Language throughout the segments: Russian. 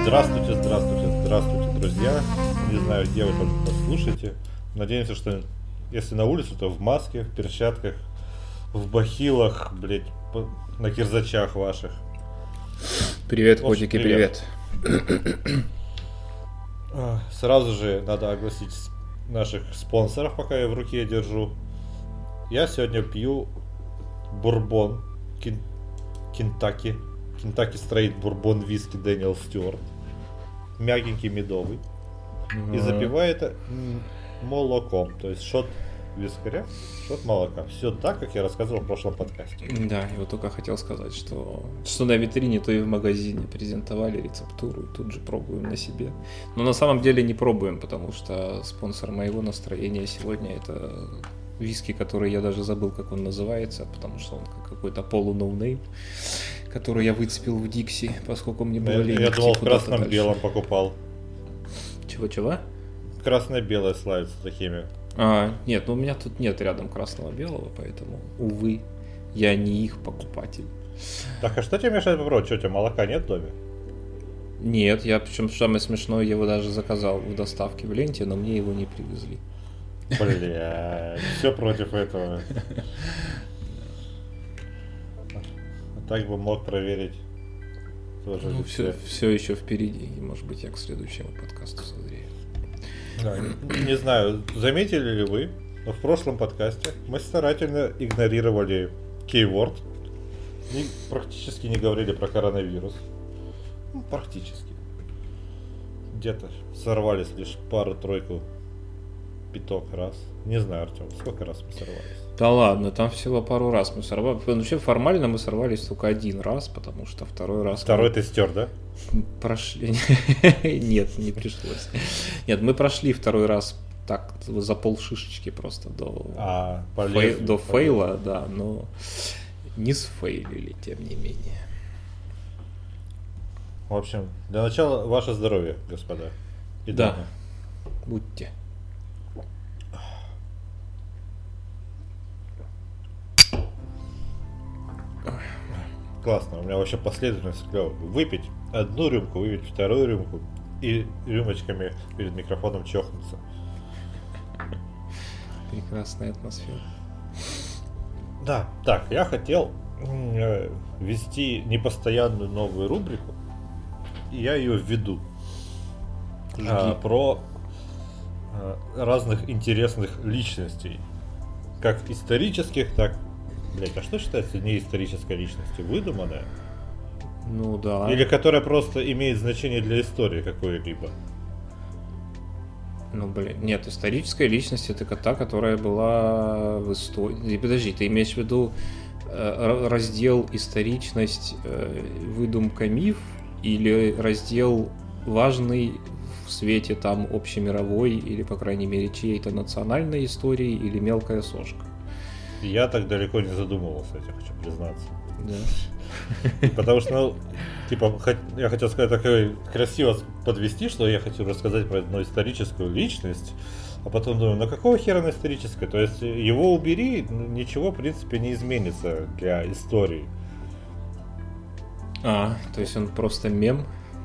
Здравствуйте, здравствуйте, здравствуйте, друзья. Не знаю, где вы там нас слушаете. Надеемся, что если на улицу, то в маске, в перчатках, в бахилах, блять, на кирзачах ваших. Привет, В общем, котики, привет. Сразу же надо огласить наших спонсоров, пока я в руке держу. Я сегодня пью бурбон Кентаки Стрейт бурбон виски Дэниел Стюарт. Мягенький, медовый. И запиваю это молоком. То есть шот вискаря, шот молока. Все так, как я рассказывал в прошлом подкасте. Да, я вот только хотел сказать, что на витрине, то и в магазине презентовали рецептуру, и тут же пробуем на себе. Но на самом деле не пробуем, потому что спонсор моего настроения сегодня это виски, который я даже забыл, как он называется, потому что он какой-то полу-ноунейм, который я выцепил в Дикси, поскольку мне было лень. Я думал, в красном-белом покупал. Чего-чего? Красное-белое славится такими. Нет, ну у меня тут нет рядом красного-белого, поэтому, увы, я не их покупатель. Так, а что тебе мешает попробовать? Что, у тебя молока нет в доме? Нет, я, причем самое смешное, я его даже заказал в доставке в ленте, но мне его не привезли. Бля, все против этого. А так бы мог проверить. Тоже ну, все еще впереди, и может быть я к следующему подкасту созрею. Да, не знаю, заметили ли вы, но в прошлом подкасте мы старательно игнорировали keyword и практически не говорили про коронавирус. Ну, практически. Где-то сорвались лишь пару-тройку, пяток раз. Не знаю, Артем, сколько раз мы сорвались? Да ладно, там всего пару раз мы сорвались. Вообще формально мы сорвались только один раз, потому что второй раз... Второй ты стер, да? Прошли. Нет, не пришлось. Нет, мы прошли второй раз так за полшишечки просто до фейла, да, но не сфейлили, тем не менее. В общем, для начала ваше здоровье, господа. И да, дамы. будьте. Классно, у меня вообще последовательность клёвая. Выпить одну рюмку, выпить вторую рюмку и рюмочками перед микрофоном чохнуться. Прекрасная атмосфера. Да, так, я хотел ввести непостоянную новую рубрику, и я ее введу. Про разных интересных личностей, как исторических, так... Блять, а что считается неисторической личностью? Выдуманная? Ну да. Или которая просто имеет значение для истории какой-либо? Ну блин, нет, историческая личность это та, которая была в истории. Подожди, ты имеешь в виду раздел историчность, выдумка, миф, или раздел важный в свете там общемировой или, по крайней мере, чьей-то национальной истории или мелкая сошка? Я так далеко не задумывался, я хочу признаться. Да. Потому что, я хотел сказать, такое красиво подвести, что я хочу рассказать про одну историческую личность, а потом думаю, ну какого хера она историческая? То есть его убери, ничего в принципе не изменится для истории. То есть он просто мем?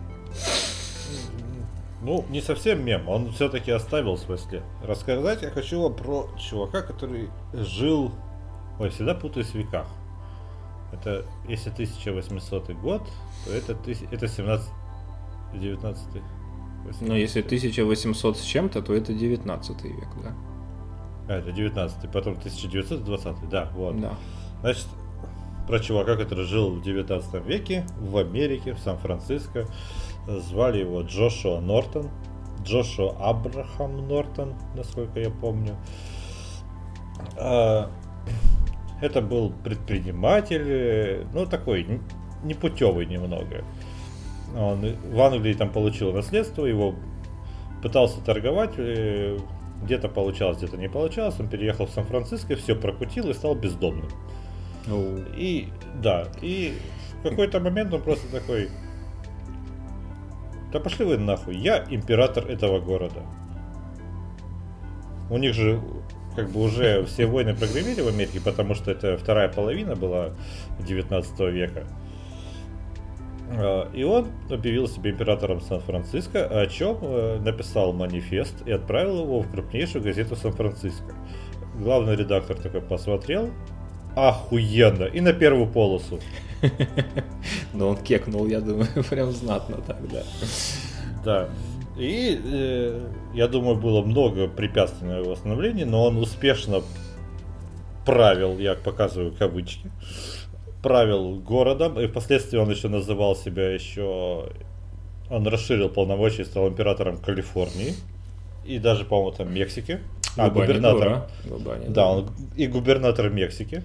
Ну, не совсем мем, он все-таки оставил свой след. Рассказать я хочу вам про чувака, который жил... Ой, всегда путаюсь в веках. Это, если 1800 год, то это 17... 19... 18. Но если 1800 с чем-то, то это 19 век, да? Это 19, потом 1920, да, вот. Да. Значит, про чувака, который жил в 19 веке в Америке, в Сан-Франциско. Звали его Джошуа Нортон. Джошуа Абрахам Нортон, насколько я помню. Это был предприниматель, ну такой непутевый немного. Он в Англии там получил наследство, его пытался торговать, где-то получалось, где-то не получалось. Он переехал в Сан-Франциско, все прокутил и стал бездомным. И в какой-то момент он просто такой: да пошли вы нахуй, я император этого города. У них же как бы уже все войны прогремели в Америке, потому что это вторая половина была 19 века. И он объявил себя императором Сан-Франциско, о чем написал манифест и отправил его в крупнейшую газету Сан-Франциско. Главный редактор такой посмотрел, охуенно, и на первую полосу. Но он кекнул, я думаю, прям знатно тогда. Да. И я думаю, было много препятствий на его становлении, но он успешно правил, я показываю кавычки, правил городом, и впоследствии он еще называл себя он расширил полномочия и стал императором Калифорнии и даже, по-моему, там Мексики. Губернатором. Да, он и губернатор Мексики.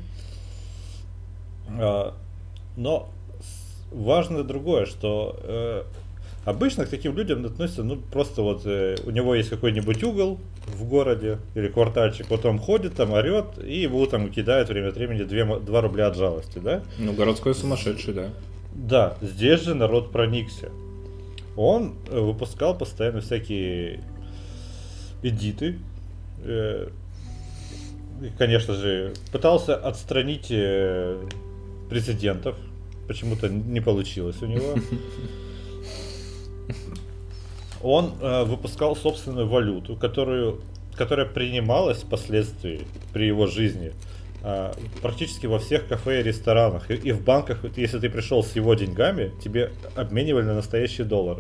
Но важно другое, что обычно к таким людям относятся, просто вот у него есть какой-нибудь угол в городе или квартальчик, вот он ходит там, орет, и ему там кидают время от времени 2 рубля от жалости, да? Городской сумасшедший, да. Да, здесь же народ проникся. Он выпускал постоянно всякие эдиты, конечно же, пытался отстранить президентов, почему-то не получилось у него. Он выпускал собственную валюту, которая принималась впоследствии при его жизни практически во всех кафе и ресторанах. И в банках, если ты пришел с его деньгами, тебе обменивали на настоящие доллары.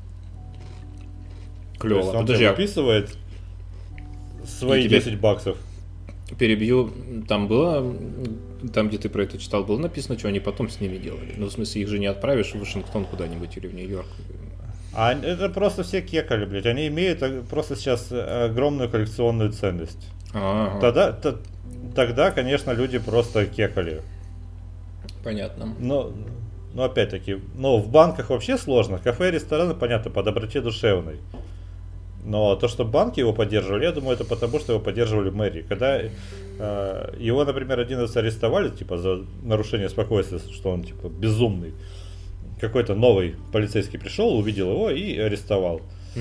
Клево. То есть он тебе выписывает свои 10 баксов. Перебью, там, где ты про это читал, было написано, что они потом с ними делали. Ну, в смысле, их же не отправишь в Вашингтон куда-нибудь или в Нью-Йорк. А это просто все кекали, блядь. Они имеют просто сейчас огромную коллекционную ценность. Тогда, конечно, люди просто кекали. Понятно. Но опять-таки, в банках вообще сложно. Кафе и рестораны, понятно, по доброте душевной. Но то, что банки его поддерживали, я думаю, это потому, что его поддерживали мэрии. Когда его, например, один раз арестовали, типа, за нарушение спокойствия, что он, типа, безумный. Какой-то новый полицейский пришел, увидел его и арестовал.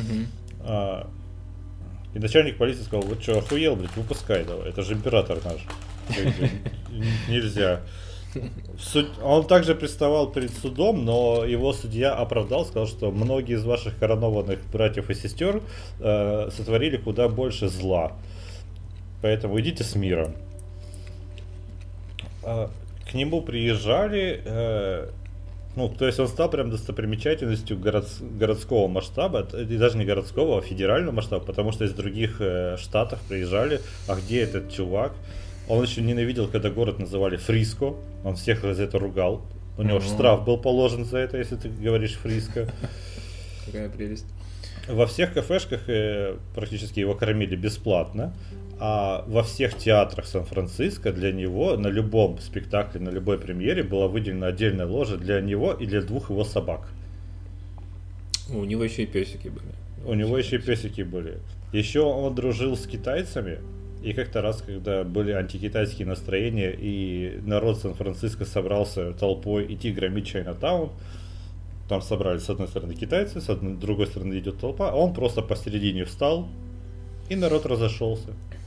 И начальник полиции сказал: вот что, охуел, блядь, выпускай давай, это же император наш. Нельзя. Он также приставал перед судом, но его судья оправдал, сказал, что многие из ваших коронованных братьев и сестер сотворили куда больше зла. Поэтому идите с миром. К нему приезжали, то есть он стал прям достопримечательностью городского масштаба, и даже не городского, а федерального масштаба, потому что из других штатов приезжали, а где этот чувак? Он еще ненавидел, когда город называли Фриско, он всех за это ругал. У него же штраф был положен за это, если ты говоришь Фриско. Какая прелесть. Во всех кафешках практически его кормили бесплатно, а во всех театрах Сан-Франциско для него на любом спектакле, на любой премьере была выделена отдельная ложа для него и для 2 его собак. У него еще и песики были. У него еще и песики были. Еще он дружил с китайцами. И как-то раз, когда были антикитайские настроения, и народ Сан-Франциско собрался толпой идти громить Чайнатаун, там собрались с одной стороны китайцы, с другой стороны идет толпа, а он просто посередине встал, и народ разошелся.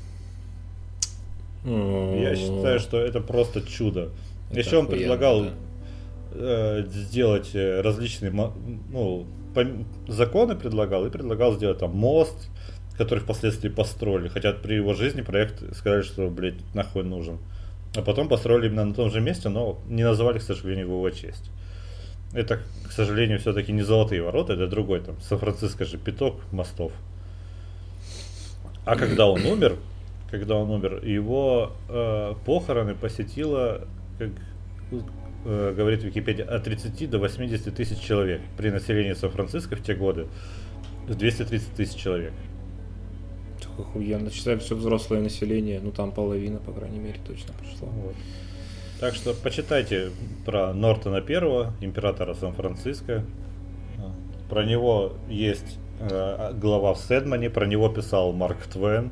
Я считаю, что это просто чудо. Это еще он предлагал сделать различные законы, предлагал сделать там мост, который впоследствии построили. Хотя при его жизни проект сказали, что, блядь, нахуй нужен. А потом построили именно на том же месте, но не назвали, к сожалению, в его честь. Это, к сожалению, все-таки не Золотые ворота, это другой там. Сан-Франциско же пяток мостов. А когда он умер, его похороны посетило, как говорит Википедия, от 30 до 80 тысяч человек. При населении Сан-Франциско в те годы 230 тысяч человек. Охуенно. Считаем все взрослое население, там половина, по крайней мере, точно пришла. Вот. Так что почитайте про Нортона I, императора Сан-Франциско. Про него есть глава в Сэдмане, про него писал Марк Твен.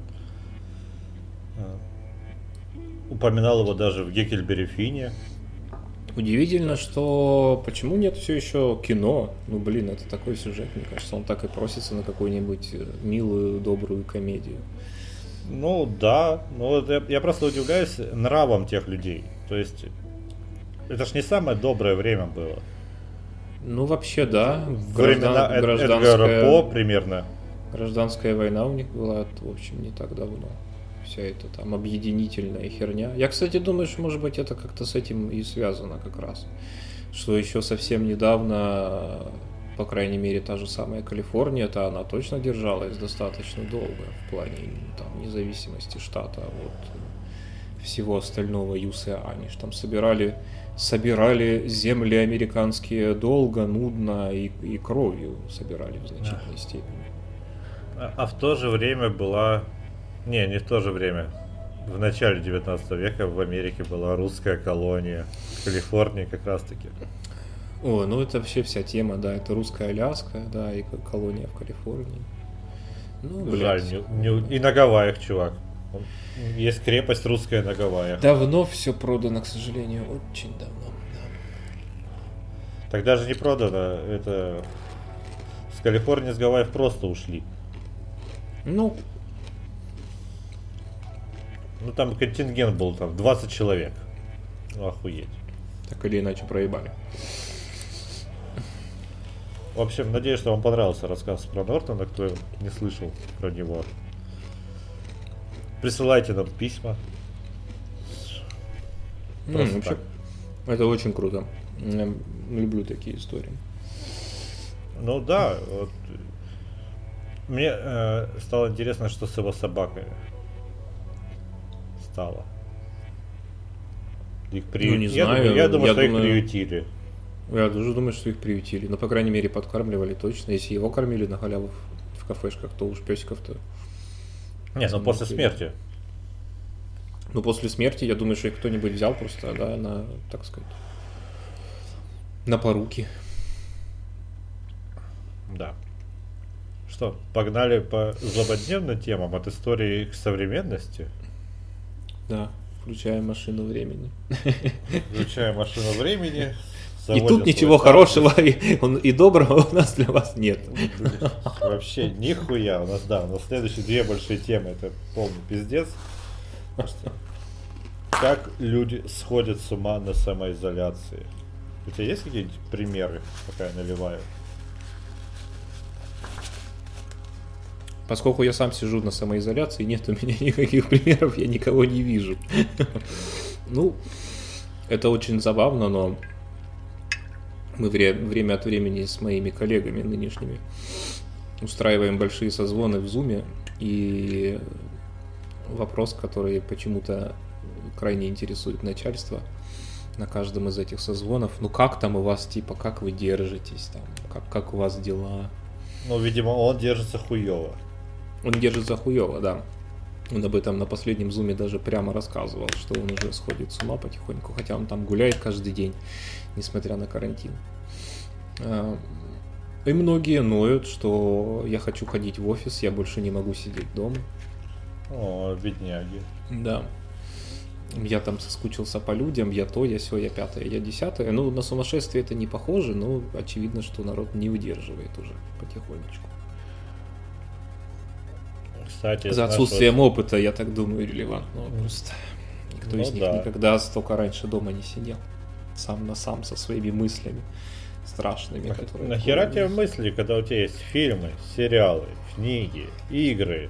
Упоминал его даже в Геккельбери Финне. Удивительно, что почему нет все еще кино. Это такой сюжет, мне кажется, он так и просится на какую-нибудь милую, добрую комедию. Да, я просто удивляюсь нравам тех людей. То есть, это ж не самое доброе время было. Ну, вообще, да. Времена Эдгара По примерно. Гражданская война у них была, в общем, не так давно. Вся эта там объединительная херня. Я, кстати, думаю, что, может быть, это как-то с этим и связано как раз. Что еще совсем недавно, по крайней мере, та же самая Калифорния-то она точно держалась достаточно долго в плане там, независимости штата от всего остального USA. Они же там собирали земли американские долго, нудно и кровью собирали в значительной степени. А в то же время была... Не в то же время. В начале 19 века в Америке была русская колония. В Калифорнии как раз таки. О, ну это вообще вся тема, да. Это русская Аляска, да, и колония в Калифорнии. Ну, жаль, и на Гавайях, чувак. Есть крепость русская на Гавайях. Давно все продано, к сожалению. Очень давно, да. Так даже не продано. Это... С Калифорнии, с Гавайев просто ушли. Ну, там контингент был, там 20 человек. Ну, охуеть. Так или иначе проебали. В общем, надеюсь, что вам понравился рассказ про Нортона, кто не слышал про него. Присылайте нам письма. Вообще, это очень круто. Я люблю такие истории. Ну да, вот. Мне стало интересно, что с его собакой стало. Их не знаю. Я думаю, что их приютили. Я тоже думаю, что их приютили. Но, по крайней мере, подкармливали точно. Если его кормили на халяву в кафешках, то уж песиков-то... Не, ну после смерти. Ну, после смерти, я думаю, что их кто-нибудь взял просто, да, на, так сказать, на поруки. Да. Что, погнали по злободневным темам от истории к современности? Да, включая машину времени. Включая машину времени. И тут ничего хорошего и доброго у нас для вас нет. Вообще нихуя. У нас следующие две большие темы. Это полный пиздец. Как люди сходят с ума на самоизоляции. У тебя есть какие-нибудь примеры, пока я наливаю? Поскольку я сам сижу на самоизоляции, нет у меня никаких примеров, я никого не вижу. Ну, это очень забавно, но мы время от времени с моими коллегами нынешними устраиваем большие созвоны в Zoom, и вопрос, который почему-то крайне интересует начальство на каждом из этих созвонов: ну как там у вас, типа, как вы держитесь, там, как у вас дела? Ну, видимо, он держится хуёво. Он держится хуёво, да. Он об этом на последнем зуме даже прямо рассказывал, что он уже сходит с ума потихоньку, хотя он там гуляет каждый день, несмотря на карантин. И многие ноют, что я хочу ходить в офис, я больше не могу сидеть дома. О, бедняги. Да. Я там соскучился по людям, я то, я сё, я пятое, я десятое. Ну, на сумасшествие это не похоже, но очевидно, что народ не выдерживает уже потихонечку. Кстати, за отсутствием опыта, я так думаю, релевантно. Просто никто из них никогда столько раньше дома не сидел. Сам на сам со своими мыслями страшными. Которые нахера тебе мысли, когда у тебя есть фильмы, сериалы, книги, игры,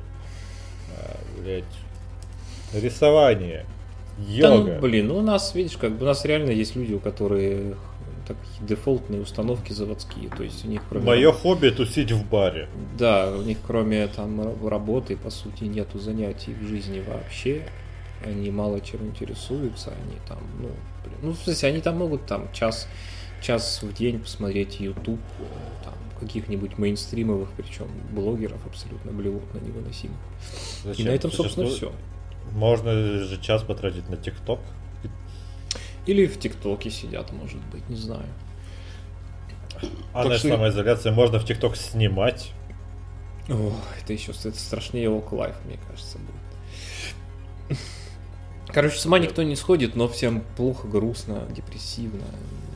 рисование, йога? Да, ну, блин, у нас, видишь, как бы у нас реально есть люди, у которых такие дефолтные установки заводские, то есть у них кроме... Мое хобби тусить в баре. Да, у них кроме там работы, по сути, нету занятий в жизни вообще, они мало чем интересуются, они там, в смысле, они там могут там час в день посмотреть YouTube, там, каких-нибудь мейнстримовых, причем блогеров абсолютно блевотно невыносимых. Зачем? И на этом, собственно, все. Можно же час потратить на ТикТок. Или в ТикТоке сидят, может быть, не знаю. А на самоизоляции можно в ТикТок снимать. О, это страшнее Walk-Life, мне кажется, будет. Короче, с ума никто не сходит, но всем плохо, грустно, депрессивно.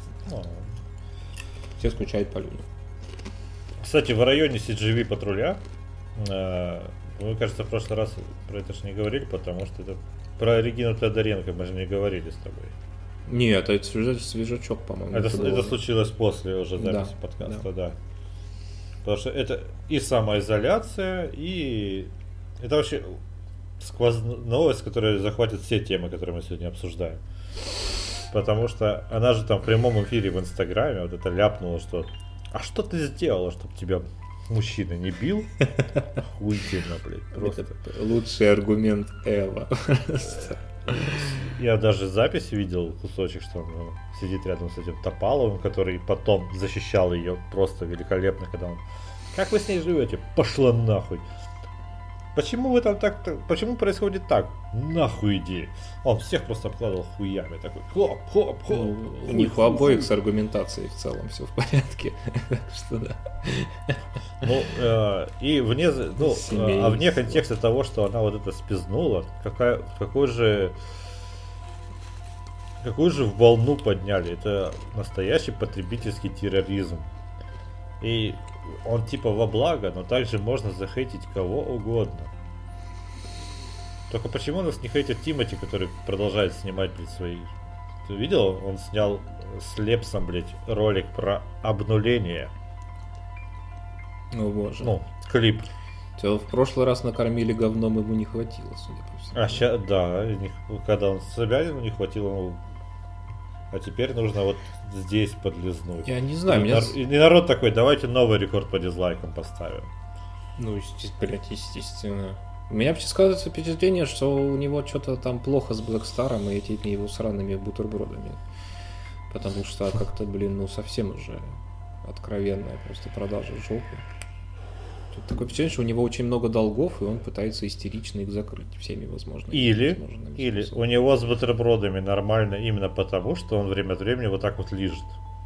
Все скучают по людям. Кстати, в районе CGV патруля, мы, кажется, в прошлый раз про это же не говорили, потому что это про Регину Тодоренко мы же не говорили с тобой. Нет, это свежачок, по-моему. Это случилось после уже записи подкаста, да. Потому что это и самоизоляция, и это вообще новость, которая захватит все темы, которые мы сегодня обсуждаем. Потому что она же там в прямом эфире в Инстаграме вот это ляпнула, что «А что ты сделала, чтобы тебя мужчина не бил?» Охуительно, блядь, просто. Это лучший аргумент Эва. Я даже запись видел, кусочек, что он сидит рядом с этим Топаловым, который потом защищал ее просто великолепно, когда он: «Как вы с ней живете? Пошла нахуй! Почему вы там так-то? Почему происходит так? Нахуй иди!» Он всех просто обкладывал хуями, такой хоп. У них у обоих с аргументацией в целом все в порядке. Так что да. И вне контекста того, что она вот это спизнула, какую же волну подняли. Это настоящий потребительский терроризм. И он типа во благо, но также можно захейтить кого угодно. Только почему нас не хейтит Тимати, который продолжает снимать, блядь, свои... Ты видел? Он снял с Лепсом, блядь, ролик про обнуление. О боже. Клип. Тебя в прошлый раз накормили говном, ему не хватило, судя по всему. А сейчас, да, когда он Собянину не хватило, а теперь нужно вот здесь подлизнуть. Я не знаю, и народ такой: давайте новый рекорд по дизлайкам поставим. Естественно. У меня вообще складывается впечатление, что у него что-то там плохо с Блэкстаром и этими его сраными бутербродами. Потому что как-то, совсем уже откровенная просто продажа жопы. Тут такое впечатление, что у него очень много долгов, и он пытается истерично их закрыть всеми возможными способами. Или у него с бутербродами нормально именно потому, что он время от времени вот так вот лижет.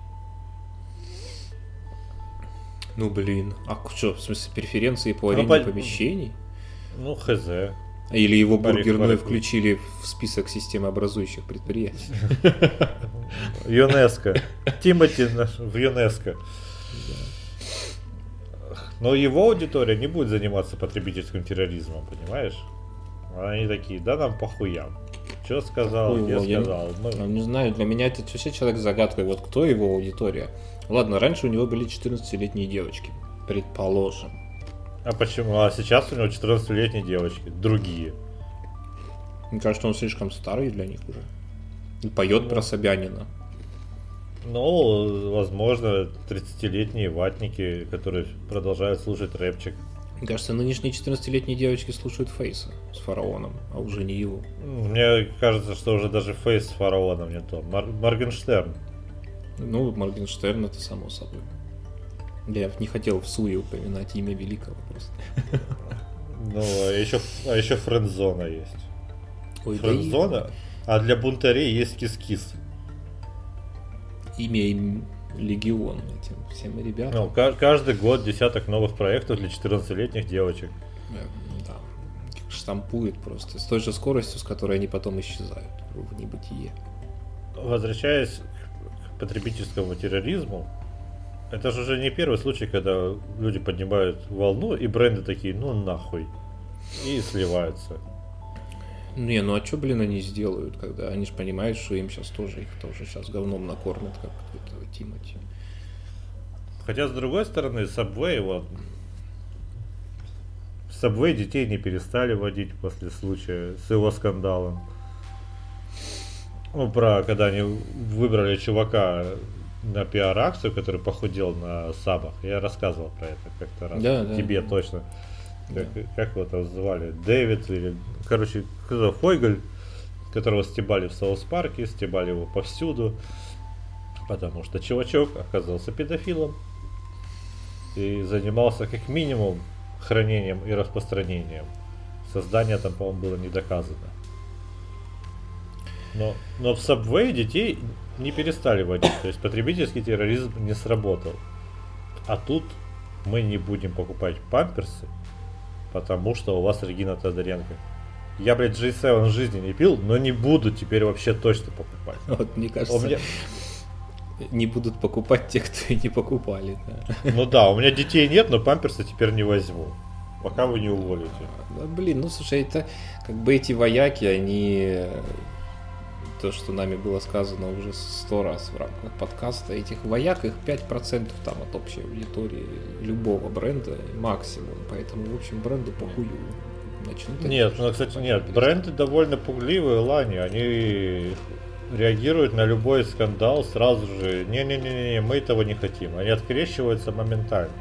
А что, в смысле, преференции по аренде помещений? Хз. Или его бургерную включили в список системообразующих предприятий. ЮНЕСКО. Тимати в ЮНЕСКО. Но его аудитория не будет заниматься потребительским терроризмом, понимаешь? Они такие: да нам похуям. Что сказал, я сказал. Не знаю, для меня это вообще человек-загадка. Вот кто его аудитория? Ладно, раньше у него были 14-летние девочки, предположим. А почему? А сейчас у него 14-летние девочки, другие. Мне кажется, он слишком старый для них уже. И поет про Собянина. Возможно, 30-летние ватники, которые продолжают слушать рэпчик. Мне кажется, нынешние 14-летние девочки слушают Фейса с Фараоном, а уже не его. Мне кажется, что уже даже Фейс с Фараоном не то. Моргенштерн. Моргенштерн это само собой. Я не хотел в суе упоминать имя великого просто. А еще френдзона есть. Френдзона? А для бунтарей есть кис-кис. Имя им легион этим всем ребятам. Каждый год десяток новых проектов для 14-летних девочек. Да. Штампуют просто с той же скоростью, с которой они потом исчезают в небытие. Возвращаясь к потребительскому терроризму, это же уже не первый случай, когда люди поднимают волну, и бренды такие: нахуй, и сливаются. А что, они сделают, когда они же понимают, что им сейчас тоже сейчас говном накормят, как этого Тимати. Хотя, с другой стороны, Subway детей не перестали водить после случая с его скандалом. Когда они выбрали чувака на пиар-акцию, который похудел на сабах. Я рассказывал про это как-то раз. Да, тебе точно. Как его там звали? Дэвид или... Фойгель, которого стебали в Саус-парке, стебали его повсюду. Потому что чувачок оказался педофилом. И занимался как минимум хранением и распространением. Создание там, по-моему, было не доказано. Но в Subway детей не перестали водить. То есть потребительский терроризм не сработал. А тут мы не будем покупать памперсы, потому что у вас Регина Тодоренко. Я, G7 в жизни не пил, но не буду теперь вообще точно покупать. Вот, мне кажется, не будут покупать те, кто и не покупали. Да. У меня детей нет, но памперсы теперь не возьму. Пока вы не уволите. Слушай, это как бы эти вояки, они то, что нами было сказано уже 100 раз в рамках подкаста. Этих вояк, их 5% там от общей аудитории любого бренда максимум. Поэтому, в общем, бренду похую. Нет, ну, кстати, нет. Бренды довольно пугливые, Лани. Они реагируют на любой скандал сразу же. Не-не-не, мы этого не хотим. Они открещиваются моментально.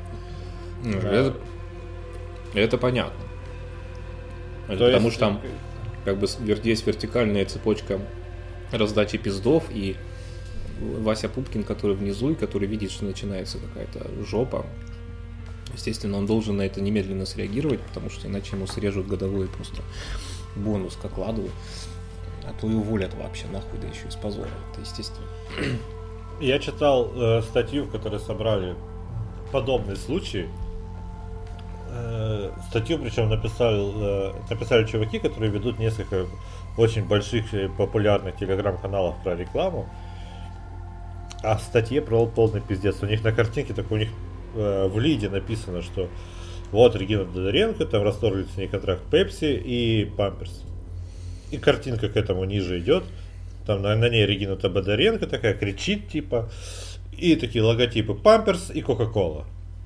Это понятно. Потому что там как бы есть вертикальная цепочка раздачи пиздов, и Вася Пупкин, который внизу, и который видит, что начинается какая-то жопа, естественно, он должен на это немедленно среагировать, потому что иначе ему срежут годовой просто бонус к окладу, а то и уволят вообще нахуй, да еще и с позором. Это естественно. Я читал статью, в которой собрали подобный случай. Статью причем написали чуваки, которые ведут несколько очень больших и популярных телеграм-каналов про рекламу. А в статье про полный пиздец. У них на картинке, так у них в лиде написано, что вот Регина Тодоренко, там расторгли с ней контракт Pepsi и Pampers. И картинка к этому ниже идет. Там на ней Регина Тодоренко такая кричит, типа, и такие логотипы Pampers и Coca-Cola.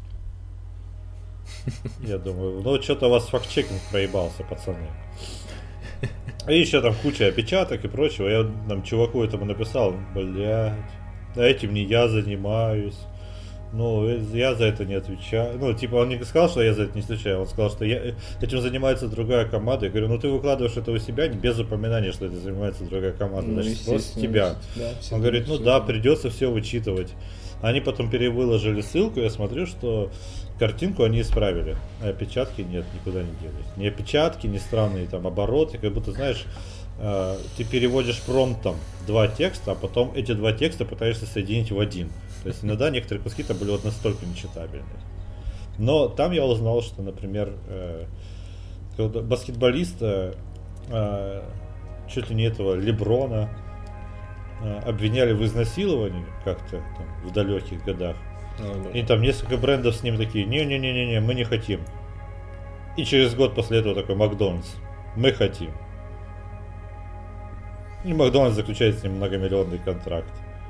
Я думаю, ну что-то у вас факт-чекинг проебался, пацаны. И еще там куча опечаток и прочего. Я там чуваку этому написал, блядь, этим не я занимаюсь. Ну, я за это не отвечаю. Ну, типа, он не сказал, что я за это не отвечаю. Он сказал, что этим занимается другая команда. Я говорю, ну ты выкладываешь это у себя без упоминания, что это занимается другая команда. Ну, значит, просто тебя. Да, он говорит, ну да, придется все вычитывать. Они потом перевыложили ссылку, я смотрю, что картинку они исправили, а опечатки нет, никуда не делись. Ни опечатки, ни странные там обороты, как будто, знаешь, ты переводишь промптом два текста, а потом эти два текста пытаешься соединить в один. То есть иногда некоторые куски там были вот настолько нечитабельные. Но там я узнал, что, например, баскетболиста, чуть ли не этого Леброна, обвиняли в изнасиловании как-то там, в далеких годах. И там несколько брендов с ним такие, не-не-не-не, мы не хотим. И через год после этого такой Макдональдс, мы хотим. И Макдональдс заключает с ним многомиллионный контракт.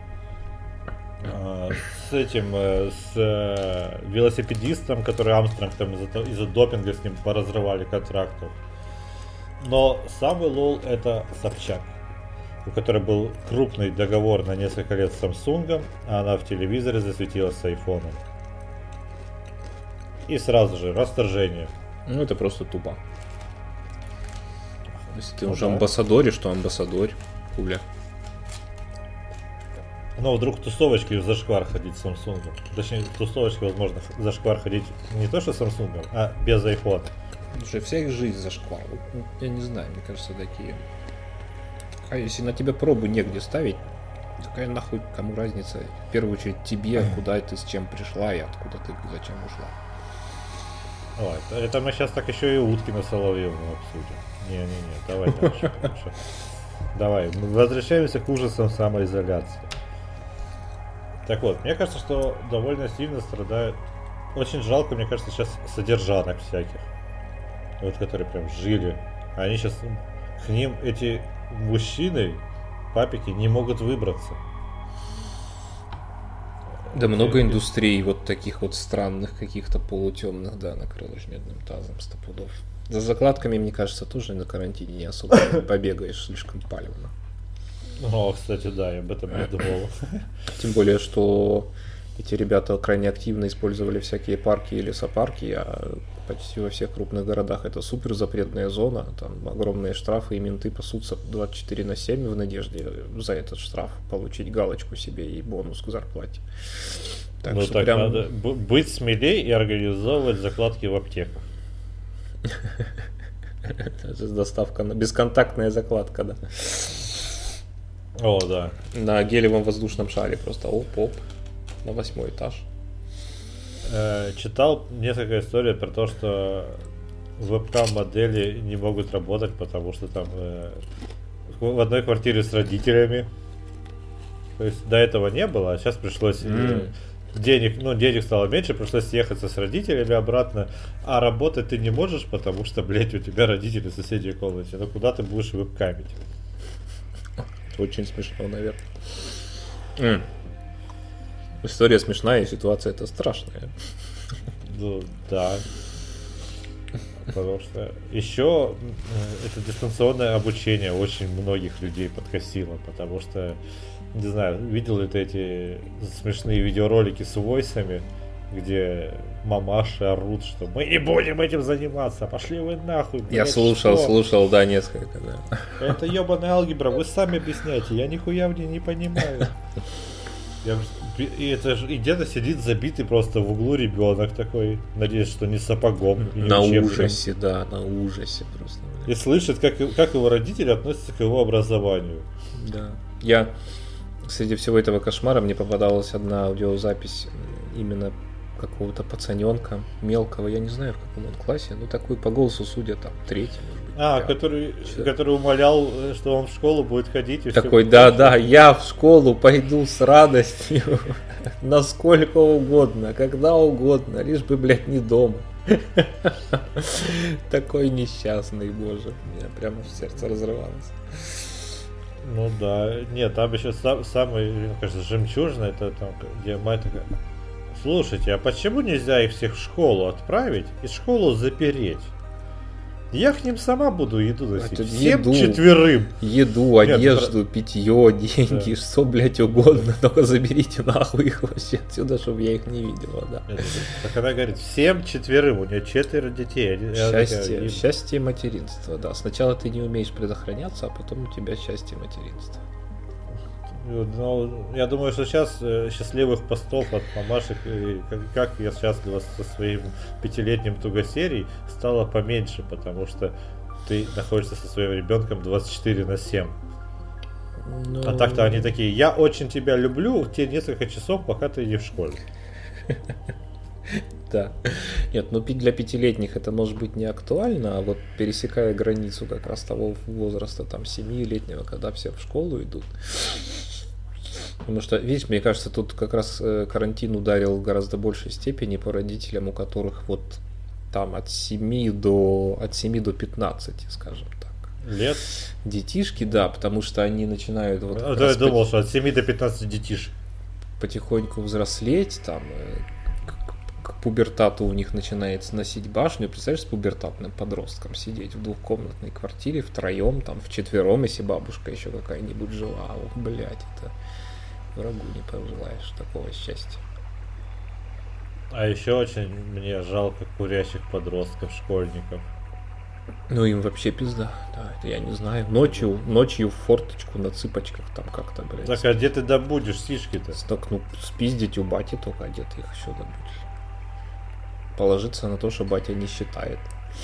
С этим, с велосипедистом, который Армстронг там из-за допинга с ним поразрывали контрактов. Но самый лол это Собчак, у которой был крупный договор на несколько лет с Samsung, а она в телевизоре засветилась с айфоном. И сразу же расторжение. Ну это просто тупо. Если ты уже амбассадоришь, то амбассадорь, хуля. Но вдруг тусовочки зашквар ходить с Samsung. Точнее, тусовочки, возможно, зашквар ходить не то что с Samsung, а без айфона. Слушай, вся их жизнь зашквар. Я не знаю, мне кажется, такие. А если на тебя пробу негде ставить, какая нахуй кому разница? В первую очередь тебе, куда ты с чем пришла и откуда ты зачем ушла. Ой, это мы сейчас так еще и Уткина Соловьевну обсудим. Не-не-не, давай дальше. Давай, мы возвращаемся к ужасам самоизоляции. Так вот, мне кажется, что довольно сильно страдают. Очень жалко, мне кажется, сейчас содержанок всяких. Вот, которые прям жили. Они сейчас, к ним эти мужчины, папики, не могут выбраться. Да много индустрий вот таких вот странных, каких-то полутемных, да, накрылось медным тазом 100 пудов. За закладками, мне кажется, тоже на карантине не особо побегаешь, слишком палевно. О, кстати, да, я об этом не думал. Тем более, что эти ребята крайне активно использовали всякие парки и лесопарки, а почти во всех крупных городах это супер запретная зона, там огромные штрафы, и менты пасутся 24/7 в надежде за этот штраф получить галочку себе и бонус к зарплате. Так ну так прям... надо быть смелее и организовывать закладки в аптеках. Это доставка, бесконтактная закладка, да. О, да. На гелевом воздушном шаре просто оп-оп на 8 этаж. Читал несколько историй про то, что вебкам-модели не могут работать, потому что там в одной квартире с родителями. То есть до этого не было, а сейчас пришлось денег стало меньше, пришлось съехаться с родителями обратно, а работать ты не можешь, потому что, блять, у тебя родители в соседней комнате. Ну куда ты будешь вебкамить? Очень смешно, наверное. История смешная, и ситуация это страшная. Ну, да. Потому что еще это дистанционное обучение очень многих людей подкосило, потому что, не знаю, видел ли ты эти смешные видеоролики с войсами, где мамаши орут, что мы не будем этим заниматься, пошли вы нахуй. Блядь, я слушал, да, несколько, да. Это ебаная алгебра, вы сами объясняете, я нихуя в ней не понимаю. И это же и где-то сидит забитый просто в углу ребенок такой, надеюсь, что не сапогом. На ужасе, да, на ужасе просто. И слышит, как его родители относятся к его образованию. Да. Я среди всего этого кошмара мне попадалась одна аудиозапись именно какого-то пацаненка мелкого, я не знаю в каком он классе, но такой по голосу судя там третий, может быть. Который умолял, что он в школу будет ходить. И такой, да, я в школу пойду с радостью, насколько угодно, когда угодно, лишь бы, блядь, не дома. Такой несчастный, боже, меня прямо в сердце разрывалось. Ну да, нет, там еще самый, мне кажется, жемчужный, это там, где мать такая: слушайте, а почему нельзя их всех в школу отправить и школу запереть? Я к ним сама буду еду носить. Всем четверым. Еду, одежду, питье, деньги, да. Что, блядь, угодно. Только заберите нахуй их вообще отсюда, чтобы я их не видела, да. Так она говорит, всем четверым, у нее 4 детей. Счастье материнства, да. Сначала ты не умеешь предохраняться, а потом у тебя счастье материнства. Ну, я думаю, что сейчас счастливых постов от мамашек, как я счастлива со своим 5-летним тугосерий, стало поменьше, потому что ты находишься со своим ребенком 24/7. Ну... А так-то они такие: я очень тебя люблю те несколько часов, пока ты не в школе. Да. Нет, ну для 5-летних это может быть не актуально, а вот пересекая границу как раз того возраста, там, 7-летнего, когда все в школу идут. Потому что, видишь, мне кажется, тут как раз карантин ударил в гораздо большей степени по родителям, у которых вот там от 7 до 15, скажем так. Лет? Детишки, да, потому что они начинают... Вот, я думал, что от 7 до 15 детишек. Потихоньку взрослеть, там, к пубертату у них начинает сносить башню. Представляешь, с пубертатным подростком сидеть в двухкомнатной квартире втроем, там, вчетвером, если бабушка еще какая-нибудь жила. Ох, блядь, это... Врагу не пожелаешь такого счастья. А еще очень мне жалко курящих подростков, школьников. Ну им вообще пизда, да, это я не знаю. Ночью в форточку на цыпочках там как-то, блядь. Так, а где ты добудешь сишки-то? Так, ну, спиздить у бати только, а где ты их еще добудешь? Положиться на то, что батя не считает.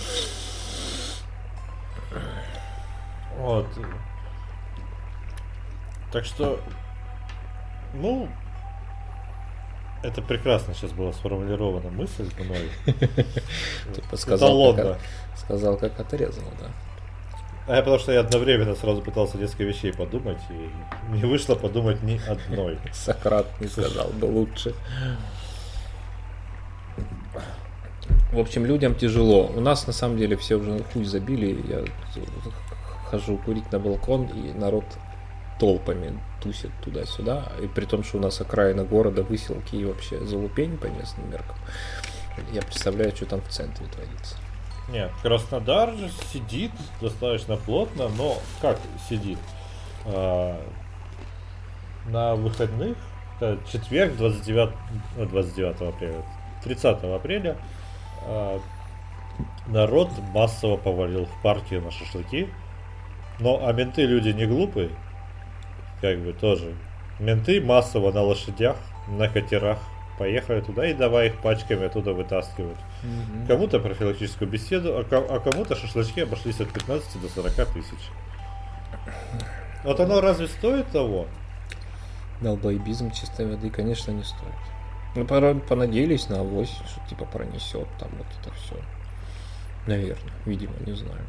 Вот. Так что... Ну, это прекрасно сейчас была сформулирована мысль мной. Ты сказал, как отрезал, да. А я потому что я одновременно сразу пытался несколько вещей подумать, и не вышло подумать ни одной. Сократ не сказал бы лучше. В общем, людям тяжело. У нас на самом деле все уже хуй забили. Я хожу курить на балкон, и народ толпами тусит туда-сюда, и при том, что у нас окраина города, выселки и вообще залупень по местным меркам. Я представляю, что там в центре творится. Нет, Краснодар же сидит достаточно плотно, но как сидит? На выходных, четверг, 29 апреля, 30 апреля, народ массово повалил в парке на шашлыки, а менты люди не глупые, как бы тоже. Менты массово на лошадях, на катерах поехали туда и давай их пачками оттуда вытаскивать. Mm-hmm. Кому-то профилактическую беседу, а кому-то шашлычки обошлись от 15 до 40 тысяч. Вот оно разве стоит того? Долбоебизм чистой воды, конечно, не стоит. Ну, понадеялись на авось, что типа пронесет там вот это все. Наверное, видимо, не знаю.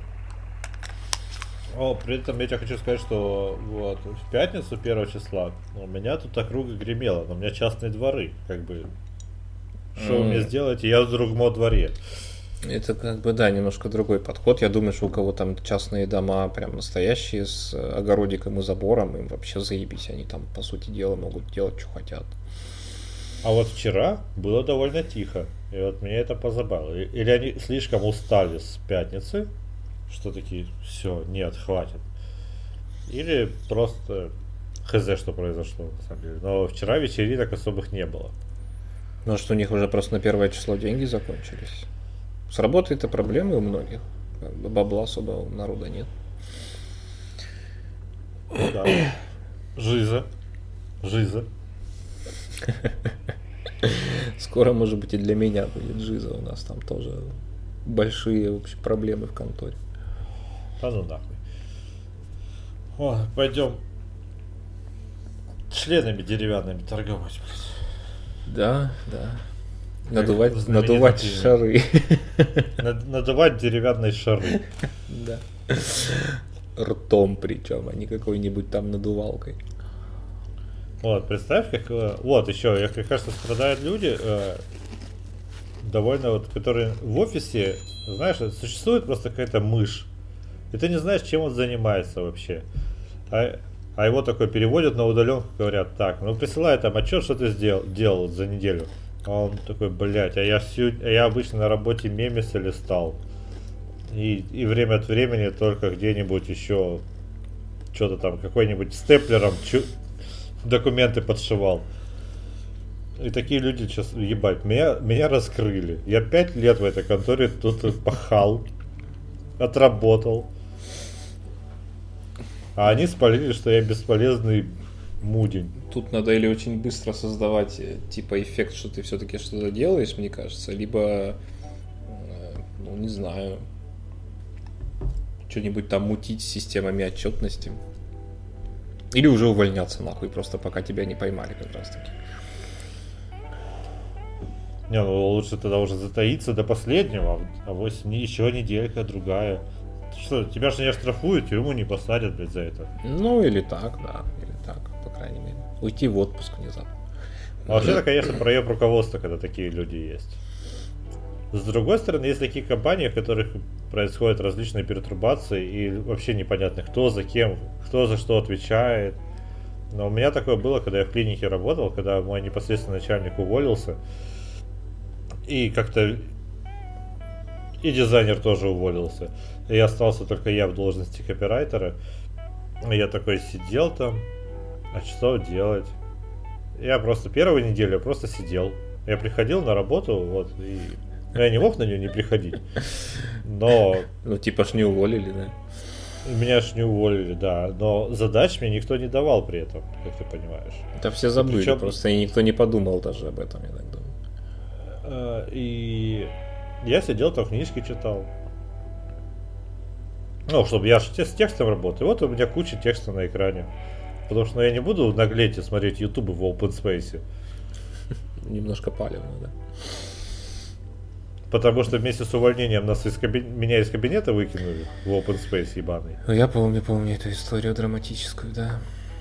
При этом я тебе хочу сказать, что вот в пятницу 1 числа у меня тут округа гремела, но у меня частные дворы, как бы. Что вы мне сделаете? Я в другом дворе. Это как бы, да, немножко другой подход. Я думаю, что у кого там частные дома прям настоящие с огородиком и забором, им вообще заебись. Они там, по сути дела, могут делать, что хотят. А вот вчера было довольно тихо. И вот меня это позабавило. Или они слишком устали с пятницы, что такие, все, нет, хватит. Или просто хз, что произошло, на самом деле. Но вчера вечеринок особых не было. Может, у них уже просто на 1 число деньги закончились. С работой-то проблемы у многих. Бабла особо у народа нет. Да. Жиза. Скоро, может быть, и для меня будет жиза. У нас там тоже большие вообще проблемы в конторе. Да ну нахуй. О, пойдем членами деревянными торговать. Да. Надувать шары. Надувать деревянные шары. Да. Ртом причем, а не какой-нибудь там надувалкой. Вот, представь, как... Вот, еще, как кажется, страдают люди, довольно вот, которые в офисе, знаешь, существует просто какая-то мышь, и ты не знаешь, чем он занимается вообще. А его такой переводят на удаленку, говорят, так, ну присылай там отчет, что ты делал за неделю. А он такой, блядь, а я обычно на работе мемесы листал. И время от времени только где-нибудь еще что-то там, какой-нибудь степлером документы подшивал. И такие люди сейчас, ебать, меня раскрыли. Я 5 лет в этой конторе тут пахал, отработал. А они спалили, что я бесполезный мудень. Тут надо или очень быстро создавать типа эффект, что ты все-таки что-то делаешь, мне кажется, либо, ну не знаю, что-нибудь там мутить с системами отчетности. Или уже увольняться нахуй, просто пока тебя не поймали как раз таки. Не, ну лучше тогда уже затаиться до последнего, а вот еще неделька, другая. Что, тебя же не оштрафуют, тюрьму не посадят, блядь, за это. Ну или так, да, или так, по крайней мере. Уйти в отпуск внезапно. А вообще-то, конечно, проеб руководства, когда такие люди есть. С другой стороны, есть такие компании, в которых происходят различные пертурбации и вообще непонятно, кто за кем, кто за что отвечает. Но у меня такое было, когда я в клинике работал, когда мой непосредственный начальник уволился. И как-то и дизайнер тоже уволился. И остался только я в должности копирайтера. И я такой сидел там. А что делать? Я просто первую неделю просто сидел. Я приходил на работу, вот, и я не мог на нее не приходить. Но... Ну, типа ж не уволили, да? Меня ж не уволили, да. Но задач мне никто не давал при этом, как ты понимаешь. Это все забыли, причем... просто и никто не подумал даже об этом, я так думаю. И я сидел там, книжки читал. Ну, чтобы я с текстом работаю. Вот у меня куча текста на экране. Потому что я не буду наглеть и смотреть YouTube в open space. Немножко палевно, да. Потому что вместе с увольнением меня из кабинета выкинули в open space ебаный. Я помню эту историю драматическую, да.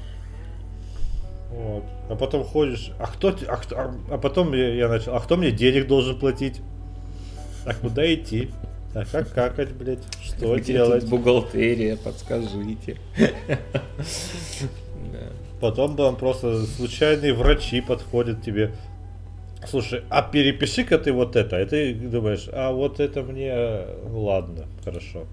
Вот. А потом ходишь, а потом я начал, а кто мне денег должен платить? А куда идти? А как какать, блядь? Что где делать? Тут бухгалтерия, подскажите. Потом там просто случайные врачи подходят тебе. Слушай, а перепиши-ка ты вот это. И ты думаешь, а вот это мне... Ладно, хорошо.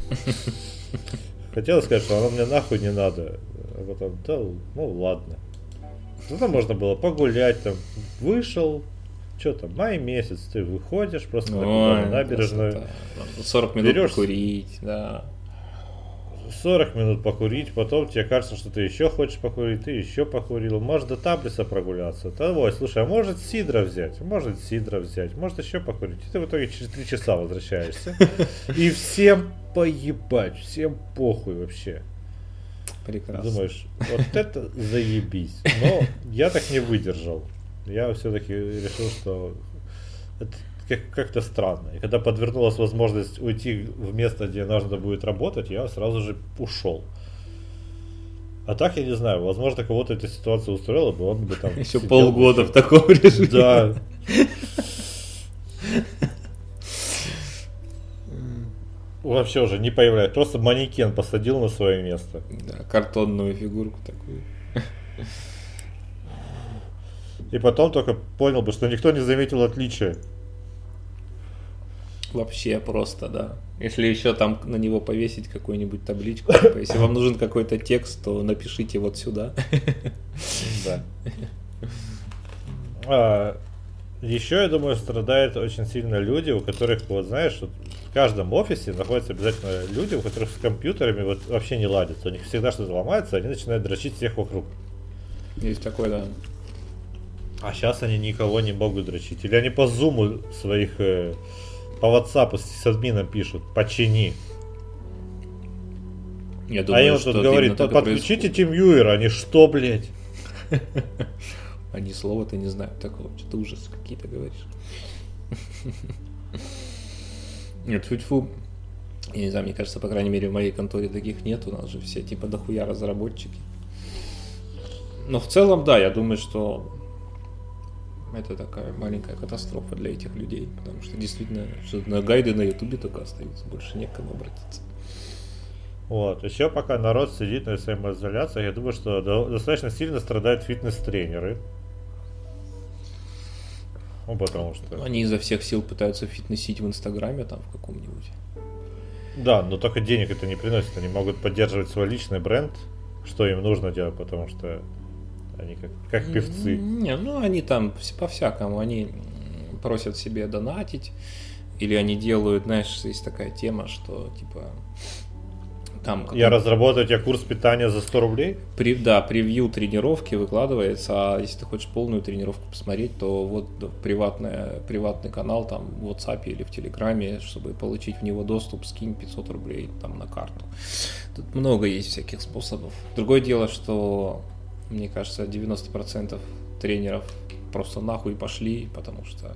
Хотел сказать, что оно мне нахуй не надо. А потом, да, ну ладно. Ну там можно было погулять, там, вышел, что там, май месяц, ты выходишь просто на набережную. Красота. 40 минут берешь, покурить, да. 40 минут покурить, потом тебе кажется, что ты еще хочешь покурить, ты еще покурил, может до Таблиса прогуляться. Ой, слушай, а может сидра взять, может еще покурить. И ты в итоге через 3 часа возвращаешься. И всем поебать, всем похуй вообще. Прекрасно. Думаешь, вот это заебись. Но я так не выдержал. Я все-таки решил, что это как-то странно. И когда подвернулась возможность уйти в место, где нужно будет работать, я сразу же ушел. А так я не знаю, возможно, кого-то эта ситуация устроила бы, он бы там... Еще полгода в таком режиме. Да. вообще уже не появляется. Просто манекен посадил на свое место. Да, картонную фигурку такую. И потом только понял бы, что никто не заметил отличия. Вообще просто, да. Если еще там на него повесить какую-нибудь табличку, типа, если вам нужен какой-то текст, то напишите вот сюда. Да. Еще, я думаю, страдают очень сильно люди, у которых, вот знаешь, вот в каждом офисе находятся обязательно люди, у которых с компьютерами вот вообще не ладится. У них всегда что-то ломается, они начинают дрочить всех вокруг. Есть такое, да. А сейчас они никого не могут дрочить. Или они по зуму своих, по WhatsApp с админом пишут, почини. Я думаю, они вот тут говорят, подключите TeamViewer, они что, блядь? Они слова-то не знают такого, что-то ужасы какие-то говоришь. Нет, фу-фу. Я не знаю, мне кажется, по крайней мере, в моей конторе таких нет, у нас же все типа дохуя разработчики. Но в целом, да, я думаю, что это такая маленькая катастрофа для этих людей, потому что действительно что на гайды на ютубе только остаются, больше не к кому обратиться. Вот, еще пока народ сидит на самоизоляции, я думаю, что достаточно сильно страдают фитнес-тренеры. Ну, потому что... Они изо всех сил пытаются фитнесить в Инстаграме там в каком-нибудь. Да, но только денег это не приносит. Они могут поддерживать свой личный бренд, что им нужно делать, потому что они как певцы. Не, ну они там по-всякому. Они просят себе донатить, или они делают, знаешь, есть такая тема, что типа... Там я разработаю тебе курс питания за 100 рублей? Да, превью тренировки выкладывается, а если ты хочешь полную тренировку посмотреть, то вот приватный канал там в WhatsApp или в Телеграме, чтобы получить в него доступ, скинь 500 рублей там на карту. Тут много есть всяких способов. Другое дело, что, мне кажется, 90% тренеров просто нахуй пошли, потому что...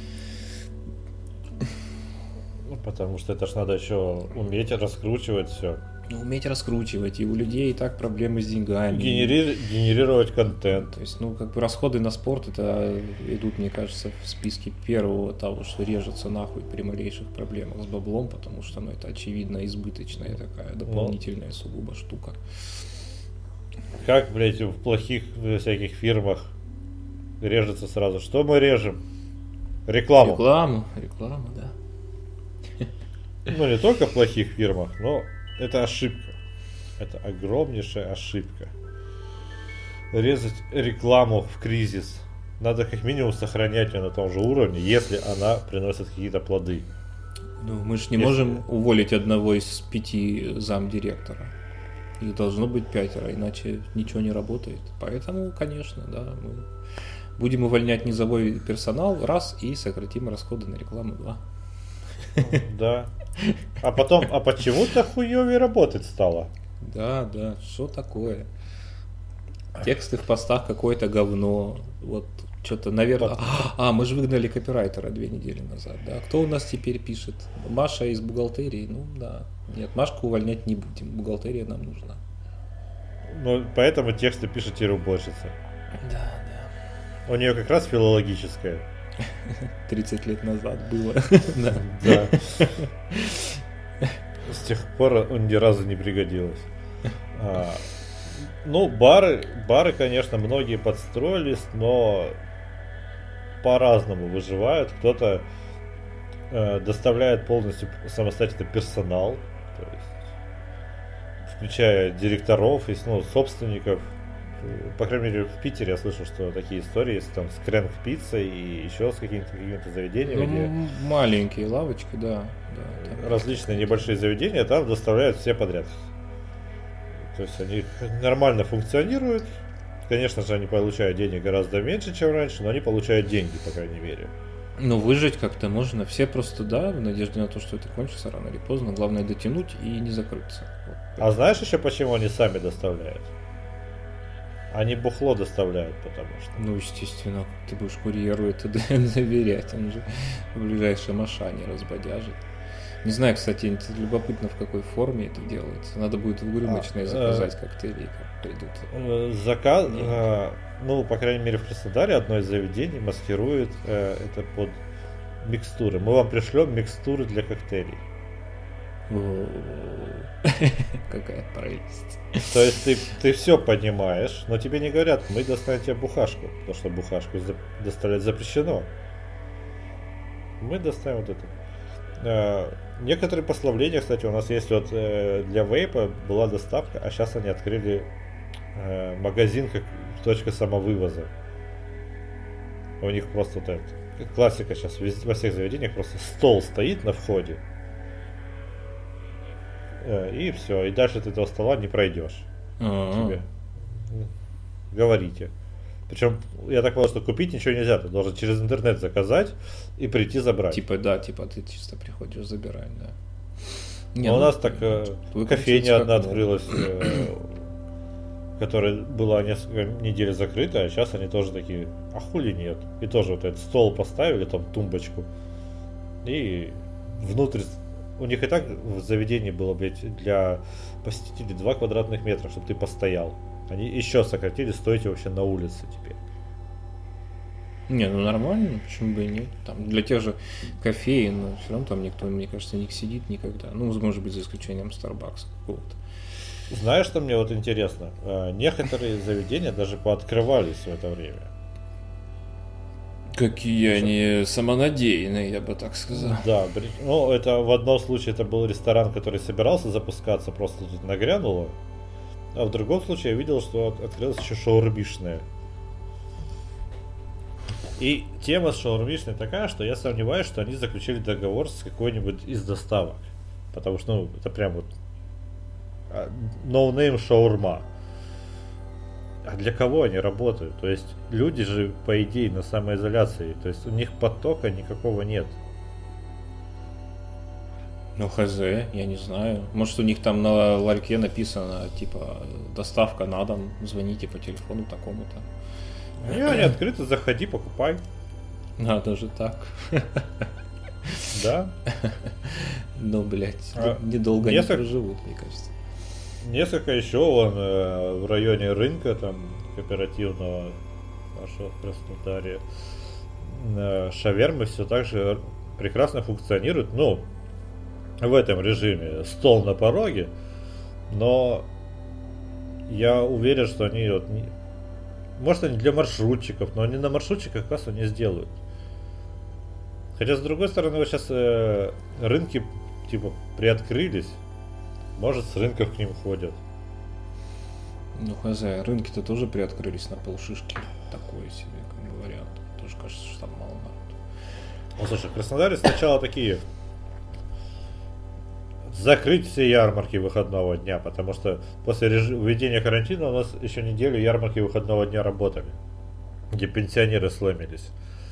Потому что это ж надо еще уметь раскручивать все. Уметь раскручивать, и у людей и так проблемы с деньгами. Генерировать контент. То есть, ну, как бы расходы на спорт, это идут, мне кажется, в списке первого того, что режется нахуй при малейших проблемах с баблом, потому что, ну, это очевидно избыточная такая дополнительная сугубо штука. Как, блядь, в плохих всяких фирмах режется сразу? Что мы режем? Рекламу, да. Ну, не только в плохих фирмах, но это ошибка. Это огромнейшая ошибка. Резать рекламу в кризис. Надо как минимум сохранять ее на том же уровне, если она приносит какие-то плоды. Ну, мы же не можем уволить одного из 5 замдиректора. Их должно быть 5, иначе ничего не работает. Поэтому, конечно, да, мы будем увольнять низовой персонал, раз, и сократим расходы на рекламу, 2. Да. А потом, а почему-то хуёвее работать стало. Да, что такое? Тексты в постах какое-то говно. Вот что-то, наверное... мы же выгнали копирайтера 2 недели назад. Да? Кто у нас теперь пишет? Маша из бухгалтерии? Ну да. Нет, Машку увольнять не будем. Бухгалтерия нам нужна. Ну, поэтому тексты пишет теперь уборщица. Да. У нее как раз филологическое. 30 лет назад было. Да. С тех пор он ни разу не пригодилось. Ну, бары, конечно, многие подстроились, но по-разному выживают. Кто-то доставляет полностью самостоятельно персонал, то есть, включая директоров и собственников. По крайней мере, в Питере я слышал, что такие истории есть там с Крэнк пиццей и еще с какими-то заведениями. Ну, маленькие лавочки, да. Различные небольшие заведения там доставляют все подряд. То есть они нормально функционируют. Конечно же, они получают денег гораздо меньше, чем раньше, но они получают деньги, по крайней мере. Ну, выжить как-то можно. Все просто, да, в надежде на то, что это кончится рано или поздно. Главное дотянуть и не закрыться. Вот. А знаешь еще, почему они сами доставляют? Они бухло доставляют, потому что... Ну, естественно, ты будешь курьеру это доверять, он же в ближайшем Ашане разбодяжит. Не знаю, кстати, любопытно, в какой форме это делается. Надо будет в рюмочной заказать коктейли, как придут. Заказ, ну, по крайней мере, в Краснодаре одно из заведений маскирует это под микстуры. Мы вам пришлем микстуры для коктейлей. Какая прелесть. То есть ты все понимаешь, но тебе не говорят, мы достанем тебе бухашку, потому что бухашку доставлять запрещено. Мы доставим вот это. Некоторые послабления, кстати, у нас есть вот для вейпа была доставка, а сейчас они открыли магазин как точка самовывоза. У них просто вот это классика сейчас во всех заведениях, просто стол стоит на входе. И все, и дальше ты этого стола не пройдешь. Тебе говорите. Причем, я так понял, что купить ничего нельзя, ты должен через интернет заказать и прийти забрать. Типа ты чисто приходишь, забираешь, да. Не, у нас так кофейня одна открылась, которая была несколько недель закрыта, а сейчас они тоже такие, а хули нет. И тоже вот этот стол поставили, там тумбочку, и внутрь. У них и так в заведении было, блядь, для посетителей 2 квадратных метра, чтобы ты постоял. Они еще сократили, стоите вообще на улице теперь. Не, ну нормально, почему бы и нет. Там для тех же кофеин, но все равно там никто, мне кажется, не сидит никогда. Ну, может быть, за исключением Starbucks какого-то. Знаешь, что мне вот интересно? Некоторые заведения даже пооткрывались в это время. Какие они самонадеянные, я бы так сказал. Да, ну это в одном случае это был ресторан, который собирался запускаться, просто тут нагрянуло. А в другом случае я видел, что открылась еще шаурмишная. И тема с шаурмишной такая, что я сомневаюсь, что они заключили договор с какой-нибудь из доставок. Потому что, ну, это прям вот no-name шаурма. А для кого они работают? То есть люди же, по идее, на самоизоляции. То есть у них потока никакого нет. Ну, хз, я не знаю. Может, у них там на ларьке написано, типа, доставка на дом, звоните по телефону такому-то. Не, они открыты, заходи, покупай. А, даже так. Да. Ну, блядь, недолго не проживут, мне кажется. Несколько еще вон в районе рынка там кооперативного нашего в Краснодаре шавермы все так же прекрасно функционируют. Ну, в этом режиме стол на пороге, но я уверен, что они вот может они для маршрутчиков, но они на маршрутчиках кассу не сделают. Хотя с другой стороны вот сейчас рынки типа приоткрылись. Может, с рынков к ним ходят. Ну, хз, рынки-то тоже приоткрылись на полшишки. Такой себе, как бы, вариант. Тоже кажется, что там мало народу. Ну, слушай, в Краснодаре сначала такие закрыть все ярмарки выходного дня, потому что после введения карантина у нас еще неделю ярмарки выходного дня работали, где пенсионеры сломились.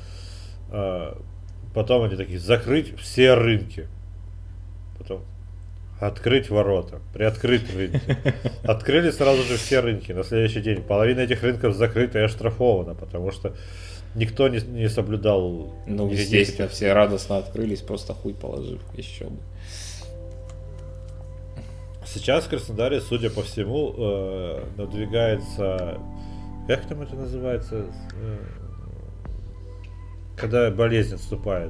Потом они такие, закрыть все рынки. Потом открыть ворота, приоткрыть рынки. Открыли сразу же все рынки. На следующий день половина этих рынков закрыта и оштрафована, потому что никто не соблюдал. Ну, естественно, все радостно открылись, просто хуй положив, еще бы. Сейчас в Краснодаре, судя по всему, надвигается, как там это называется, когда болезнь отступает?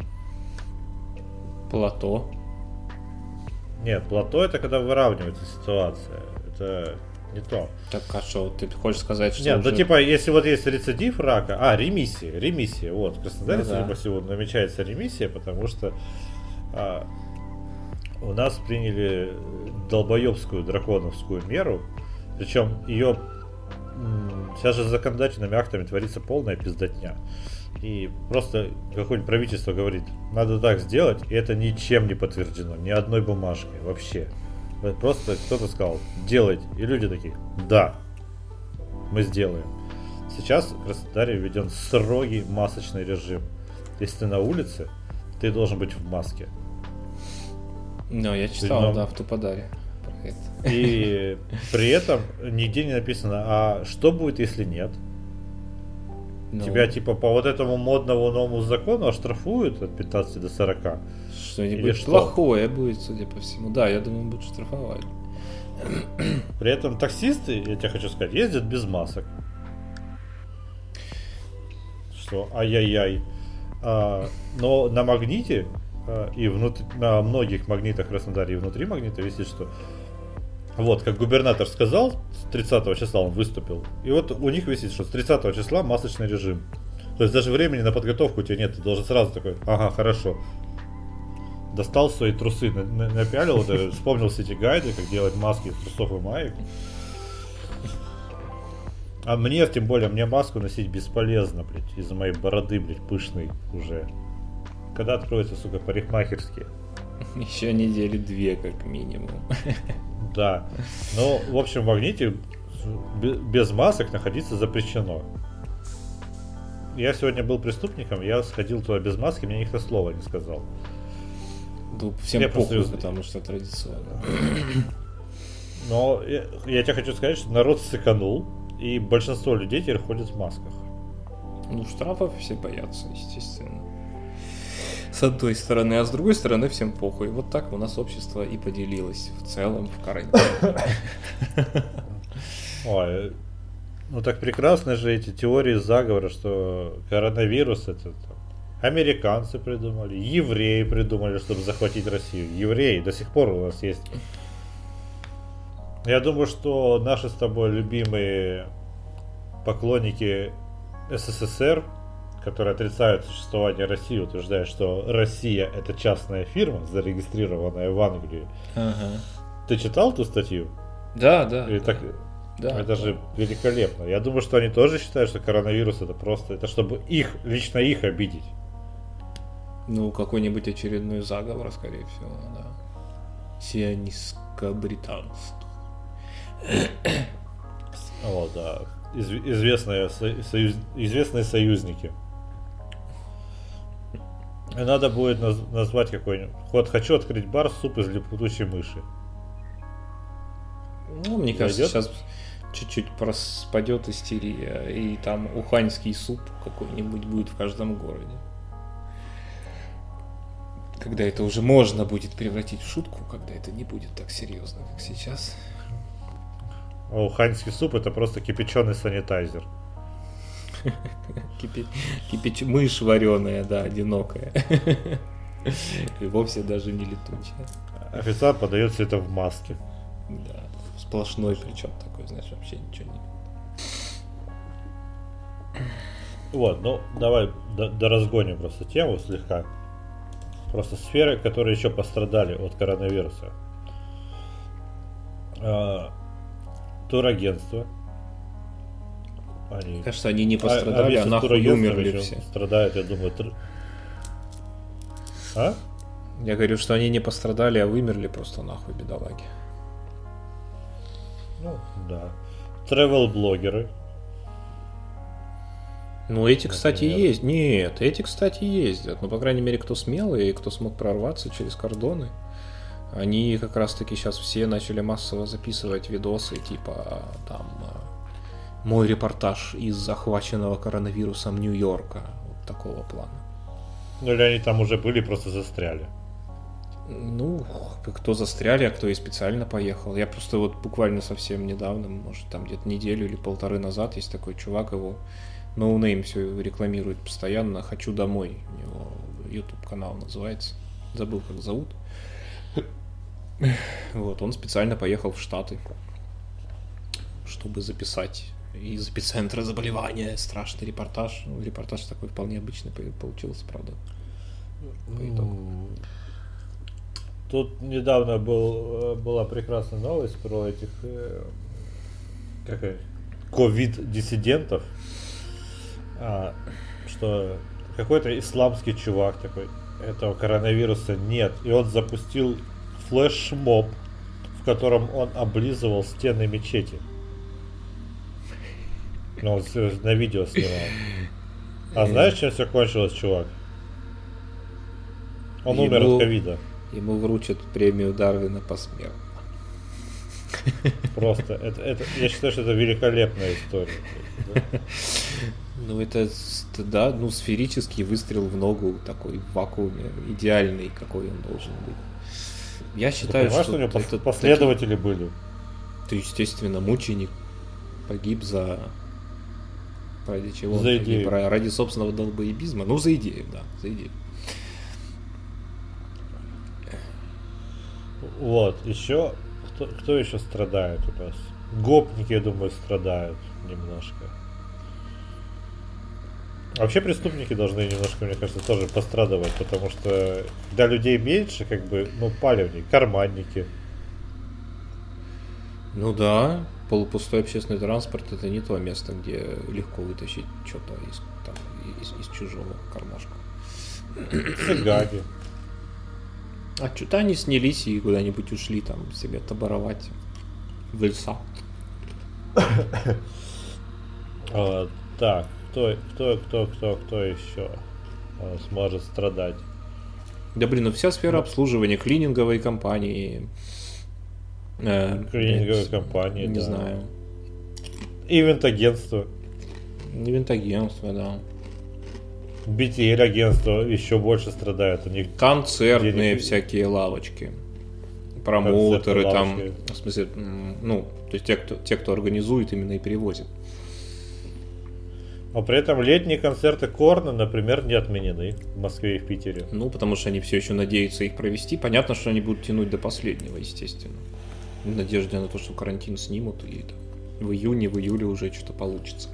Плато. Нет, плато это когда выравнивается ситуация. Это не то. Так а что, ты хочешь сказать, что... Нет, ну типа, если вот есть рецидив рака... ремиссия. Вот, в Краснодаре, судя по всему, намечается ремиссия, потому что у нас приняли долбоебскую драконовскую меру. Причем ее... Сейчас же законодательными актами творится полная пиздатня. И просто какое-нибудь правительство говорит, надо так сделать, и это ничем не подтверждено, ни одной бумажкой вообще. Просто кто-то сказал, делайте. И люди такие, да, мы сделаем. Сейчас в Краснодаре введен строгий масочный режим. Если ты на улице, ты должен быть в маске. Ну, я читал, да, в Туподаре про это. И при этом нигде не написано, а что будет, если нет? Ну, тебя типа по вот этому модному новому закону оштрафуют от 15 до 40. Что-нибудь плохое будет, судя по всему. Да, я думаю, будут штрафовать. При этом таксисты, я тебе хочу сказать, ездят без масок. Что? Ай-яй-яй. Но на Магните и на многих магнитах в Краснодаре и внутри магнита висит, что вот, как губернатор сказал, с 30 числа он выступил, и вот у них висит, что с 30 числа масочный режим. То есть даже времени на подготовку у тебя нет, ты должен сразу такой, ага, хорошо. Достал свои трусы, напялил, вспомнил все эти гайды, как делать маски из трусов и маек. А мне, тем более, мне маску носить бесполезно, блядь, из-за моей бороды, блядь, пышной уже. Когда откроются, сука, парикмахерские? Еще недели 2, как минимум. Да. Но, в общем, в Магните без масок находиться запрещено. Я сегодня был преступником, я сходил туда без маски, мне никто слова не сказал. Ну, всем похуй, потому что традиционно. Но я тебе хочу сказать, что народ сэканул, и большинство людей теперь ходят в масках. Ну, штрафов все боятся, естественно. С одной стороны, а с другой стороны всем похуй. Вот так у нас общество и поделилось в целом в карантине. Ой, ну так прекрасны же эти теории заговора, что коронавирус это американцы придумали, евреи придумали, чтобы захватить Россию. Евреи до сих пор у нас есть. Я думаю, что наши с тобой любимые поклонники СССР, которые отрицают существование России, утверждают, что Россия это частная фирма, зарегистрированная в Англии. Ага. Ты читал ту статью? Да, да. Или так... Да, это же великолепно. Я думаю, что они тоже считают, что коронавирус это просто, это чтобы лично их обидеть. Ну, какой-нибудь очередной заговор, скорее всего, да. Сионистско-британство. О, да. Известные союзники. И надо будет назвать какой-нибудь. Вот хочу открыть бар суп из летучей мыши. Ну, мне кажется, сейчас чуть-чуть спадет истерия, и там уханьский суп какой-нибудь будет в каждом городе. Когда это уже можно будет превратить в шутку, когда это не будет так серьезно, как сейчас. А уханьский суп это просто кипяченый санитайзер. Мышь вареная, да, одинокая. И вовсе даже не летучая. Официант подает все это в маске. Да, сплошной причем такой, знаешь, вообще ничего не. Вот, ну давай доразгоним просто тему слегка. Просто сферы, которые еще пострадали от коронавируса. Турагентства. Кажется, они не пострадали, а нахуй умерли все. Страдают, я думаю. А? Я говорю, что они не пострадали, а вымерли просто нахуй, бедолаги. Ну, да. Travel-блогеры. Ну, эти, кстати, есть. Нет, эти, кстати, ездят. Ну, по крайней мере, кто смелый и кто смог прорваться через кордоны. Они как раз-таки сейчас все начали массово записывать видосы, типа, там, мой репортаж из захваченного коронавирусом Нью-Йорка. Вот такого плана. Ну, или они там уже были, просто застряли. Ну, кто застряли, а кто и специально поехал. Я просто вот буквально совсем недавно, может, там где-то неделю или полторы назад, есть такой чувак, его ноунейм все рекламирует постоянно. «Хочу домой». У него YouTube-канал называется. Забыл, как зовут. Вот, он специально поехал в Штаты, чтобы записать из эпицентра заболевания страшный репортаж. Ну, репортаж такой вполне обычный получился, правда, по итогу. Тут недавно была прекрасная новость про этих ковид-диссидентов, что какой-то исламский чувак такой, этого коронавируса нет, и он запустил флешмоб, в котором он облизывал стены мечети. Ну, он на видео снимал. А знаешь, чем все кончилось, чувак? Он умер от ковида. Ему вручат премию Дарвина посмертно. Просто, я считаю, что это великолепная история. Да? Ну, это, да, ну, сферический выстрел в ногу, такой в вакууме, идеальный, какой он должен быть. Я считаю, что у него последователи были. Ты, естественно, мученик, погиб ради чего? За идею. Ради собственного долбоебизма. Ну, за идею, да, за идею. Вот, еще кто еще страдает у нас? Гопники, я думаю, страдают немножко. Вообще преступники должны немножко, мне кажется, тоже пострадывать, потому что когда людей меньше, как бы, ну, палевней, карманники. Ну да, полупустой общественный транспорт это не то место, где легко вытащить что-то из чужого кармашка. Цыгане. А что-то они снялись и куда-нибудь ушли там себе таборовать в леса. Так, кто еще сможет страдать? Да блин, ну вся сфера обслуживания, клининговые компании. Клининговые компании, не да. знаю. Ивент-агентство. Ивент-агентство, да. BTL-агентство еще больше страдает. У них концертные всякие лавочки. Промоутеры там. Лавочки. В смысле, ну, то есть те, кто организует, именно и перевозит. А при этом летние концерты Корна, например, не отменены в Москве и в Питере. Ну, потому что они все еще надеются их провести. Понятно, что они будут тянуть до последнего, естественно. В надежде на то, что карантин снимут, и в июне, в июле уже что-то получится.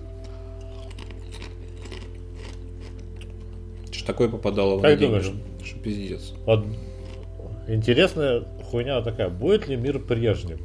Что такое попадало в надежду, что пиздец. Вот интересная хуйня такая. Будет ли мир прежним?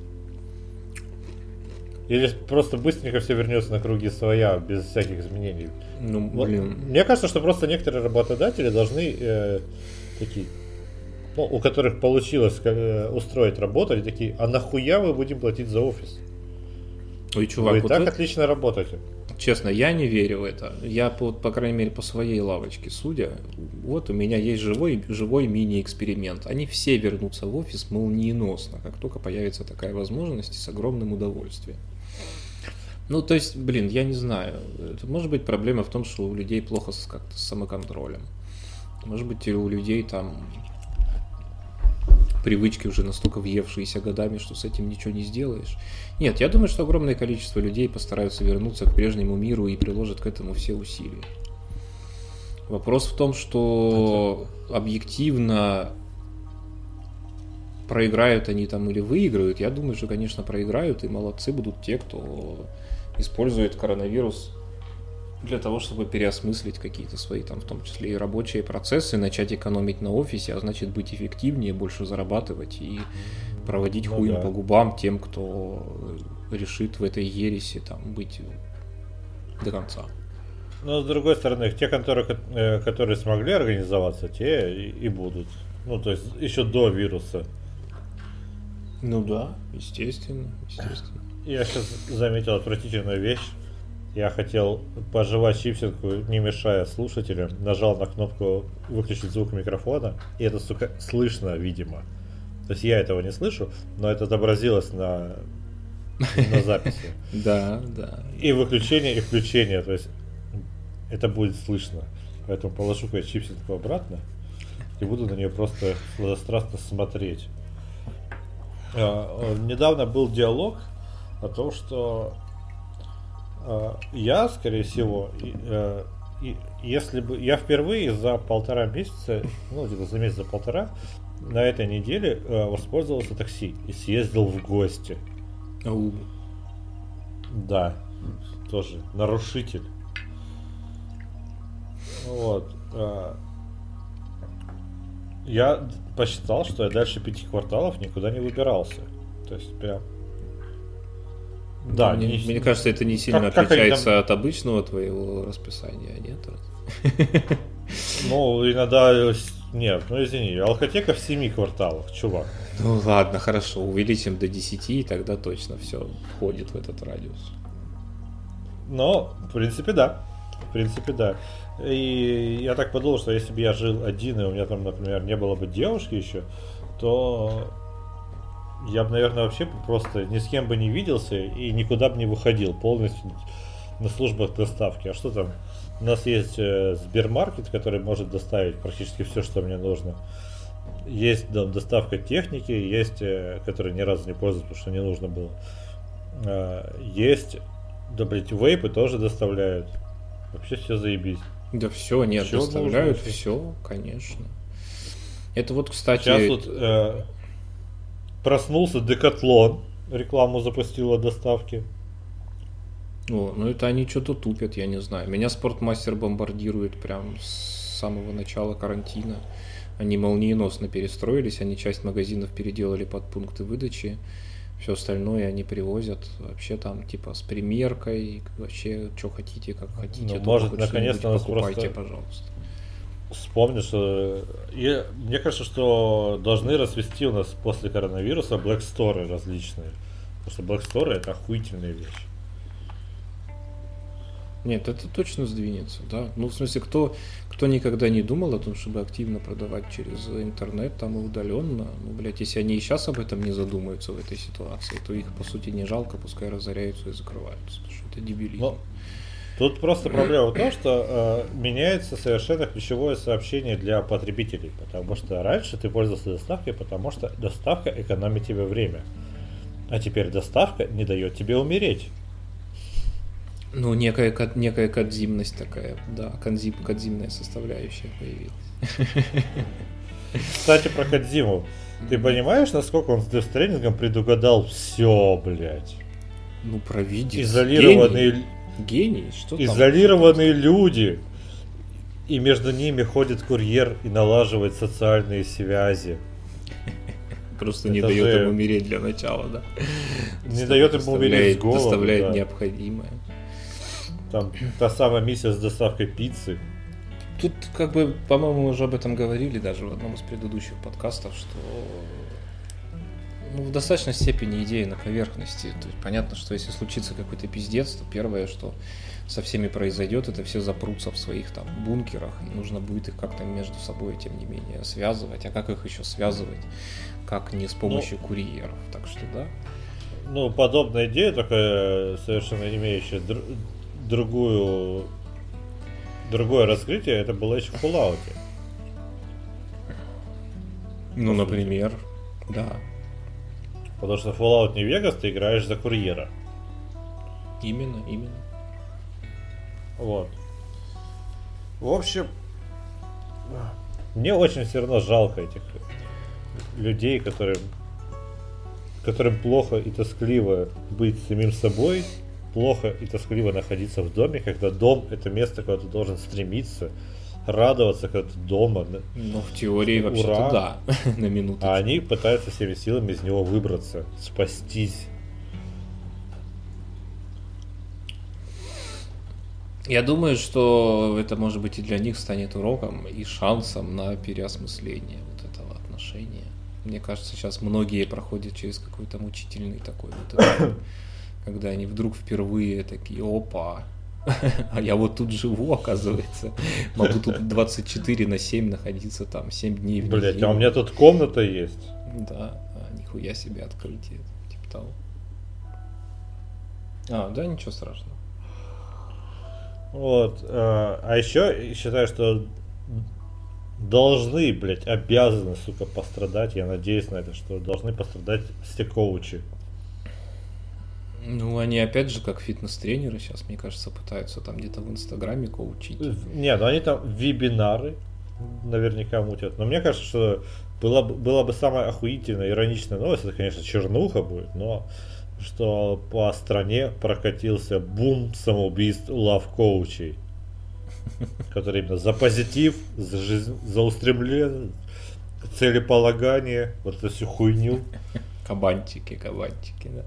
Или просто быстренько все вернется на круги своя, без всяких изменений? Ну, вот, блин. мне кажется, что просто некоторые работодатели должны такие, ну, у которых получилось устроить работу, они такие, а нахуя мы будем платить за офис? Ой, чувак, Вы вот так отлично работаете. Честно, я не верю в это. Я, по крайней мере, по своей лавочке судя, вот у меня есть живой мини-эксперимент. Они все вернутся в офис молниеносно, как только появится такая возможность, с огромным удовольствием. Ну, то есть, блин, я не знаю. Это может быть проблема в том, что у людей плохо как-то с самоконтролем. Может быть, у людей там привычки уже настолько въевшиеся годами, что с этим ничего не сделаешь. Нет, я думаю, что огромное количество людей постараются вернуться к прежнему миру и приложат к этому все усилия. Вопрос в том, что объективно проиграют они там или выиграют. Я думаю, что, конечно, проиграют, и молодцы будут те, кто использует коронавирус для того, чтобы переосмыслить какие-то свои, там, в том числе и рабочие процессы, начать экономить на офисе, а значит быть эффективнее, больше зарабатывать и проводить хуем по губам тем, кто решит в этой ереси там быть до конца. Но с другой стороны, те, которые смогли организоваться, те и будут. Ну, то есть еще до вируса. Ну да, естественно. Я сейчас заметил отвратительную вещь. Я хотел пожевать чипсинку, не мешая слушателям, нажал на кнопку выключить звук микрофона, и это, сука, слышно, видимо. То есть я этого не слышу, но это отобразилось на записи. Да. И выключение, и включение, то есть это будет слышно. Поэтому положу-ка я чипсинку обратно и буду на нее просто сладострастно смотреть. Недавно был диалог о том, что я, скорее всего, если бы я впервые за 1,5 месяца, ну где-то за месяц, за 1,5, на этой неделе воспользовался такси и съездил в гости. Да, тоже нарушитель. Вот. Я посчитал, что я дальше 5 кварталов никуда не выбирался. То есть прям. Да, мне кажется, это не сильно отличается от обычного твоего расписания, нет? Ну, иногда... Нет, ну извини, алкотека в 7 кварталах, чувак. Ну ладно, хорошо, увеличим до 10, и тогда точно все входит в этот радиус. Но, в принципе, да. И я так подумал, что если бы я жил один, и у меня там, например, не было бы девушки еще, то я бы, наверное, вообще просто ни с кем бы не виделся и никуда бы не выходил, полностью на службах доставки. А что там? У нас есть Сбермаркет, который может доставить практически все, что мне нужно. Есть доставка техники, есть, который ни разу не пользуюсь, потому что не нужно было. Есть, да, блять, вейпы тоже доставляют. Вообще все заебись. Да все, нет, все доставляют, все, конечно. Это вот, кстати... Сейчас вот... Проснулся Декатлон, рекламу запустила доставки. О, ну это они что-то тупят, я не знаю. Меня Спортмастер бомбардирует прям с самого начала карантина. Они молниеносно перестроились, они часть магазинов переделали под пункты выдачи. Все остальное они привозят вообще там типа с примеркой, вообще что хотите, как хотите. Ну, может, наконец-то нас покупайте, просто пожалуйста. Вспомню, что мне кажется, что должны расвести у нас после коронавируса Black Store различные. Потому что Black Store это охуительная вещь. Нет, это точно сдвинется, да. Ну, в смысле, кто никогда не думал о том, чтобы активно продавать через интернет, там и удаленно, ну, блядь, если они и сейчас об этом не задумаются в этой ситуации, то их, по сути, не жалко, пускай разоряются и закрываются, потому что это дебилизм. Но тут просто проблема в том, что меняется совершенно ключевое сообщение для потребителей, потому что раньше ты пользовался доставкой, потому что доставка экономит тебе время, а теперь доставка не дает тебе умереть. Ну, некая кодзимность такая, да, кодзимная составляющая появилась. Кстати, про Кодзиму. Ты понимаешь, насколько он с Death Stranding предугадал все, блядь? Ну, провидец. Изолированные... Гений? Что там? Изолированные люди. И между ними ходит курьер и налаживает социальные связи. Просто не дает им умереть для начала, да? Не дает им умереть с голоду. Доставляет необходимое. Там та самая миссия с доставкой пиццы. Тут, как бы, по-моему, мы уже об этом говорили даже в одном из предыдущих подкастов, что в достаточной степени идея на поверхности. То есть понятно, что если случится какой-то пиздец, то первое, что со всеми произойдет, это все запрутся в своих там бункерах, и нужно будет их как-то между собой, тем не менее, связывать. А как их еще связывать, как не с помощью курьеров? Так что да. Ну, подобная идея, только совершенно имеющая другое раскрытие, это было еще в Fallout. Ну, например, да. Потому что Fallout New Vegas ты играешь за курьера. Именно. Вот. В общем, мне очень все равно жалко этих людей, которым плохо и тоскливо быть самим собой, плохо и тоскливо находиться в доме, когда дом это место, куда ты должен стремиться, радоваться, когда ты дома. Ну, в теории вообще-то да, на минуту. А они пытаются всеми силами из него выбраться, спастись. Я думаю, что это, может быть, и для них станет уроком и шансом на переосмысление вот этого отношения. Мне кажется, сейчас многие проходят через какой-то мучительный такой вот этап, когда они вдруг впервые такие: опа, а я вот тут живу, оказывается. Могу тут 24/7 находиться там 7 дней в неделю. Блять, а у меня тут комната есть. Да, нихуя себе открытие, типа того. Да, ничего страшного. Вот, а еще считаю, что должны, блять, обязаны, сука, пострадать, я надеюсь на это, что должны пострадать все коучи. Ну, они опять же, как фитнес-тренеры сейчас, мне кажется, пытаются там где-то в Инстаграме коучить. Не, ну они там вебинары наверняка мутят. Но мне кажется, что была бы самая охуительная, ироничная новость, это, конечно, чернуха будет, но что по стране прокатился бум самоубийств лав-коучей, которые именно за позитив, за жизнь, за устремление, целеполагание, вот эту всю хуйню. Кабанчики, да.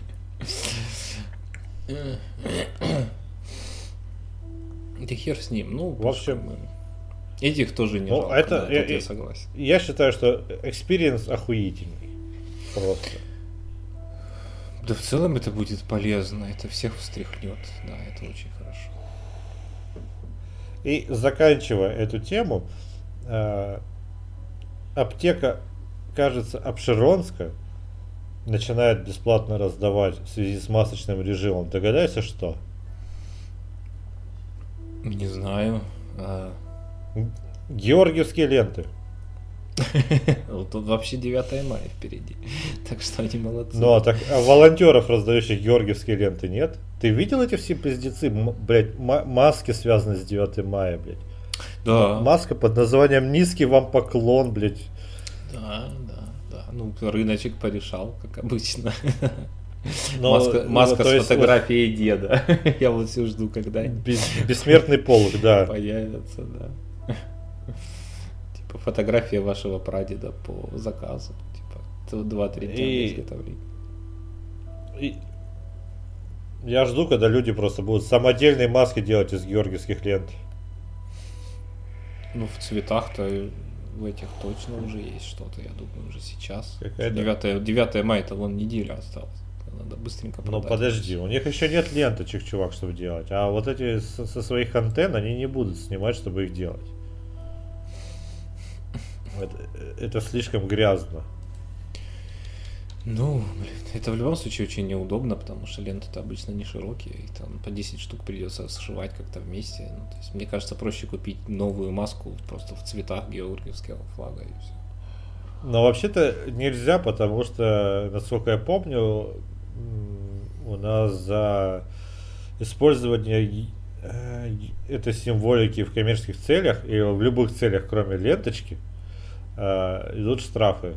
Да хер с ним. Ну, в общем, этих тоже не жалко, это, да, я согласен. Я считаю, что экспириенс охуительный. Просто. Да в целом это будет полезно, это всех встряхнет, да, это очень хорошо. И заканчивая эту тему, аптека, кажется, Апшеронска начинает бесплатно раздавать в связи с масочным режимом. Догадайся, что? Не знаю. Георгиевские ленты. Тут вообще 9 мая впереди. Так что они молодцы. Ну, а волонтеров, раздающих георгиевские ленты, нет? Ты видел эти все пиздецы? Блять, маски связаны с 9 мая, блять. Да. Маска под названием «Низкий вам поклон», блять. Да. Да, ну, рыночек порешал, как обычно. Но, маска то с есть, фотографией деда. Я вот все жду, когда бессмертный полк, да. появится, да. Типа фотография вашего прадеда по заказу. Типа 2-3 дня до изготовления. Я жду, когда люди просто будут самодельные маски делать из георгиевских лент. Ну, в цветах-то в этих точно уже есть что-то, я думаю, уже сейчас. 9 мая-то вон неделя осталась. Надо быстренько продать. Ну подожди, у них еще нет ленточек, чувак, чтобы делать. А вот эти со своих антенн они не будут снимать, чтобы их делать. Это слишком грязно. Ну, блин, это в любом случае очень неудобно, потому что ленты-то обычно не широкие, и там по 10 штук придется сшивать как-то вместе. Ну, то есть, мне кажется, проще купить новую маску просто в цветах георгиевского флага и все. Но вообще-то нельзя, потому что, насколько я помню, у нас за использование этой символики в коммерческих целях или в любых целях, кроме ленточки, идут штрафы.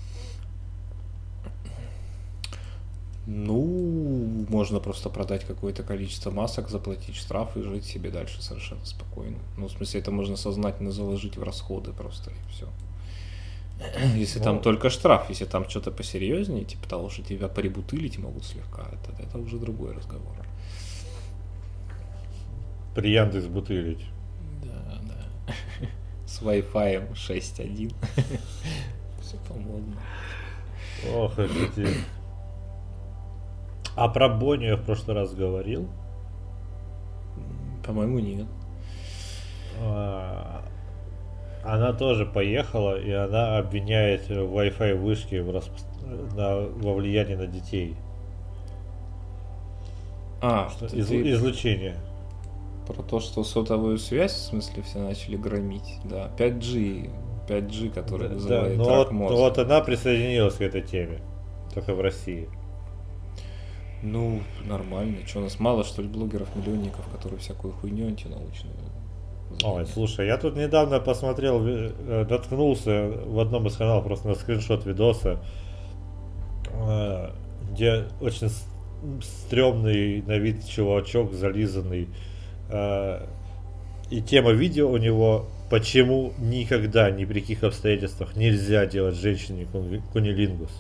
Ну, можно просто продать какое-то количество масок, заплатить штраф и жить себе дальше совершенно спокойно. Ну, в смысле, это можно сознательно заложить в расходы просто, и все. Если там только штраф, если там что-то посерьезнее, типа того, что тебя прибутылить могут слегка, это уже другой разговор. При Яндекс бутылить. Да. С Wi-Fi 6.1. Все по-модному. Ох, эти. А про Боню я в прошлый раз говорил? По-моему, нет. Она тоже поехала, и она обвиняет Wi-Fi вышки во влиянии на детей. Излучение. Про то, что сотовую связь, в смысле, все начали громить. Да, 5G, который вызывает рак мозга. Вот она присоединилась к этой теме. Только в России. Ну, нормально. Что, у нас мало, что ли, блогеров-миллионников, которые всякую хуйню антинаучную. Ой, слушай, я тут недавно посмотрел, наткнулся в одном из каналов просто на скриншот видоса, где очень стрёмный на вид чувачок, зализанный. И тема видео у него: почему никогда, ни при каких обстоятельствах нельзя делать женщине кунилингус.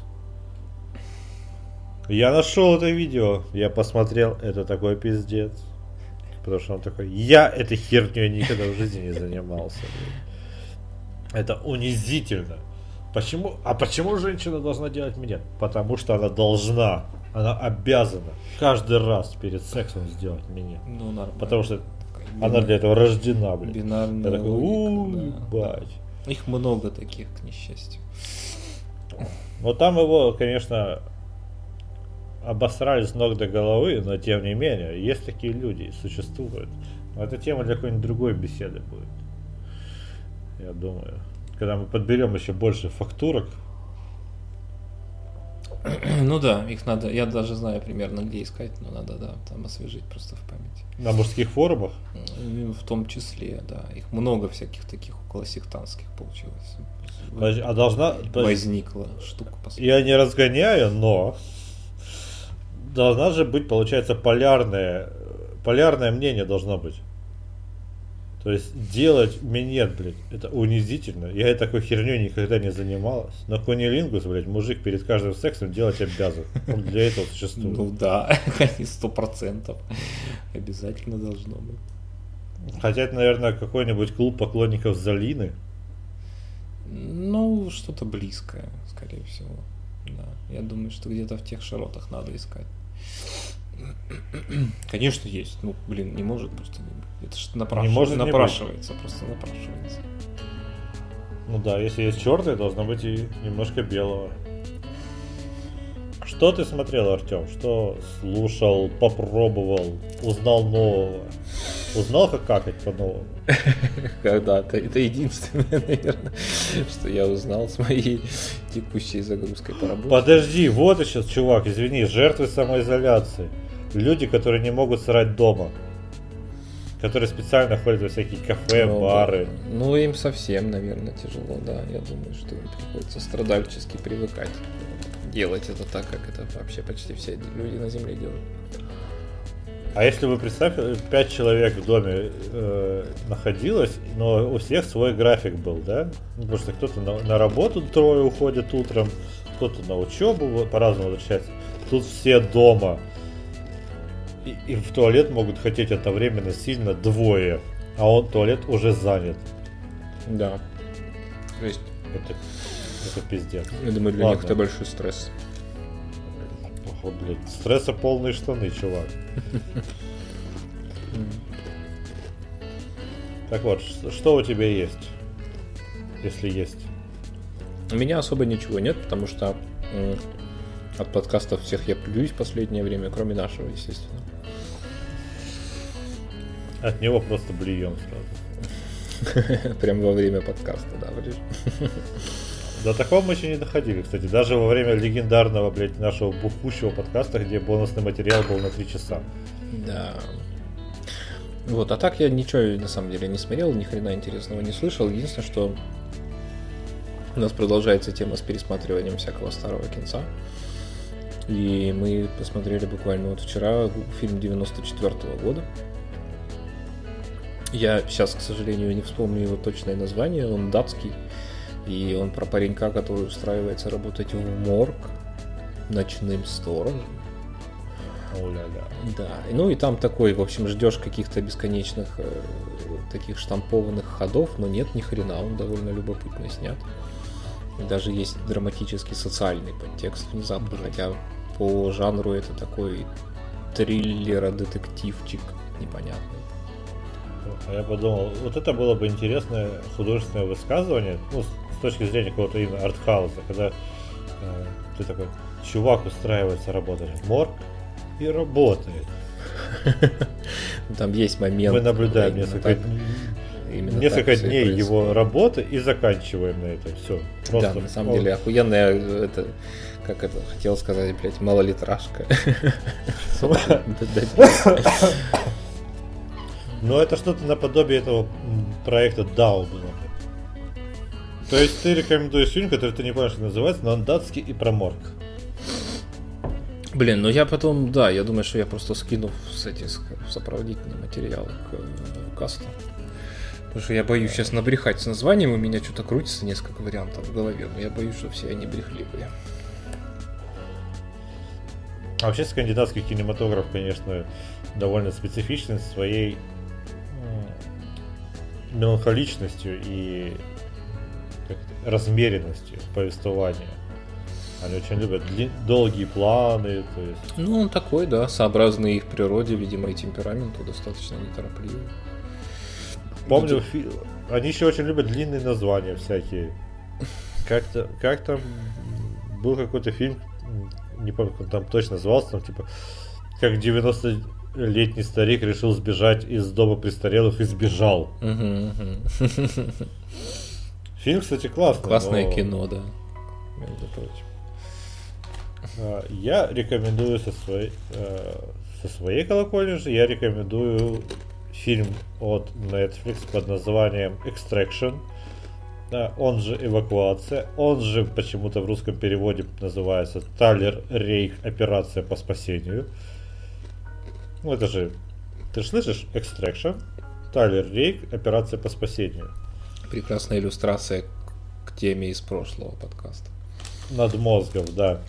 Я нашел это видео, я посмотрел, это такой пиздец. Потому что он такой: я этой херней никогда в жизни не занимался. Это унизительно. Почему? А почему женщина должна делать минет? Потому что она должна, она обязана каждый раз перед сексом сделать минет. Ну, нормально. Потому что она для этого рождена, блин. Бинарная такой: логика, ебать. Да. Их много таких, к несчастью. Но там его, конечно, обосрали с ног до головы, но тем не менее, есть такие люди, существуют. Но это тема для какой-нибудь другой беседы будет. Я думаю. Когда мы подберем еще больше фактурок. Ну да, их надо, я даже знаю примерно, где искать, но надо, да, там освежить просто в памяти. На мужских форумах? В том числе, да. Их много всяких таких около сектантских получилось. А должна... Возникла штука. Я не разгоняю, но должна же быть, получается, полярное мнение должно быть. То есть делать минет, блядь, это унизительно. Я такой херней никогда не занималась. Но кунилингус, блядь, мужик перед каждым сексом делать обязан. Он для этого существует. Ну да, они 100% обязательно должно быть. Хотя это, наверное, какой-нибудь клуб поклонников Залины. Ну, что-то близкое, скорее всего. Да. Я думаю, что где-то в тех широтах надо искать. Конечно, есть. Ну, блин, не может просто не быть. Это же напрашивается, просто напрашивается. Ну да, если есть черное, должно быть и немножко белого. Что ты смотрел, Артем? Что слушал, попробовал, узнал нового? Узнал, как какать по-новому? Когда-то. Это единственное, наверное, что я узнал с моей текущей загрузкой по работе. Подожди, вот еще, чувак, извини, жертвы самоизоляции. Люди, которые не могут срать дома. которые специально ходят во всякие кафе, бары. Да. Ну, им совсем, наверное, тяжело, да. Я думаю, что им приходится страдальчески привыкать делать это так, как это вообще почти все люди на Земле делают. А если вы представьте, 5 человек в доме находилось, но у всех свой график был, да? Ну, потому что кто-то на работу трое уходит утром, кто-то на учебу по-разному возвращается. Тут все дома. И в туалет могут хотеть одновременно сильно двое, а туалет уже занят. Да. То есть... Это пиздец. Я думаю, для них это большой стресс. Ого, блядь, стресса полные штаны, чувак. Так вот, что у тебя есть? Если есть. У меня особо ничего нет, потому что от подкастов всех я плююсь в последнее время, кроме нашего, естественно. От него просто блюем сразу. Прям во время подкаста, да, вроде. До такого мы еще не доходили, кстати. Даже во время легендарного, блядь, нашего бухущего подкаста, где бонусный материал был на 3 часа. Да. Вот, а так я ничего на самом деле не смотрел, ни хрена интересного не слышал. Единственное, что у нас продолжается тема с пересматриванием всякого старого кинца. И мы посмотрели буквально вот вчера фильм 94-го года. Я сейчас, к сожалению, не вспомню его точное название, он датский. И он про паренька, который устраивается работать в морг ночным сторожем. О-ля-ля. Да, ну и там такой, в общем, ждешь каких-то бесконечных таких штампованных ходов, но нет, ни хрена, он довольно любопытно снят. И даже есть драматический социальный подтекст внезапно, хотя по жанру это такой триллер-детективчик непонятный. А я подумал, вот это было бы интересное художественное высказывание, ну, с точки зрения какого-то именно артхауса, когда ты такой, чувак устраивается работать в морг и работает. Там есть момент. Мы наблюдаем несколько дней его работы и заканчиваем на этом. Все. Да, на самом деле охуенная, это, как это хотел сказать, блядь, малолитражка. Но это что-то наподобие этого проекта DAO было. То есть ты рекомендуешь фильм, который ты не понимаешь, как называется, но он датский и про морг. Блин, ну я потом, да, я думаю, что я просто скину сопроводительный материал к касту. Потому что я боюсь сейчас набрехать с названием, у меня что-то крутится несколько вариантов в голове, но я боюсь, что все они брехливые. А вообще скандинавский кинематограф, конечно, довольно специфичен своей меланхоличностью и размеренностью повествования. Они очень любят долгие планы, то есть... Ну, он такой, да, сообразный их природе, видимо, и темпераменту, достаточно неторопливый. Помню, они еще очень любят длинные названия всякие. Как там был какой-то фильм, не помню, как он там точно назывался, там типа, как 90-летний старик решил сбежать из дома престарелых и сбежал. Фильм, кстати, классный. Классное кино, да, между прочим. Я рекомендую со своей колокольни же, я рекомендую фильм от Netflix под названием Extraction, он же «Эвакуация», он же почему-то в русском переводе называется «Талер Рейк. Операция по спасению». Ну это же, ты же слышишь? Extraction, Талер Рейк. Операция по спасению. Прекрасная иллюстрация к теме из прошлого подкаста. Над мозгом, да.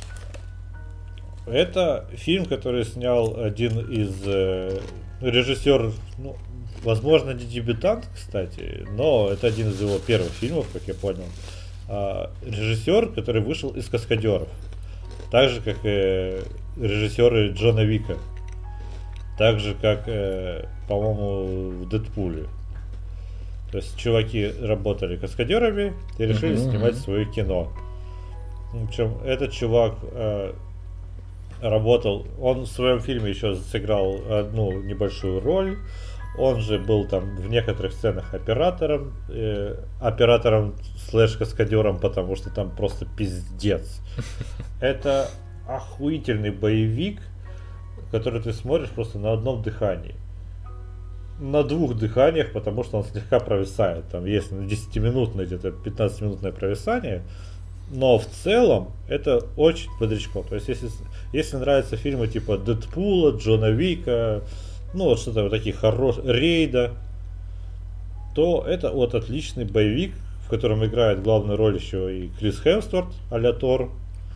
Это фильм, который снял один из режиссеров, ну, возможно, не дебютант, кстати, но это один из его первых фильмов, как я понял. Режиссер, который вышел из «Каскадеров». Так же, как и режиссеры Джона Вика. Так же, как, по-моему, в «Дэдпуле». То есть чуваки работали каскадерами и решили снимать свое кино. Причем этот чувак работал, он в своем фильме еще сыграл одну небольшую роль. Он же был там в некоторых сценах оператором слэш-каскадером, потому что там просто пиздец. Это охуительный боевик, который ты смотришь просто на одном дыхании. на двух дыханиях, потому что он слегка провисает. Там есть 10-минутное, где-то 15-минутное провисание. Но в целом это очень бодрячко. То есть если нравятся фильмы типа Дэдпула, Джона Вика, ну вот что-то вот таких хороших, Рейда, то это вот отличный боевик, в котором играет главную роль еще и Крис Хемсворт, а-ля Тор.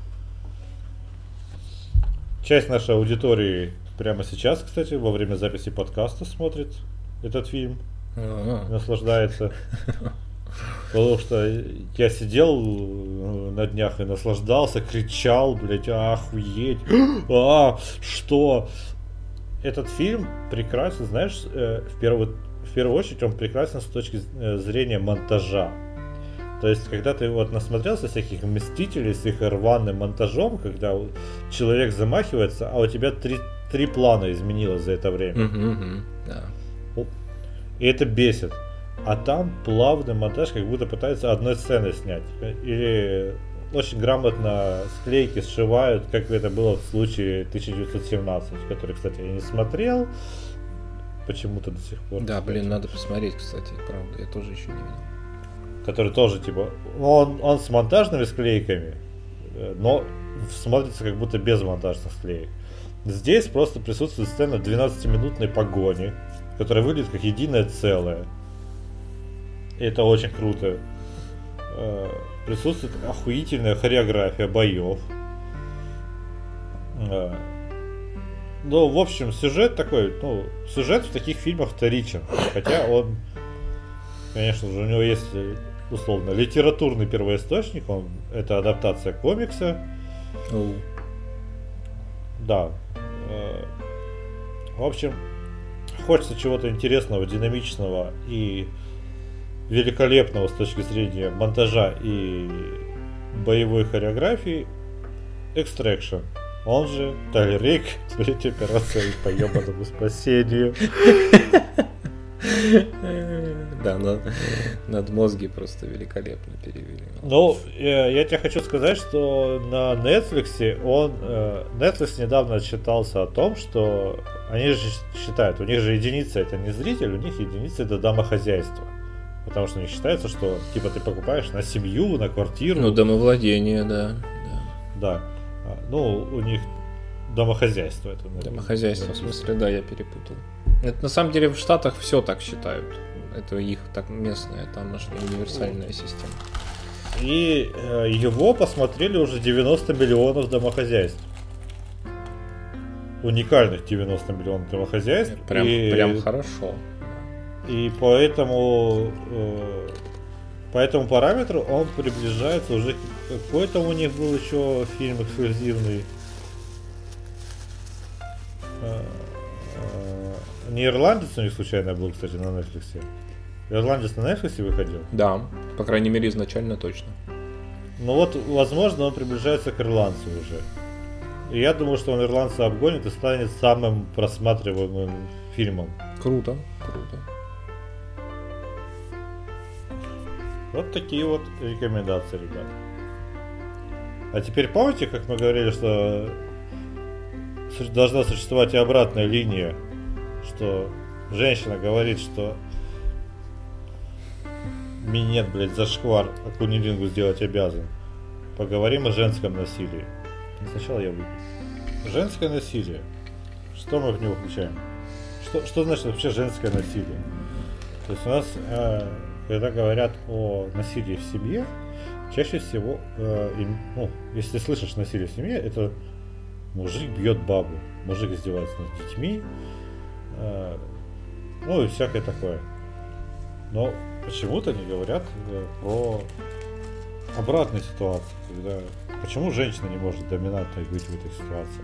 Часть нашей аудитории прямо сейчас, кстати, во время записи подкаста смотрит этот фильм, наслаждается. Потому что я сидел на днях и наслаждался, кричал, блять, охуеть, что? Этот фильм прекрасен, знаешь, в первую очередь он прекрасен с точки зрения монтажа. То есть, когда ты вот насмотрелся всяких Мстителей с их рваным монтажом, когда человек замахивается, а у тебя три плана изменилось за это время. Да. И это бесит. А там плавный монтаж, как будто пытаются одной сцены снять. Или очень грамотно склейки сшивают, как это было в случае 1917, который, кстати, я не смотрел. Почему-то до сих пор. Да, блин, надо посмотреть, кстати, правда, я тоже еще не видел. Который тоже, типа, он с монтажными склейками, но смотрится как будто без монтажных склеек. Здесь просто присутствует сцена 12-минутной погони, которая выглядит как единое целое. И это очень круто. Присутствует охуительная хореография боев. Ну, в общем, сюжет такой, сюжет в таких фильмах вторичен. Хотя он, конечно же, у него есть, условно, литературный первоисточник, это адаптация комикса. Да. В общем, хочется чего-то интересного, динамичного и великолепного с точки зрения монтажа и боевой хореографии. Extraction. Он же Тайлер Рейк, третья операция по ебаному спасению. Да, над мозги просто великолепно перевели. Ну, я тебе хочу сказать, что на Netflix Netflix недавно отчитался о том, что они же считают, у них же единица это не зритель, у них единица это домохозяйство. Потому что у них считается, что типа ты покупаешь на семью, на квартиру. Ну, домовладение, да. Да. Ну, у них домохозяйство это. Наверное, домохозяйство, в смысле, да, я перепутал. Это на самом деле в Штатах все так считают. Это их так местная, тамошняя универсальная система. И его посмотрели уже 90 миллионов домохозяйств. Уникальных 90 миллионов домохозяйств. Прям хорошо. И по этому параметру он приближается уже. Какой там у них был еще фильм эксклюзивный? Не ирландец у них случайно был, кстати, на Netflix. Ирландец на Netflix выходил? Да, по крайней мере изначально точно. Ну вот, возможно, он приближается к ирландцу уже. И я думаю, что он ирландца обгонит и станет самым просматриваемым фильмом. Круто. Вот такие вот рекомендации, ребят. А теперь помните, как мы говорили, что должна существовать и обратная линия, что женщина говорит, что минет, блядь, зашквар, а кунилингу сделать обязан. Поговорим о женском насилии. Сначала я выпью. Женское насилие. Что мы в него включаем? Что значит вообще женское насилие? То есть у нас, когда говорят о насилии в семье, чаще всего, если ты слышишь насилие в семье, это мужик бьет бабу, мужик издевается над детьми, ну и всякое такое. Но почему-то не говорят про обратную ситуацию, когда почему женщина не может доминантной быть в этих ситуациях.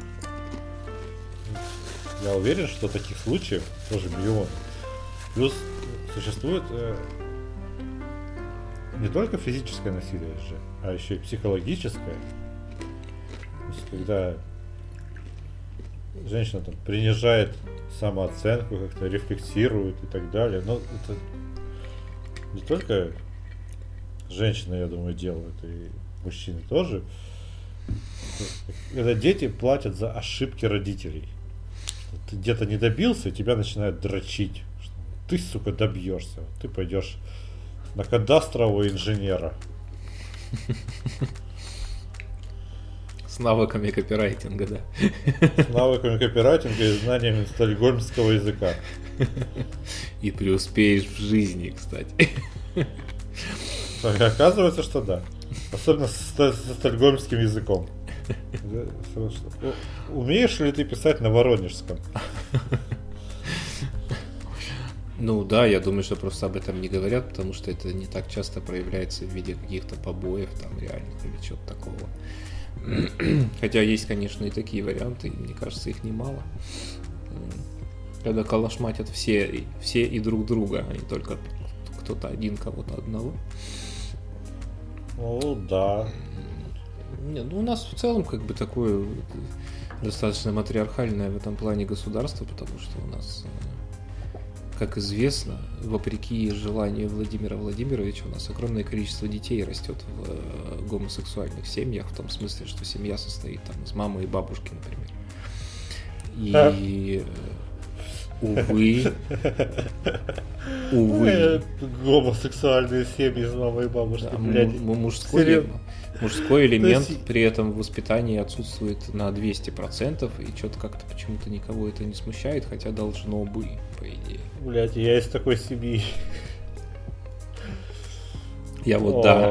Я уверен, что таких случаев тоже миллион. Плюс существует не только физическое насилие же, а еще и психологическое. То есть, когда женщина там принижает самооценку, как-то рефлексирует и так далее. Но это не только женщины, я думаю, делают, и мужчины тоже. Когда дети платят за ошибки родителей. Ты где-то не добился, и тебя начинают дрочить. ты, сука, добьешься. Ты пойдешь на кадастрового инженера. С навыками копирайтинга, да. С навыками копирайтинга и знаниями стокгольмского языка. И преуспеешь в жизни, кстати. Оказывается, что да. Особенно со стокгольмским языком. Умеешь ли ты писать на воронежском? Ну да, я думаю, что просто об этом не говорят, потому что это не так часто проявляется в виде каких-то побоев там реальных или чего-то такого. Хотя есть, конечно, и такие варианты, и мне кажется, их немало. Когда калашматят все и друг друга, а не только кто-то один кого-то одного. Ну да. Не, ну у нас в целом как бы такое достаточно матриархальное в этом плане государство, потому что у нас, как известно, вопреки желанию Владимира Владимировича, у нас огромное количество детей растет в гомосексуальных семьях, в том смысле, что семья состоит там из мамы и бабушки, например. И увы, гомосексуальные семьи с мамой и бабушкой, да, блядь. Мужской элемент при этом в воспитании отсутствует на 200%, и что-то как-то почему-то никого это не смущает, хотя должно бы, по идее. Блядь, я из такой семьи. Я вот, да.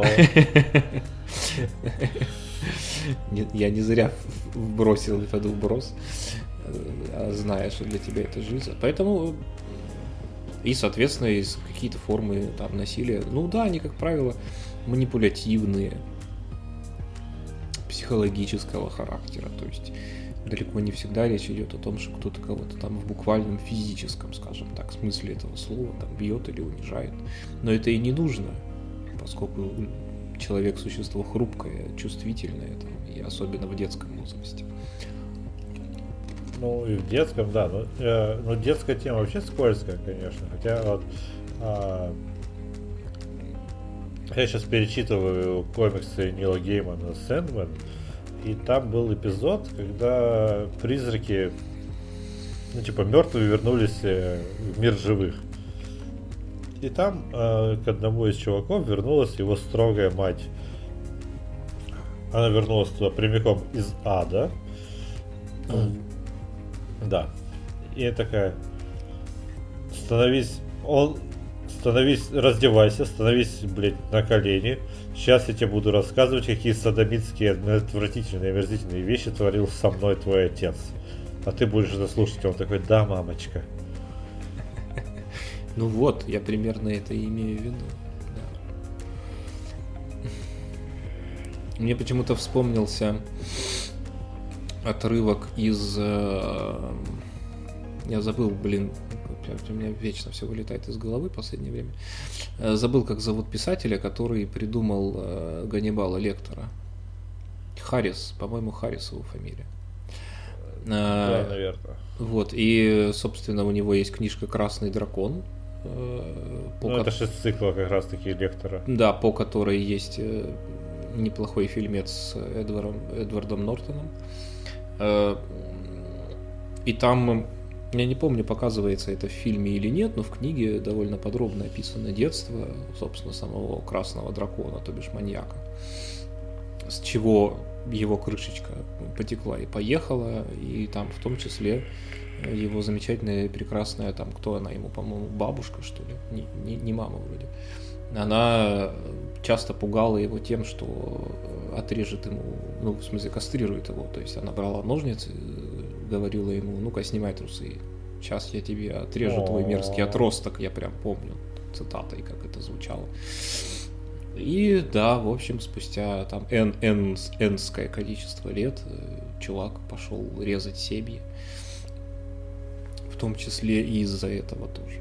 Я не зря вбросил этот вброс, зная, что для тебя это жизнь. Поэтому и, соответственно, из какие-то формы там насилия, ну да, они, как правило, манипулятивные, психологического характера. То есть далеко не всегда речь идет о том, что кто-то кого-то там в буквальном физическом, скажем так, смысле этого слова там бьет или унижает. Но это и не нужно, поскольку человек существо хрупкое, чувствительное, там, и особенно в детском возрасте. Ну и в детском, да. Но детская тема вообще скользкая, конечно. Хотя вот я сейчас перечитываю комиксы Нила Геймана «Сэндмэн», и там был эпизод, когда призраки, ну типа мертвые, вернулись в мир живых. И там к одному из чуваков вернулась его строгая мать. Она вернулась туда прямиком из ада. Да. И такая: раздевайся, становись, блядь, на колени. Сейчас я тебе буду рассказывать, какие садомитские, отвратительные, омерзительные вещи творил со мной твой отец. А ты будешь это слушать. Он такой: да, мамочка. Ну вот, я примерно это и имею в виду. Да. Мне почему-то вспомнился отрывок из... Я забыл, блин, у меня вечно все вылетает из головы в последнее время. Забыл, как зовут писателя, который придумал Ганнибала Лектора. Харрис, по-моему, Харрис его фамилия. Да, наверное. Вот, и, собственно, у него есть книжка «Красный дракон». Это же из цикла как раз-таки Лектора. Да, по которой есть неплохой фильмец с Эдвардом Нортоном. И там, я не помню, показывается это в фильме или нет, но в книге довольно подробно описано детство, собственно, самого Красного Дракона, то бишь маньяка. С чего его крышечка потекла и поехала, и там в том числе его замечательная и прекрасная, там, кто она ему, по-моему, бабушка, что ли, не мама вроде. Она часто пугала его тем, что отрежет ему, ну, в смысле, кастрирует его. То есть она брала ножницы, говорила ему: ну-ка, снимай трусы, сейчас я тебе отрежу твой мерзкий отросток. Я прям помню цитатой, как это звучало. И да, в общем, спустя там энское количество лет чувак пошел резать семьи. В том числе и из-за этого тоже.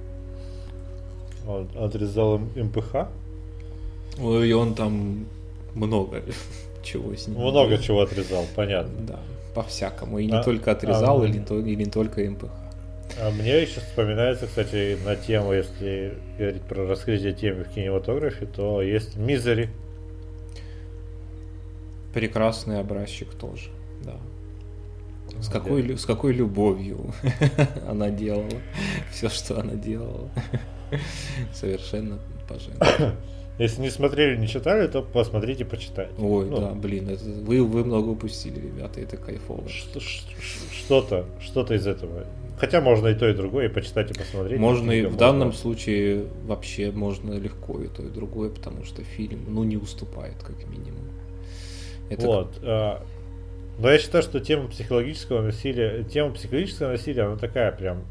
Он отрезал им МПХ? И он там много чего с ним. Много чего отрезал, понятно. Да, по-всякому. И не только отрезал, или не только МПХ. А мне еще вспоминается, кстати, на тему, если говорить про раскрытие темы в кинематографе, то есть «Мизери». Прекрасный образчик тоже, да. С какой любовью она делала все, что она делала. Совершенно по-женски. Если не смотрели, не читали, то посмотрите, почитайте. Ой, да, блин, это вы много упустили, ребята, это кайфово. Что-то из этого. Хотя можно и то, и другое, и почитать, и посмотреть. Можно и в данном случае вообще можно легко и то, и другое, потому что фильм, не уступает, как минимум. Вот. Но я считаю, что тема психологического насилия, она такая прям,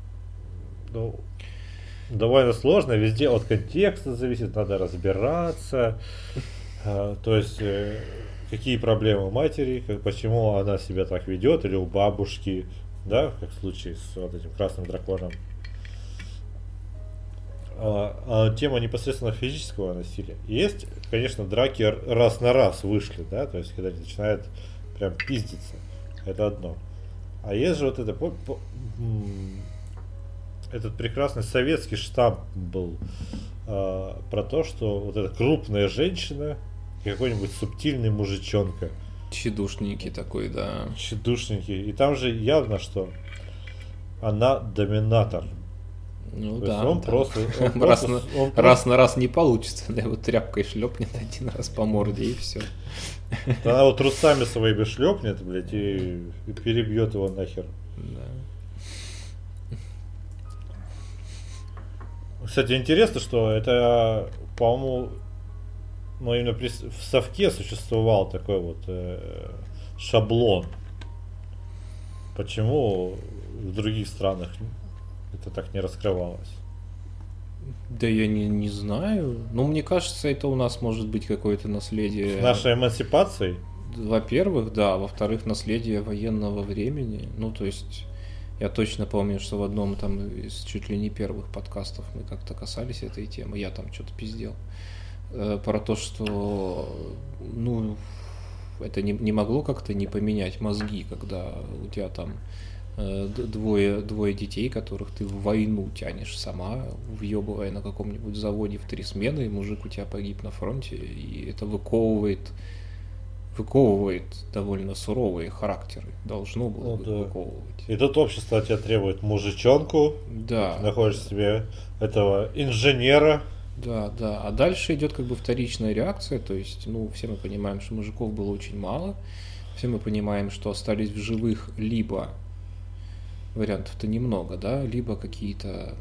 довольно сложная, везде от контекста зависит, надо разбираться, то есть какие проблемы у матери, почему она себя так ведет, или у бабушки, да, как в случае с вот этим красным драконом. А тема непосредственно физического насилия. Есть, конечно, драки раз на раз вышли, да, то есть когда они начинают прям пиздиться, это одно. А есть же вот это этот прекрасный советский штамп был про то, что вот эта крупная женщина и какой-нибудь субтильный мужичонка. Тщедушненький такой, да. Тщедушненький. И там же явно, что она доминатор. Ну то да. Он просто, раз на раз не получится, она его тряпкой шлепнет один раз по морде и все. Она вот трусами своими шлепнет, блядь, и перебьет его нахер. Да. Кстати, интересно, что это, по-моему, именно в совке существовал такой вот шаблон. Почему в других странах это так не раскрывалось? Да я не знаю. Мне кажется, это у нас может быть какое-то наследие. С нашей эмансипацией? Во-первых, да. Во-вторых, наследие военного времени. То есть, я точно помню, что в одном там из чуть ли не первых подкастов мы как-то касались этой темы. Я там что-то пиздел. Про то, что, это не могло как-то не поменять мозги, когда у тебя там двое детей, которых ты в войну тянешь сама, въебывая на каком-нибудь заводе в 3 смены, и мужик у тебя погиб на фронте, и это выковывает довольно суровые характеры. Должно было выковывать. И тут общество от тебя требует мужичонку, да. Находишь себе этого инженера. Да. А дальше идет как бы вторичная реакция, то есть, все мы понимаем, что мужиков было очень мало, все мы понимаем, что остались в живых либо, вариантов-то немного, да, либо какие-то,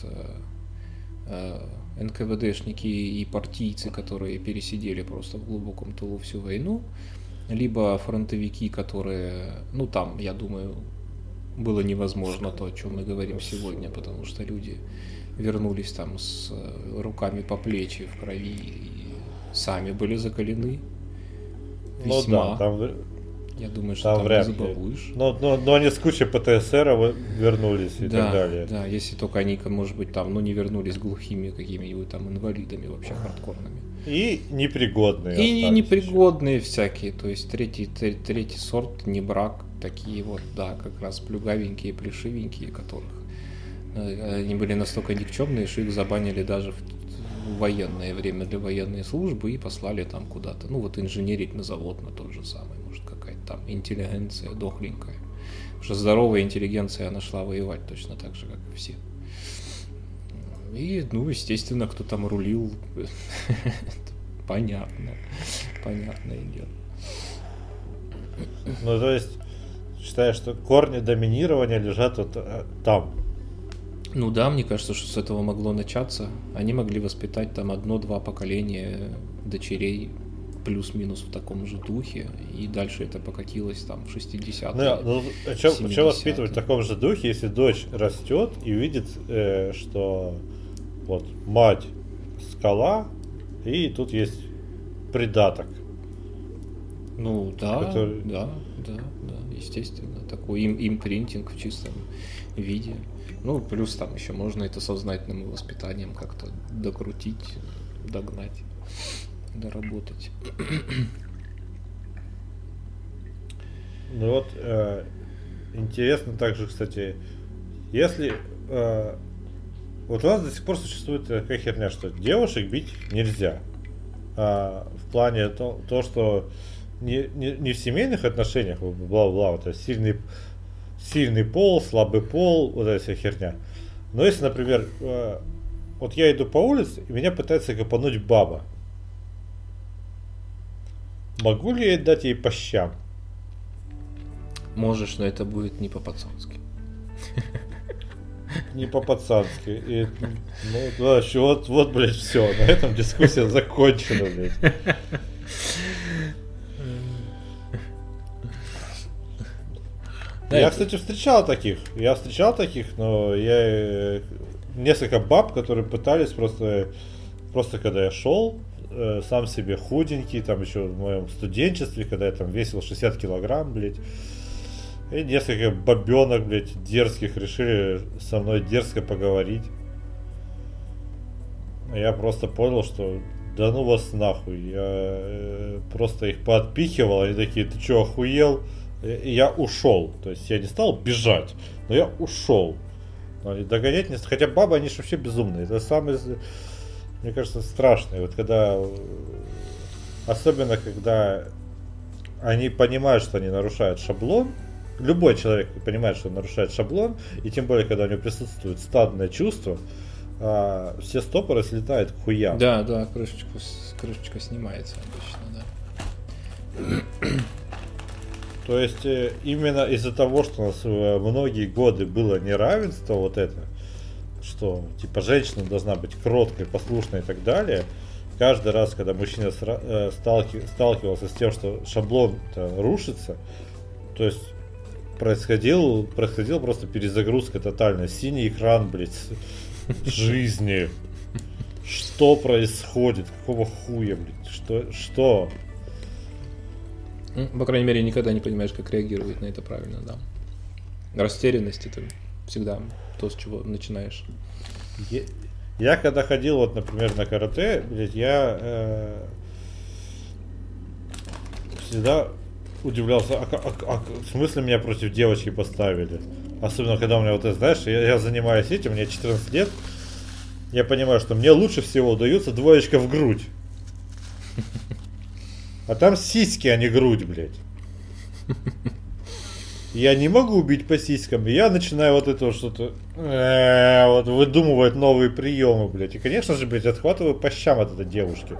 НКВДшники и партийцы, которые пересидели просто в глубоком тылу всю войну, либо фронтовики, которые, там, я думаю, было невозможно то, о чем мы говорим сегодня, потому что люди вернулись там с руками по плечи в крови и сами были закалены. Весьма. Я думаю, что там не забалуешь. Но они с кучей ПТСР вернулись и так далее. Да, если только они, может быть, там, не вернулись глухими какими-нибудь там инвалидами вообще хардкорными. И непригодные. И непригодные еще всякие, то есть третий сорт, не брак, такие вот, да, как раз плюгавенькие, плешивенькие, которых они были настолько никчемные, что их забанили даже в военное время для военной службы и послали там куда-то, инженерить на завод на тот же самый, может, какая-то там интеллигенция дохленькая. Потому что здоровая интеллигенция нашла воевать точно так же, как и все. И, естественно, кто там рулил, понятное дело. То есть, считаешь, что корни доминирования лежат вот там? Да, мне кажется, что с этого могло начаться. Они могли воспитать там 1-2 поколения дочерей плюс-минус в таком же духе, и дальше это покатилось там в 60-е. Что воспитывать в таком же духе, если дочь растет и видит, что вот мать скала, и тут есть придаток. Да, естественно, такой импринтинг в чистом виде. Плюс там еще можно это сознательным воспитанием как-то докрутить, догнать, доработать. Интересно также, кстати, если вот у нас до сих пор существует такая херня, что девушек бить нельзя. В плане то, что не в семейных отношениях, бла-бла, вот это сильный пол, слабый пол, вот эта вся херня. Но если, например, вот я иду по улице, и меня пытается копануть баба, могу ли я дать ей по щам? Можешь, но это будет не по-пацански. Не по-пацански. И, ну, да, вот, блядь, все. На этом дискуссия закончена, блядь. Я, кстати, встречал таких, но я несколько баб, которые пытались просто когда я шел, сам себе худенький, там еще в моем студенчестве, когда я там весил 60 килограмм, блядь, и несколько бабенок, блядь, дерзких решили со мной дерзко поговорить. Я просто понял, что да ну вас нахуй, я просто их поотпихивал, они такие, ты че, охуел? И я ушел, то есть я не стал бежать, но я ушел. И догонять не... Хотя бабы, они же вообще безумные. Это самое, мне кажется, страшное. Вот когда... Особенно, когда они понимают, что они нарушают шаблон. Любой человек понимает, что он нарушает шаблон. И тем более, когда у него присутствует стадное чувство, все стопоры слетают к хуям. Да, крышечка снимается обычно, да. То есть именно из-за того, что у нас многие годы было неравенство, вот это, что типа женщина должна быть кроткой, послушной и так далее, каждый раз, когда мужчина сталкивался с тем, что шаблон рушится, то есть происходил просто перезагрузка тотальная, синий экран, блядь, жизни. Что происходит? Какого хуя, блядь? Что? По крайней мере, никогда не понимаешь, как реагировать на это правильно, да. Растерянность — это всегда то, с чего начинаешь. Я когда ходил, вот, например, на карате, блядь, я всегда удивлялся, в смысле меня против девочки поставили? Особенно, когда у меня, вот, знаешь, я занимаюсь этим, мне 14 лет, я понимаю, что мне лучше всего удается двоечка в грудь. А там сиськи, а не грудь, блядь. Я не могу убить по сиськам. И я начинаю вот это вот что-то вот выдумывать новые приемы, блядь. И, конечно же, блядь, отхватываю по щам от этой девушки.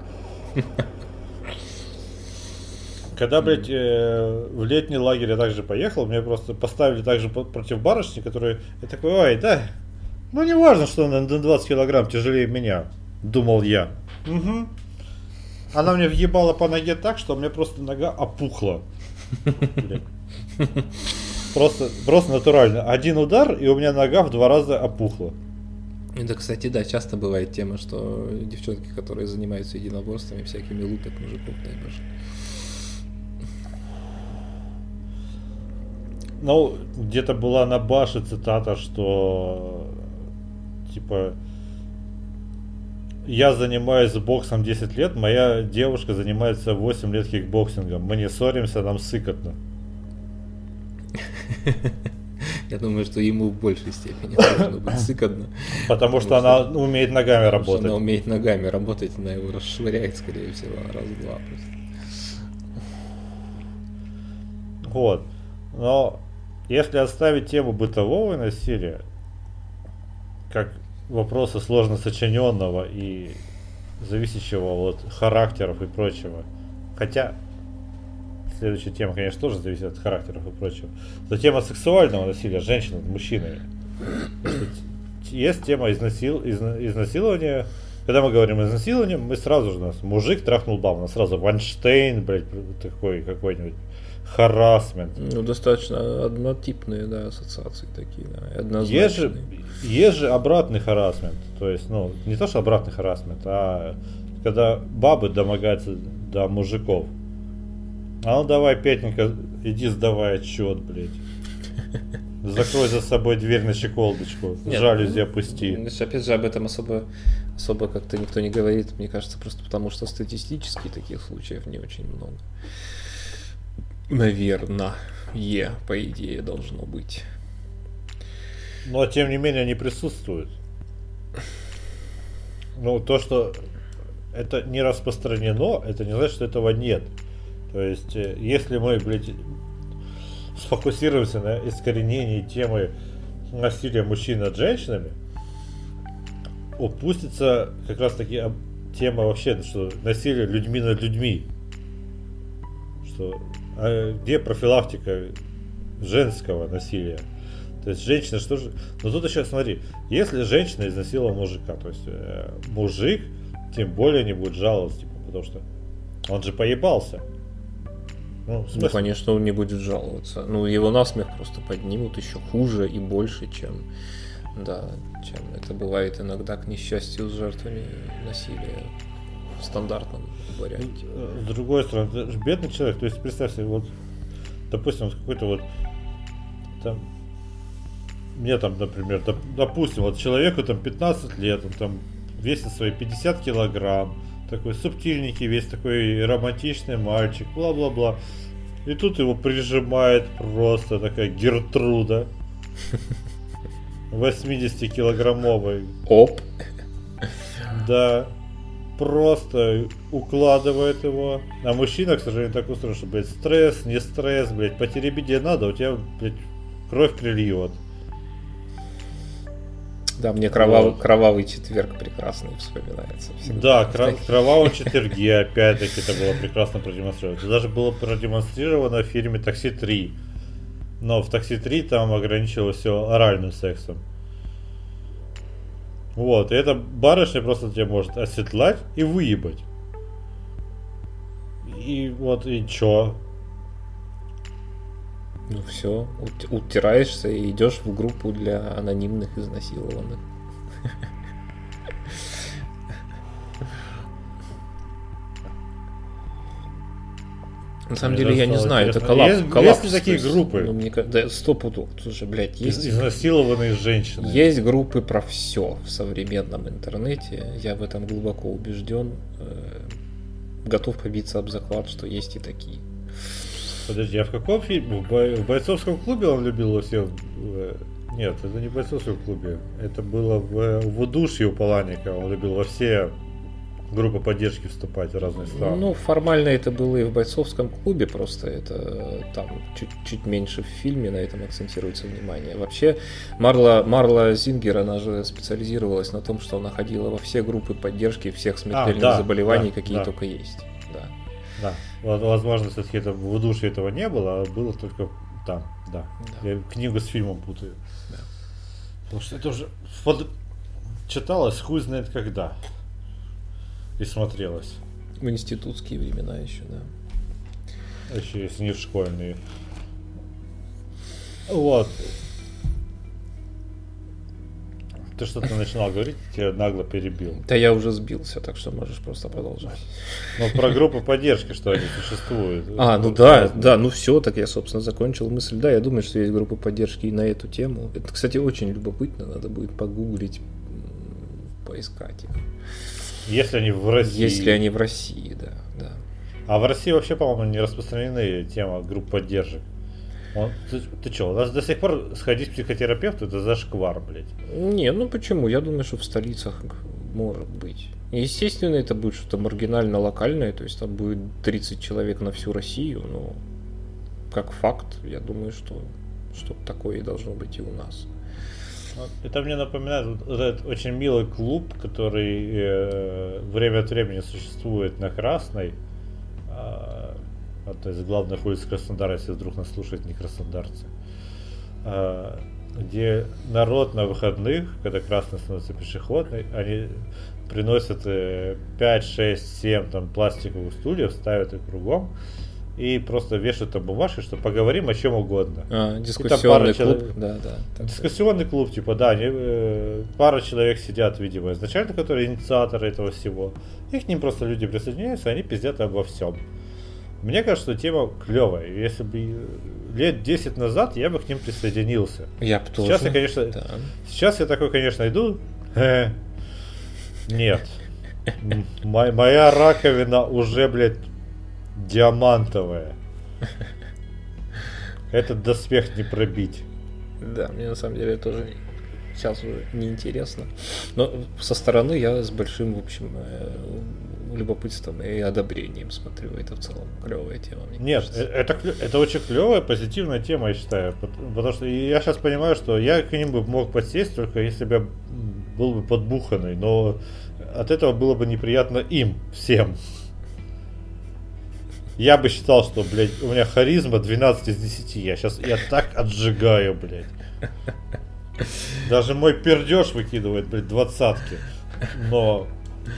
Когда, блядь, в летний лагерь я также поехал, мне просто поставили также против барышни, которые... Я такой, ой, да, ну не важно, что она на 20 килограмм тяжелее меня, думал я. Угу. Она мне въебала по ноге так, что у меня просто нога опухла. Просто натурально. Один удар, и у меня нога в 2 раза опухла. Это, кстати, да, часто бывает тема, что девчонки, которые занимаются единоборствами, всякими лупят мужиков, дай боже. Ну, где-то была на баше цитата, что типа я занимаюсь боксом 10 лет, моя девушка занимается 8 лет кикбоксингом. Мы не ссоримся, нам сыкотно. Я думаю, что ему в большей степени должно быть сыкотно. Потому что она умеет ногами работать. Она умеет ногами работать, она его расшвыряет, скорее всего, раз-два просто. Вот. Но если оставить тему бытового насилия, как вопроса сложно сочиненного и зависящего от характеров и прочего. Хотя следующая тема, конечно, тоже зависит от характеров и прочего. Но тема сексуального насилия женщин над мужчиной. Есть тема изнасилования. Когда мы говорим изнасилование, мы сразу же нас мужик трахнул бабу, у нас сразу Вайнштейн, блядь, такой какой-нибудь харассмент. Ну, достаточно однотипные, да, ассоциации такие, да, однозначные. Есть же обратный харассмент. То есть, ну, не то, что обратный харассмент, а когда бабы домогаются до мужиков. А ну давай, Петенька, иди сдавай отчет, блядь. Закрой за собой дверь на щеколдочку, жалюзи опусти. Опять же, об этом особо как-то никто не говорит, мне кажется, просто потому что статистически таких случаев не очень много. Наверное, по идее, должно быть. Но, тем не менее, они присутствуют. Ну, то, что это не распространено, это не значит, что этого нет. То есть, если мы, блядь, сфокусируемся на искоренении темы насилия мужчин над женщинами, упустится как раз таки тема вообще, что насилие людьми над людьми. Что, где профилактика женского насилия? То есть женщина что же... Но тут еще смотри, если женщина изнасиловала мужика, то есть мужик тем более не будет жаловаться, типа, потому что он же поебался. Ну, конечно, он не будет жаловаться. Ну, его насмех просто поднимут еще хуже и больше, чем это бывает иногда, к несчастью, с жертвами насилия в стандартном варианте. С другой стороны, это же бедный человек. То есть, представь себе, вот, допустим, вот какой-то вот там, мне там, например, допустим, вот человеку там 15 лет, он там весит свои 50 килограмм, такой субтильненький, весь такой романтичный мальчик, бла-бла-бла. И тут его прижимает просто такая Гертруда 80-килограммовый. Оп. Да. Просто укладывает его. А мужчина, к сожалению, так устроен, что, блядь, стресс, не стресс, блядь, потеребить где надо, у тебя, блядь, кровь прильет. Да, мне кровавый четверг прекрасный вспоминается. Всегда. Да, кровавом четверге, опять-таки, это было прекрасно продемонстрировано. Это даже было продемонстрировано в фильме «Такси 3». Но в «Такси 3» там ограничивалось все оральным сексом. Вот, и эта барышня просто тебя может оседлать и выебать. И вот, и чё? Ну все, утираешься и идешь в группу для анонимных изнасилованных. На самом деле, я не знаю, это коллапс. Есть ли такие группы? Ну, да, 100 пудов. Слушай, блядь, есть... Изнасилованные женщины. Есть группы про все в современном интернете. Я в этом глубоко убежден. Готов побиться об заклад, что есть и такие. Подожди, а в каком фильме? В бойцовском клубе он любил во всем? Нет, это не в бойцовском клубе. Это было в удушье у Паланика. Он любил во все группы поддержки вступать в разные страны. Ну, формально это было и в бойцовском клубе, просто это там чуть меньше в фильме на этом акцентируется внимание. Вообще, Марла Зингер, она же специализировалась на том, что она ходила во все группы поддержки всех смертельных заболеваний, какие только есть. Да, возможно, все-таки это в удушье этого не было, а было только там, да. Я книгу с фильмом путаю. Да. Потому что это уже читалось хуй знает когда. И смотрелось. В институтские времена еще, да. Еще если не в школьные. Вот. Ты что-то начинал говорить, тебя нагло перебил. Да я уже сбился, так что можешь просто продолжать. Ну, про группы поддержки, что они существуют. Ну да, ну все, так я, собственно, закончил мысль. Да, я думаю, что есть группы поддержки и на эту тему. Это, кстати, очень любопытно, надо будет погуглить, поискать их. Если они в России. Если они в России, да. А в России вообще, по-моему, не распространены тема групп поддержек. Ты что, у нас до сих пор сходить к психотерапевту это зашквар, блядь. Не, ну почему? Я думаю, что в столицах может быть. Естественно, это будет что-то маргинально локальное, то есть там будет 30 человек на всю Россию, но как факт, я думаю, что что-то такое и должно быть и у нас. Это мне напоминает этот очень милый клуб, который время от времени существует на Красной. Одна из главных улиц Краснодара, если вдруг нас слушают не краснодарцы. Где народ на выходных, когда Красная становится пешеходной, они приносят 5, 6, 7 там, пластиковых стульев, ставят их кругом и просто вешают там бумажки, что поговорим о чем угодно. Дискуссионный клуб. Да. Дискуссионный клуб, типа, да, пара человек сидят, видимо, изначально, которые инициаторы этого всего. И к ним просто люди присоединяются, они пиздят обо всем. Мне кажется, что тема клевая. Если бы лет 10 назад я бы к ним присоединился. Я бы тоже. Сейчас я, конечно, сейчас я такой, конечно, иду. Нет. Моя раковина уже, блядь, диамантовая. Этот доспех не пробить. Да, мне на самом деле тоже сейчас уже неинтересно. Но со стороны я с большим, в общем, любопытством и одобрением смотрю. Это в целом клевая тема, мне Нет, кажется. это очень клевая, позитивная тема, я считаю. Потому что я сейчас понимаю, что я к ним бы мог подсесть, только если бы я был бы подбуханный. Но от этого было бы неприятно им, всем. Я бы считал, что, блядь, у меня харизма 12 из 10. Я так отжигаю, блядь. Даже мой пердеж выкидывает, блядь, 20-ки. Но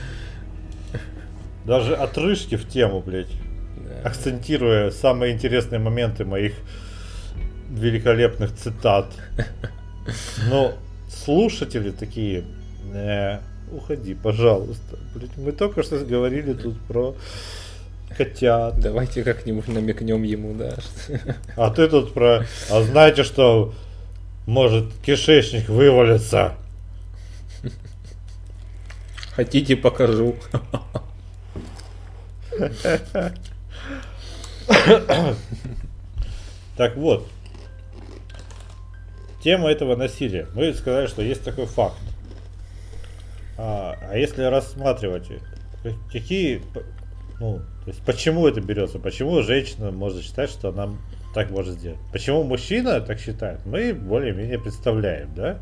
даже отрыжки в тему, блядь, акцентируя самые интересные моменты моих великолепных цитат. Но слушатели такие, уходи, пожалуйста. Блядь, мы только что говорили тут про котят. Давайте как-нибудь намекнем ему, да. А ты тут про... А знаете, что может кишечник вывалиться? Хотите, покажу. Так вот, тема этого насилия. Мы сказали, что есть такой факт. А если рассматривать, какие, ну, то есть почему это берется, почему женщина может считать, что она так может сделать, почему мужчина так считает, мы более-менее представляем, да?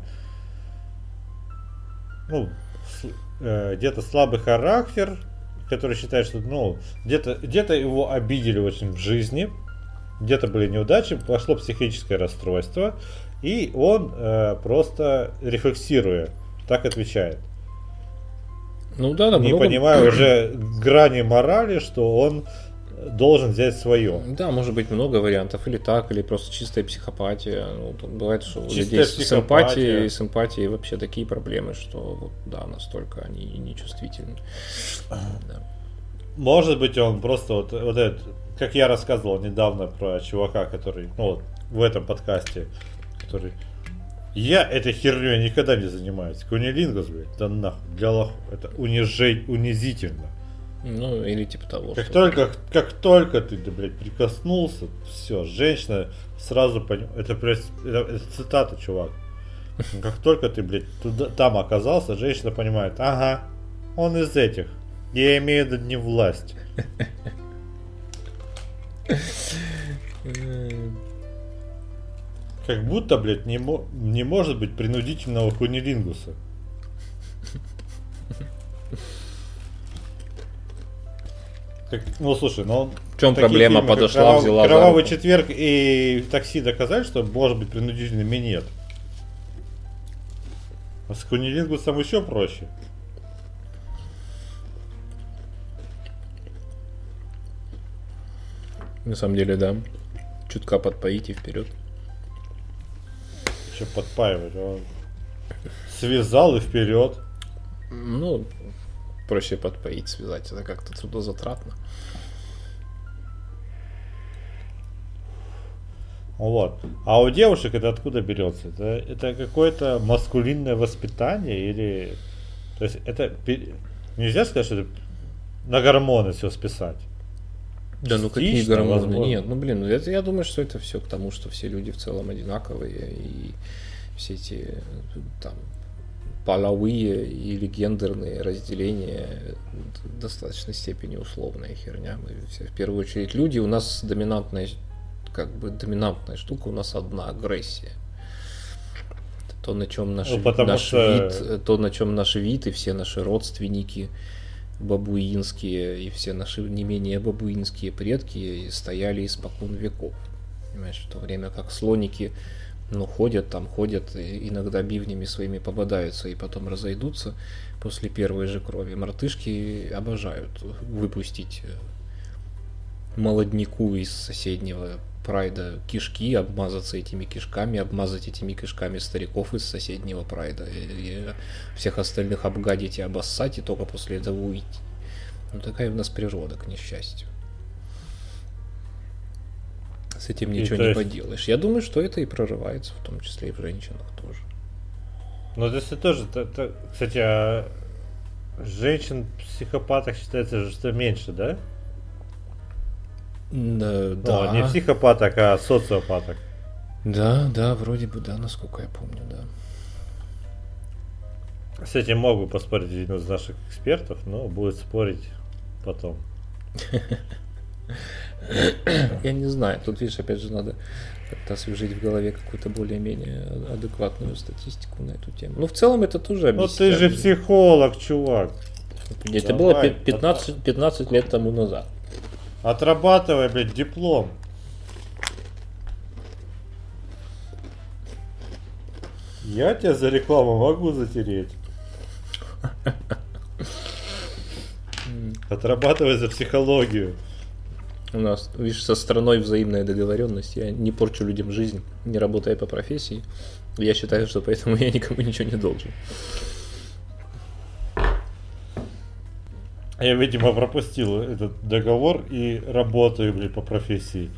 Ну, где-то слабый характер, который считает, что, ну, где-то его обидели очень в жизни, где-то были неудачи, пошло психическое расстройство, и он просто рефлексируя, так отвечает. Ну да, да, не много... понимая уже грани морали, что он должен взять свое. Да, может быть много вариантов, или так, или просто чистая психопатия. Ну, бывает, что у Чистая людей психопатия. с эмпатией вообще такие проблемы, что вот, да, настолько они нечувствительны. Да. Может быть, он просто вот этот, как я рассказывал недавно про чувака, который, ну вот, в этом подкасте, который... Я этой херней никогда не занимаюсь. Кунилингус, блядь, да нахуй, для лохов. Это унизительно. Ну, или типа того. Как только ты, да, блядь, прикоснулся, все, женщина сразу поняла. Это цитата, чувак. Как только ты, блядь, там оказался, женщина понимает, ага, он из этих. Я имею над ним власть. Как будто, блядь, не может быть принудительного кунилингуса. Ну слушай, ну он... В чем проблема? Подошла, взяла за Кровавый руку. четверг и такси доказали, что может быть принудительным и нет. А с кунилингусом еще проще. На самом деле, да. Чутка подпоить и вперед. Еще подпаивать. Он связал и вперед. Ну, проще подпоить, связать. Это как-то трудозатратно. Вот. А у девушек это откуда берется? Это какое-то маскулинное воспитание или... То есть это... Нельзя сказать, что это на гормоны все списать. Да ну какие Частично, гормоны? возможно. Нет, ну блин, это, я думаю, что это все к тому, что все люди в целом одинаковые, и все эти там половые или гендерные разделения в достаточной степени условная херня. Мы все, в первую очередь люди, у нас доминантная штука, у нас одна агрессия. То, на чем наш вид и все наши родственники бабуинские и все наши не менее бабуинские предки стояли испокон веков. Понимаешь, в то время как слоники, ходят, иногда бивнями своими пободаются и потом разойдутся после первой же крови. Мартышки обожают выпустить молодняку из соседнего прайда кишки, обмазаться этими кишками, обмазать этими кишками стариков из соседнего прайда, и всех остальных обгадить и обоссать, и только после этого уйти. Ну, такая у нас природа, к несчастью. С этим ничего не поделаешь. Я думаю, что это и прорывается, в том числе и в женщинах тоже. Ну, если тоже, кстати, а женщин-психопатах считается же, что меньше, да? Да. Не психопаток, а социопаток. Да, вроде бы, да, насколько я помню, да. С этим мог бы поспорить один из наших экспертов, но будет спорить потом. Я не знаю, тут, видишь, опять же, надо как-то освежить в голове какую-то более-менее адекватную статистику на эту тему. Ну, в целом, это тоже Ну ты же психолог, чувак. Это было 15 лет тому назад. Отрабатывай, блядь, диплом. Я тебя за рекламу могу затереть. Отрабатывай за психологию. У нас, видишь, со страной взаимная договоренность. Я не порчу людям жизнь, не работая по профессии. Я считаю, что поэтому я никому ничего не должен. Я, видимо, пропустил этот договор и работаю, блин, по профессии.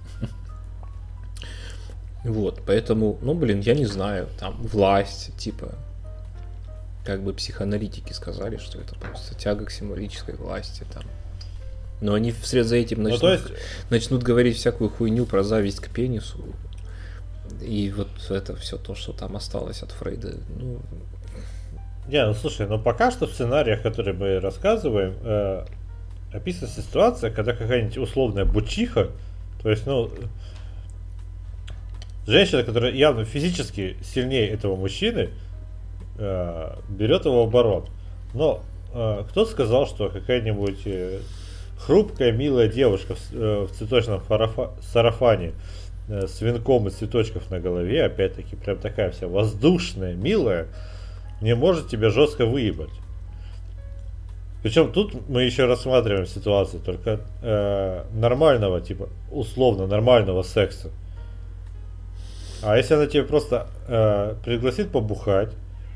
Вот, поэтому, ну, блин, я не знаю, там, власть, типа, как бы психоаналитики сказали, что это просто тяга к символической власти, там. Но они вслед за этим начнут говорить всякую хуйню про зависть к пенису. И вот это все то, что там осталось от Фрейда, ну... Не, ну слушай, ну пока что в сценариях, которые мы рассказываем, описывается ситуация, когда какая-нибудь условная бучиха, то есть, ну, женщина, которая явно физически сильнее этого мужчины, берет его в оборот. Но кто сказал, что какая-нибудь хрупкая, милая девушка в цветочном сарафане с венком из цветочков на голове, опять-таки, прям такая вся воздушная, милая, не может тебя жестко выебать. Причем тут мы еще рассматриваем ситуацию только нормального, типа, условно нормального секса. А если она тебя просто пригласит побухать,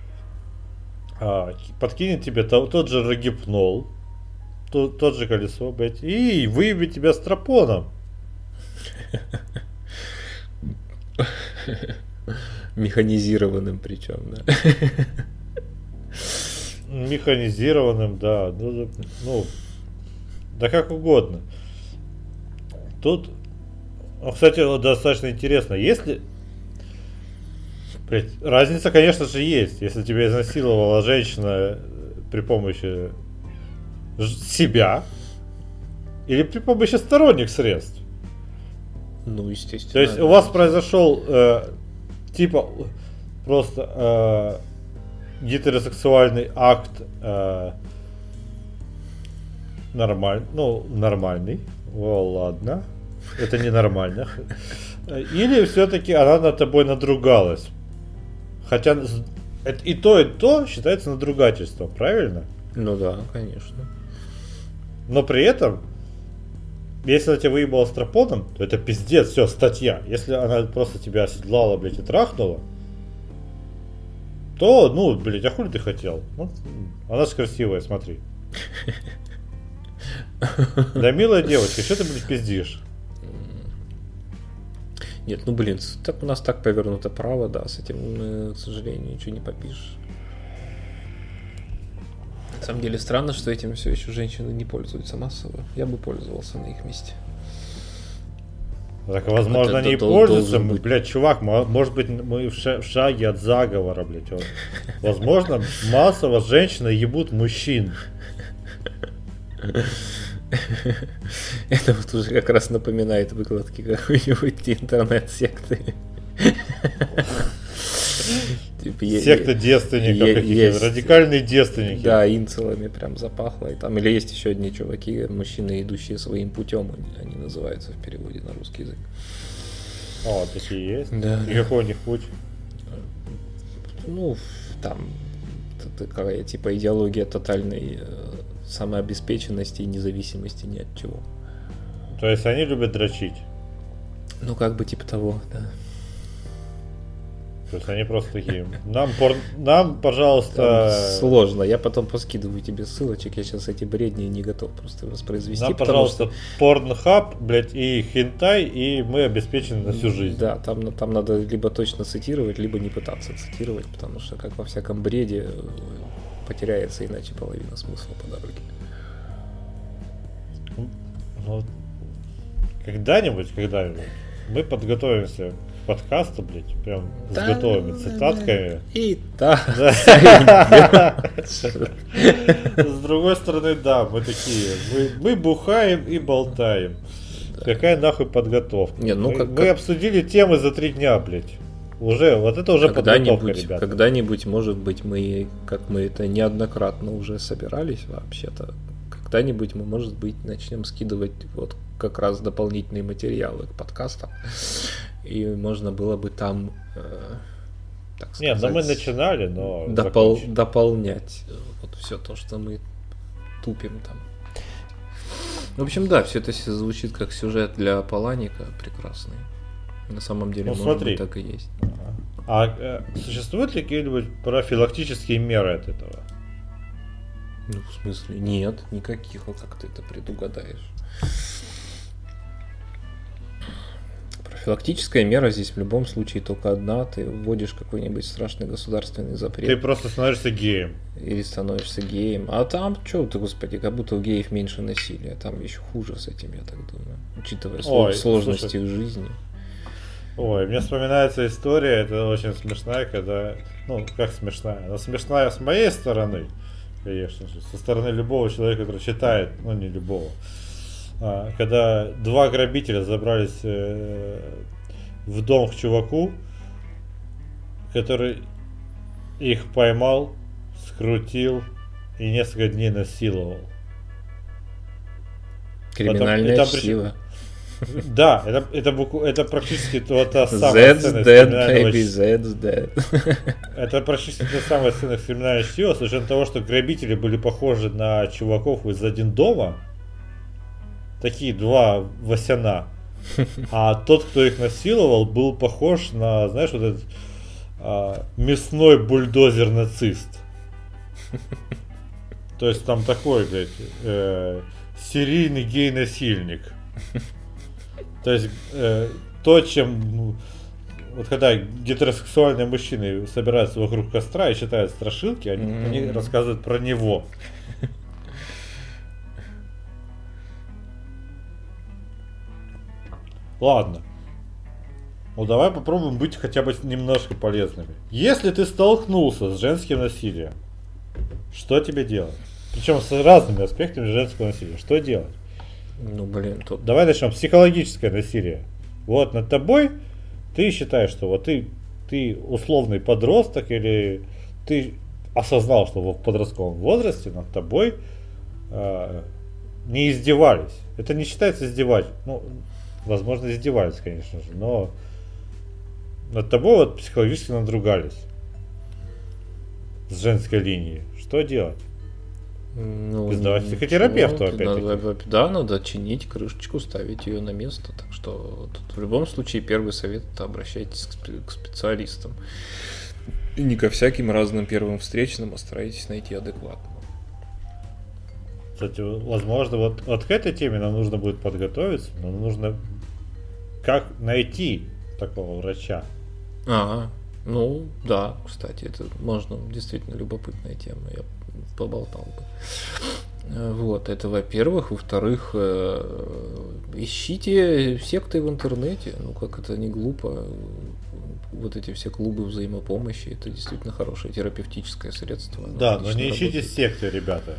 подкинет тебе тот же рогипнол, тот же колесо, блядь, и выебет тебя стропоном. Механизированным причем, да. Механизированным, да. Ну, да как угодно. Тут, кстати, вот достаточно интересно, если... Блядь, разница, конечно же, есть. Если тебя изнасиловала женщина при помощи себя или при помощи сторонних средств. Ну, естественно. То есть у вас произошел типа просто гетеросексуальный акт нормальный. О, ладно. Это ненормально. Или все-таки она над тобой надругалась. Хотя и то считается надругательством, правильно? Ну да, конечно. Но при этом, если она тебя выебала стропоном, то это пиздец, все, статья. Если она просто тебя оседлала, блядь, и трахнула, то, ну, блядь, а хули ты хотел? Ну, она же красивая, смотри. Да, милая девочка, что ты, блядь, пиздишь? Нет, ну, блин, так у нас так повернуто право, да, с этим, к сожалению, ничего не попишешь. На самом деле странно, что этим все еще женщины не пользуются массово. Я бы пользовался на их месте. Так, возможно, они и пользуются. Блядь, чувак, может быть, мы в шаге от заговора, блядь. Вот. Возможно, массово женщины ебут мужчин. Это вот уже как раз напоминает выкладки какой-нибудь интернет-секты. Секта девственников, радикальные девственники. Да, инцелами прям запахло. И там, или есть еще одни чуваки, мужчины, идущие своим путем, они называются в переводе на русский язык. О, такие есть? Да. И какой у них путь? Ну, там такая типа идеология тотальной самообеспеченности и независимости ни от чего. То есть они любят дрочить? Ну, как бы типа того, да. То есть они просто такие, нам, пожалуйста... Там сложно, я потом поскидываю тебе ссылочек, я сейчас эти бредни не готов просто воспроизвести. Нам, пожалуйста, Pornhub, блядь, и хентай, и мы обеспечены на всю жизнь. Да, там надо либо точно цитировать, либо не пытаться цитировать, потому что, как во всяком бреде, потеряется иначе половина смысла по дороге. Ну, когда-нибудь мы подготовимся подкаста, блядь, прям с готовыми цитатками. И так. С другой стороны, да, мы такие, мы бухаем и болтаем. Какая нахуй подготовка? Не, ну, мы обсудили темы за 3 дня, блядь. Уже, вот это уже подготовка, ребята. Когда-нибудь, может быть, мы, как мы это неоднократно уже собирались вообще-то, когда-нибудь мы, может быть, начнем скидывать вот как раз дополнительные материалы к подкастам. И можно было бы там, так сказать... Нет, мы начинали, но... дополнять вот все то, что мы тупим там. В общем, да, все это звучит как сюжет для Паланика прекрасный. На самом деле, может быть, так и есть. А существуют ли какие-нибудь профилактические меры от этого? Ну, в смысле, нет, никаких, а как ты это предугадаешь? Профилактическая мера здесь в любом случае только одна. Ты вводишь какой-нибудь страшный государственный запрет. Ты просто становишься геем. Или становишься геем. А там, что ты, господи, как будто у геев меньше насилия. Там еще хуже с этим, я так думаю. Учитывая сложности их жизни. Ой, мне вспоминается история, это очень смешная, когда... Ну, как смешная? Она смешная с моей стороны, конечно же. Со стороны любого человека, который читает, ну, не любого. Когда 2 грабителя забрались в дом к чуваку, который их поймал, скрутил и несколько дней насиловал. Криминальное чтиво. Да, это практически та самая сцена из криминального чтива. Это практически та самая сцена из криминального чтива, с учетом того, что грабители были похожи на чуваков из «Один дома». Такие 2 Васяна. А тот, кто их насиловал, был похож на, знаешь, вот этот мясной бульдозер-нацист. То есть там такой, блядь, серийный гей-насильник. То есть то, чем... Вот когда гетеросексуальные мужчины собираются вокруг костра и читают страшилки, они рассказывают про него. Ладно. Ну давай попробуем быть хотя бы немножко полезными. Если ты столкнулся с женским насилием, что тебе делать? Причем с разными аспектами женского насилия. Что делать? Ну блин, тут... Давай начнем. Психологическое насилие. Вот над тобой ты считаешь, что вот ты условный подросток, или ты осознал, что в подростковом возрасте над тобой не издевались. Это не считается издевательством. Ну, возможно, издевались, конечно же, но над тобой вот психологически надругались с женской линии. Что делать? Ну, сдавать психотерапевту опять-таки. Да, надо чинить крышечку, ставить ее на место. Так что тут в любом случае первый совет — это обращайтесь к специалистам. И не ко всяким разным первым встречным, а старайтесь найти адекватного. Кстати, возможно, вот к этой теме нам нужно будет подготовиться, но нужно как найти такого врача. Ну да, кстати, это можно, действительно любопытная тема, я поболтал бы. Вот, это во-первых. Во-вторых, ищите секты в интернете, ну как это не глупо. Вот эти все клубы взаимопомощи, это действительно хорошее терапевтическое средство. Да, но не ищите секты, ребята.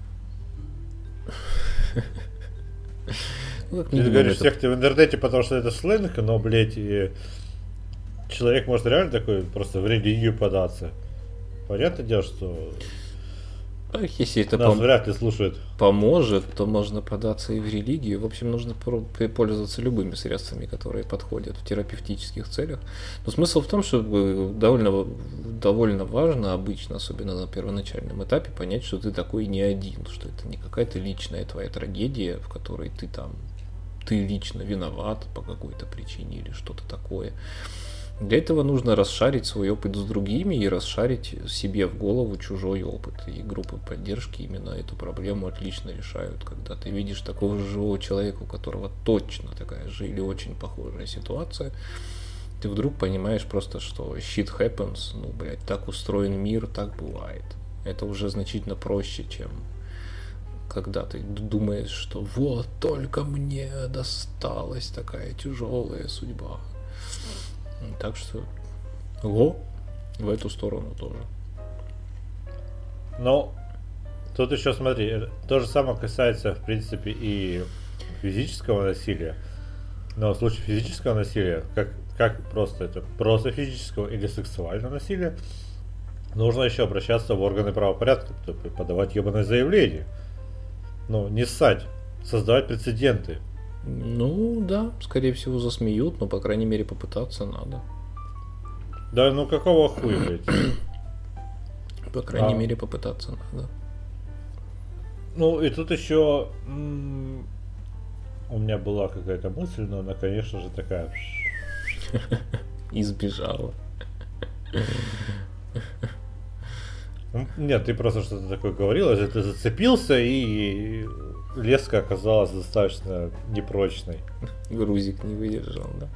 Ты говоришь секты в интернете, потому что это сленг, но, блядь, человек может реально такой просто в религию податься. Понятное дело, что если это нас вряд ли слушают. Поможет, то можно податься и в религию. В общем, нужно пользоваться любыми средствами, которые подходят в терапевтических целях. Но смысл в том, что довольно важно обычно, особенно на первоначальном этапе, понять, что ты такой не один, что это не какая-то личная твоя трагедия, в которой ты лично виноват по какой-то причине или что-то такое. Для этого нужно расшарить свой опыт с другими и расшарить себе в голову чужой опыт. И группы поддержки именно эту проблему отлично решают. Когда ты видишь такого же живого человека, у которого точно такая же или очень похожая ситуация, ты вдруг понимаешь просто, что shit happens, ну, блядь, так устроен мир, так бывает. Это уже значительно проще, чем когда ты думаешь, что вот только мне досталась такая тяжелая судьба. Так что в эту сторону тоже. Но тут еще смотри, то же самое касается, в принципе, и физического насилия. Но в случае физического насилия, как просто это, просто физического или сексуального насилия, нужно еще обращаться в органы правопорядка, подавать ебаное заявление. Ну, не ссать, создавать прецеденты. Ну да, скорее всего засмеют, но по крайней мере попытаться надо. Да ну какого хуя, блядь? По крайней мере попытаться надо. Ну и тут еще у меня была какая-то мысль, но она, конечно же, такая... Избежала. Нет, ты просто что-то такое говорил, если ты зацепился, и леска оказалась достаточно непрочной. Грузик не выдержал, да?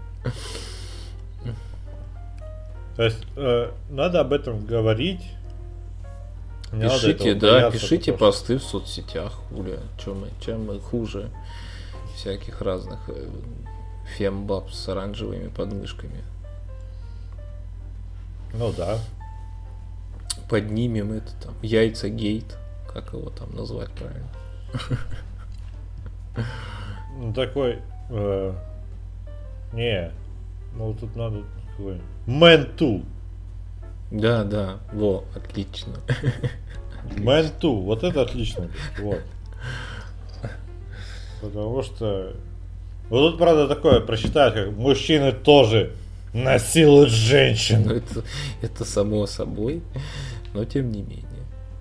То есть надо об этом говорить. Пишите, да, пишите посты в соцсетях, Уля, чем мы хуже всяких разных фембаб с оранжевыми подмышками. Ну да. Поднимем это там, яйца гейт, как его там назвать правильно. Ну такой, не, ну тут надо такой, Man2. Да, во, отлично. Man2, вот это отлично, вот. Потому что, вот тут правда такое прочитать, как мужчины тоже насилуют женщин. Ну, это само собой, но тем не менее.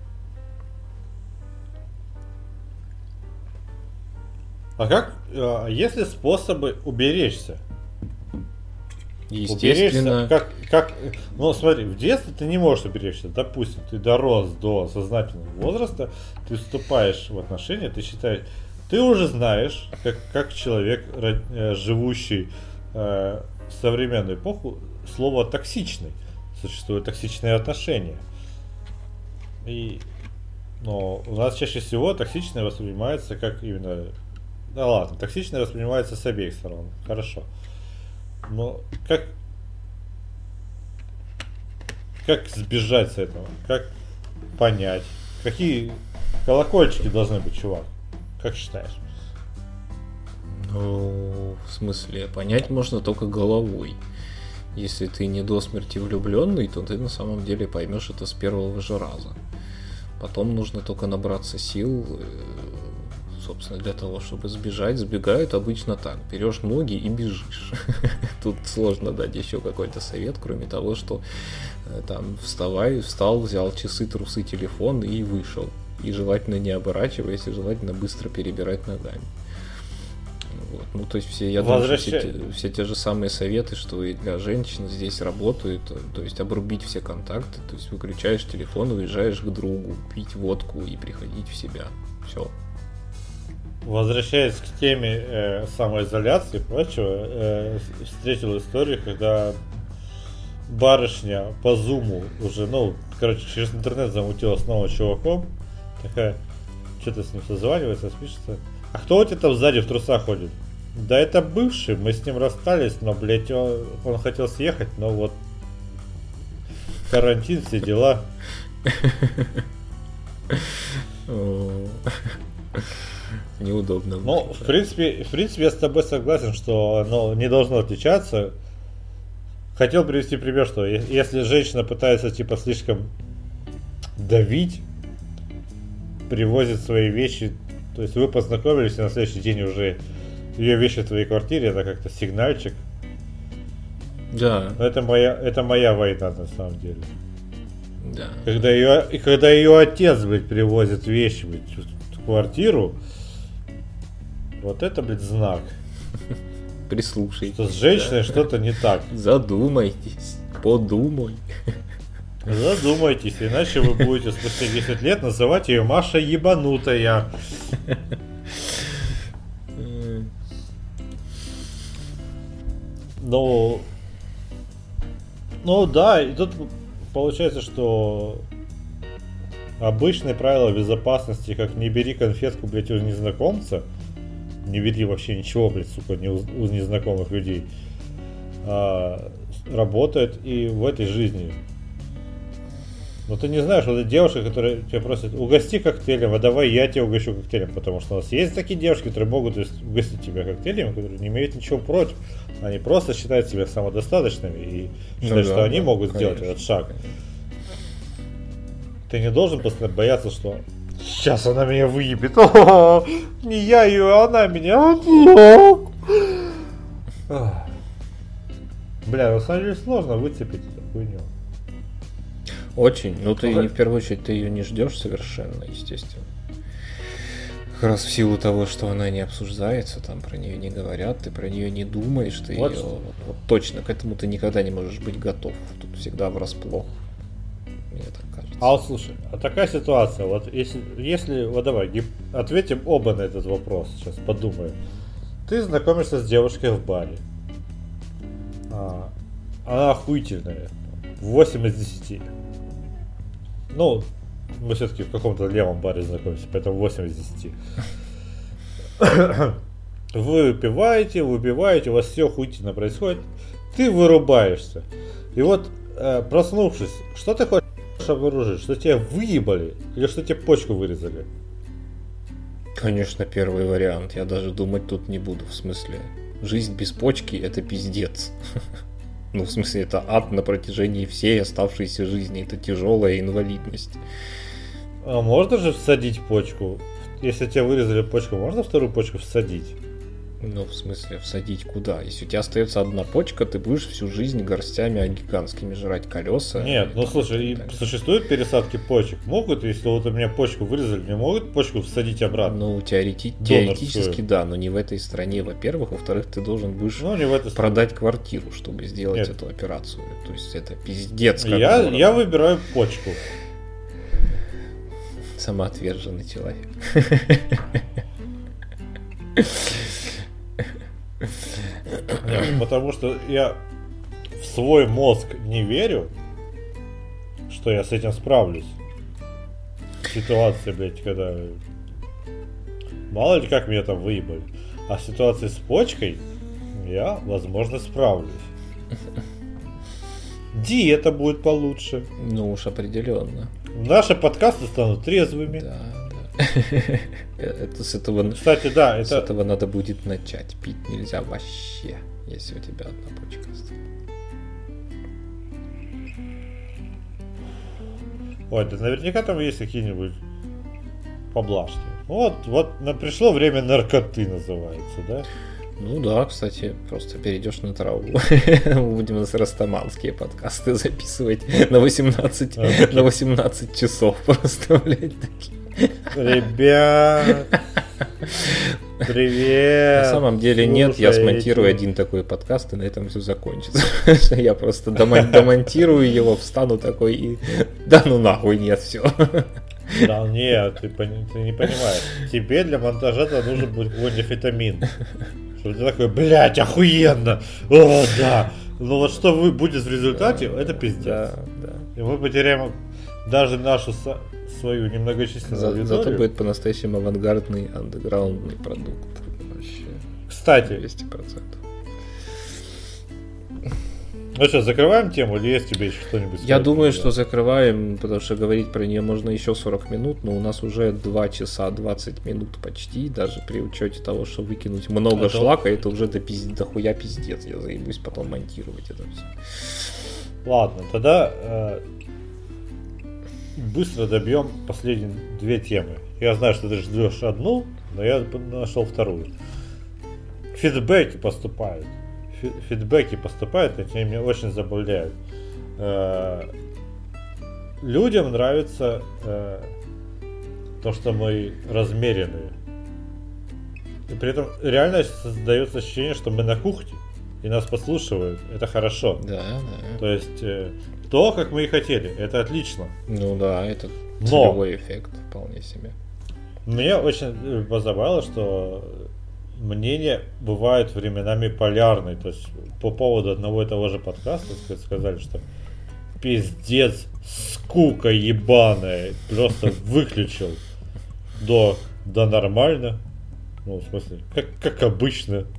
А как, есть ли способы уберечься? Естественно. Как, ну смотри, в детстве ты не можешь уберечься. Допустим, ты дорос до сознательного возраста, ты вступаешь в отношения, ты считаешь, ты уже знаешь, как человек, живущий в современную эпоху, слово токсичный. Существуют токсичные отношения. Но у нас чаще всего токсичное воспринимается как именно... Да ладно, токсичное воспринимается с обеих сторон. Хорошо. Но как сбежать с этого? Как понять? Какие колокольчики должны быть, чувак? Как считаешь? Ну, в смысле, понять можно только головой. Если ты не до смерти влюбленный, то ты на самом деле поймешь это с первого же раза. Потом нужно только набраться сил, собственно, для того, чтобы сбежать. Сбегают обычно так. Берешь ноги и бежишь. Тут сложно дать еще какой-то совет, кроме того, что там встал, взял часы, трусы, телефон и вышел. И желательно не оборачиваясь, и желательно быстро перебирать ногами. Вот. Ну, то есть я думаю, что все те же самые советы, что и для женщин здесь работают, то есть обрубить все контакты, то есть выключаешь телефон, уезжаешь к другу, пить водку и приходить в себя. Все. Возвращаясь к теме самоизоляции и прочего, встретил историю, когда барышня по зуму уже, через интернет замутила с новым чуваком, такая, что-то с ним созванивается, спишется. А кто у тебя там сзади в трусах ходит? Да это бывший, мы с ним расстались, но, блядь, он хотел съехать, но вот карантин, все дела. Неудобно. Ну, в принципе, я с тобой согласен, что оно не должно отличаться. Хотел привести пример, что если женщина пытается типа слишком давить, привозит свои вещи, то есть вы познакомились, и на следующий день уже ее вещи в твоей квартире, это как-то сигнальчик. Да. Это моя война на самом деле. Да. Когда ее отец, блядь, привозит вещи, блядь, в квартиру, вот это, блядь, знак. Прислушайтесь. Что с женщиной что-то не так. Задумайтесь, подумай. Задумайтесь, иначе вы будете спустя 10 лет называть ее Маша ебанутая. Ну да, и тут получается, что обычные правила безопасности, как не бери конфетку, блядь, у незнакомца, не бери вообще ничего, блядь, сука, у незнакомых людей. работает и в этой жизни. Но ты не знаешь, вот эта девушка, которая тебя просит, угости коктейлем, а давай я тебя угощу коктейлем, потому что у нас есть такие девушки, которые могут угостить тебя коктейлем, которые не имеют ничего против. Они просто считают себя самодостаточными и считают, что они могут сделать этот шаг. Ты не должен постоянно бояться, что сейчас она меня выебет. Не я ее, а она меня. Бля, на самом деле сложно выцепить эту хуйню. Очень. Ну ты в первую очередь ты ее не ждешь совершенно, естественно. Как раз в силу того, что она не обсуждается, там про нее не говорят, ты про нее не думаешь, ты вот ее вот точно к этому ты никогда не можешь быть готов. Тут всегда врасплох. Мне так кажется. А вот слушай, а такая ситуация, вот если вот давай ответим оба на этот вопрос, сейчас подумаем. Ты знакомишься с девушкой в баре. Она охуительная. 8 из 10. Ну, мы все-таки в каком-то левом баре знакомимся, поэтому 8 из 10. Вы выпиваете, у вас все охуительно происходит. Ты вырубаешься. И вот, проснувшись, что ты хочешь обнаружить? Что тебя выебали или что тебе почку вырезали? Конечно, первый вариант. Я даже думать тут не буду. В смысле, жизнь без почки — это пиздец. Ну, в смысле, это ад на протяжении всей оставшейся жизни. Это тяжелая инвалидность. А можно же всадить почку? Если тебе вырезали почку, можно вторую почку всадить? Ну, в смысле, всадить куда? Если у тебя остается одна почка, ты будешь всю жизнь горстями гигантскими жрать колеса. Нет, ну слушай, существуют пересадки почек. Могут, если вот у меня почку вырезали, мне могут почку всадить обратно? Ну, теоретически да, но не в этой стране, во-первых. Во-вторых, ты должен будешь продать квартиру, чтобы сделать эту операцию. То есть это пиздец как дорого. Я выбираю почку. Самоотверженный человек. Потому что я в свой мозг не верю, что я с этим справлюсь. Ситуация, блядь, когда... Мало ли как меня там выебали. А в ситуации с почкой я, возможно, справлюсь. Диета будет получше. Ну уж определенно. Наши подкасты станут трезвыми. Да. Это с этого, кстати, да, с этого надо будет начать. Пить нельзя вообще, если у тебя одна почка осталась. Ой, да наверняка там есть какие-нибудь поблажки. Вот пришло время наркоты, называется, да? Ну да, кстати, просто перейдешь на траву. Будем растаманские подкасты записывать на 18 часов просто, блядь, такие. Ребят, привет. На самом деле нет, я смонтирую один такой подкаст, и на этом все закончится. Я просто домонтирую его, встану такой и... Да ну нахуй, нет, все. Да нет, ты не понимаешь. Тебе для монтажа нужен будет какой-нибудь витамин. Чтобы ты такой, блядь, охуенно. О, да. Но вот что будет в результате, это пиздец. Да. И мы потеряем даже нашу свою немногочисленную аудиторию. Зато будет по-настоящему авангардный, андеграундный продукт. Вообще. Кстати. 200%. Ну что, закрываем тему или есть тебе еще что-нибудь? Я думаю, что закрываем, потому что говорить про нее можно еще 40 минут, но у нас уже 2 часа 20 минут почти, даже при учете того, что выкинуть много шлака, это уже до хуя пиздец, я заебусь потом монтировать это все. Ладно, тогда быстро добьем последние 2 темы. Я знаю, что ты ждешь одну, но я нашел вторую. Фидбэки поступают, и они меня очень забавляют. Людям нравится то, что мы размеренные. И при этом реально создается ощущение, что мы на кухне, и нас послушивают. Это хорошо. Да. То есть то, как мы и хотели, это отлично. Ну да, это целевой эффект вполне себе. Меня очень позабавило, что мнения бывают временами полярные. То есть по поводу одного и того же подкаста сказали, что пиздец, скука ебаная, просто выключил. Да нормально. Ну, в смысле, как обычно.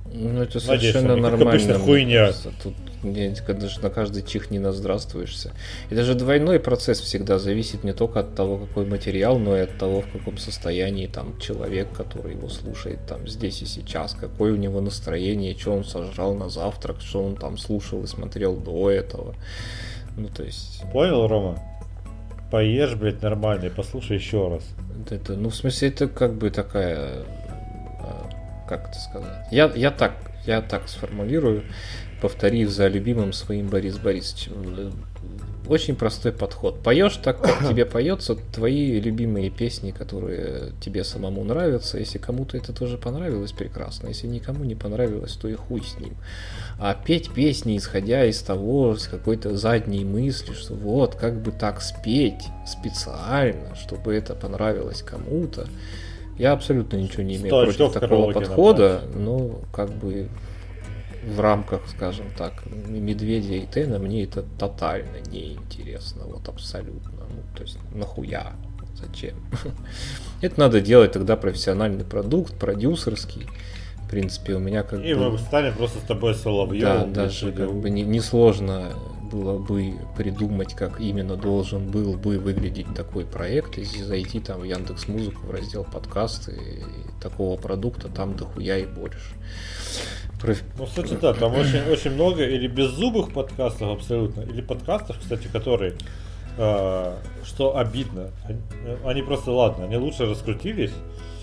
Ну, это Надеюсь, совершенно как нормально. обычно, хуйня. Тут даже на каждый чих не наздравствуешься. И даже двойной процесс всегда зависит не только от того, какой материал, но и от того, в каком состоянии там человек, который его слушает там здесь и сейчас, какое у него настроение, что он сожрал на завтрак, что он там слушал и смотрел до этого. Ну, то есть... Понял, Рома? Поешь, блядь, нормально и послушай еще раз. Это, ну, в смысле, это как бы такая... Как это сказать? Я так сформулирую, повторив за любимым своим Борис Борисовичем. Очень простой подход. Поешь так, как тебе поется, твои любимые песни, которые тебе самому нравятся. Если кому-то это тоже понравилось, прекрасно. Если никому не понравилось, то и хуй с ним. А петь песни, исходя из того, с какой-то задней мысли, что вот, как бы так спеть специально, чтобы это понравилось кому-то, я абсолютно ничего не имею против такого подхода, но как бы в рамках, скажем так, Медведя и Тена мне это тотально неинтересно, вот абсолютно. Ну, то есть нахуя? Зачем? Это надо делать тогда профессиональный продукт, продюсерский. В принципе, у меня как бы... И мы станем просто с тобой Соловьевым. Да, даже как бы несложно было бы придумать, как именно должен был бы выглядеть такой проект, если зайти там в Яндекс.Музыку в раздел подкасты, и такого продукта там дохуя и больше. Ну, кстати, да, там очень много или беззубых подкастов абсолютно, или подкастов, кстати, которые, что обидно, они просто, ладно, они лучше раскрутились,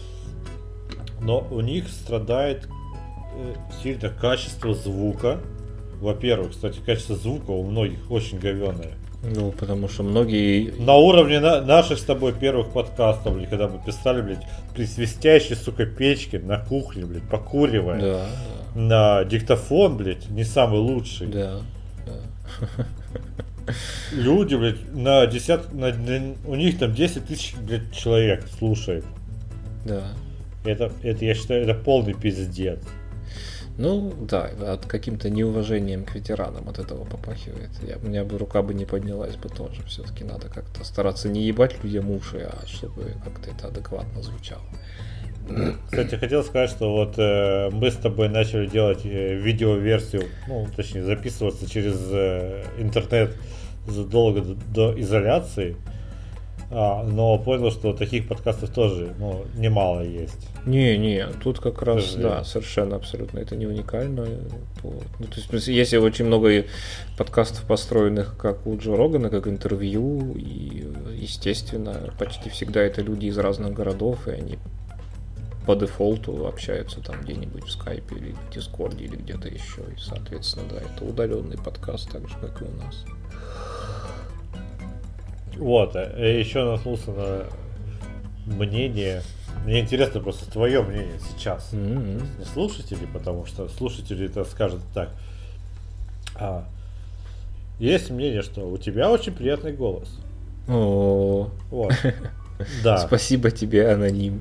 но у них страдает сильно качество звука. Во-первых, кстати, качество звука у многих очень говёное. Ну, потому что многие... На уровне наших с тобой первых подкастов, блядь, когда мы писали, блядь, при свистящей, сука, печке на кухне, блядь, покуривая. Да. На диктофон, блядь, не самый лучший. Да. Люди, блядь, у них там 10 тысяч, блядь, человек слушает. Да. Это, я считаю, это полный пиздец. Ну, да, от каким-то неуважением к ветеранам от этого попахивает. У меня бы рука бы не поднялась бы тоже. Все-таки надо как-то стараться не ебать людям уши, а чтобы как-то это адекватно звучало. Кстати, хотел сказать, что вот мы с тобой начали делать видеоверсию, ну, точнее, записываться через интернет задолго до изоляции. Но понял, что таких подкастов тоже, ну, немало есть. Не, тут как раз, да, совершенно абсолютно это не уникально. Ну, то есть, есть очень много подкастов, построенных как у Джо Рогана, как интервью, и, естественно, почти всегда это люди из разных городов, и они по дефолту общаются там где-нибудь в скайпе или в дискорде или где-то еще, и, соответственно, да, это удаленный подкаст, так же, как и у нас. Вот, еще наткнулся на мнение. Мне интересно просто твое мнение сейчас. Не слушатели, потому что слушатели это скажут так. Есть мнение, что у тебя очень приятный голос. О, вот. Да. Спасибо тебе, аноним.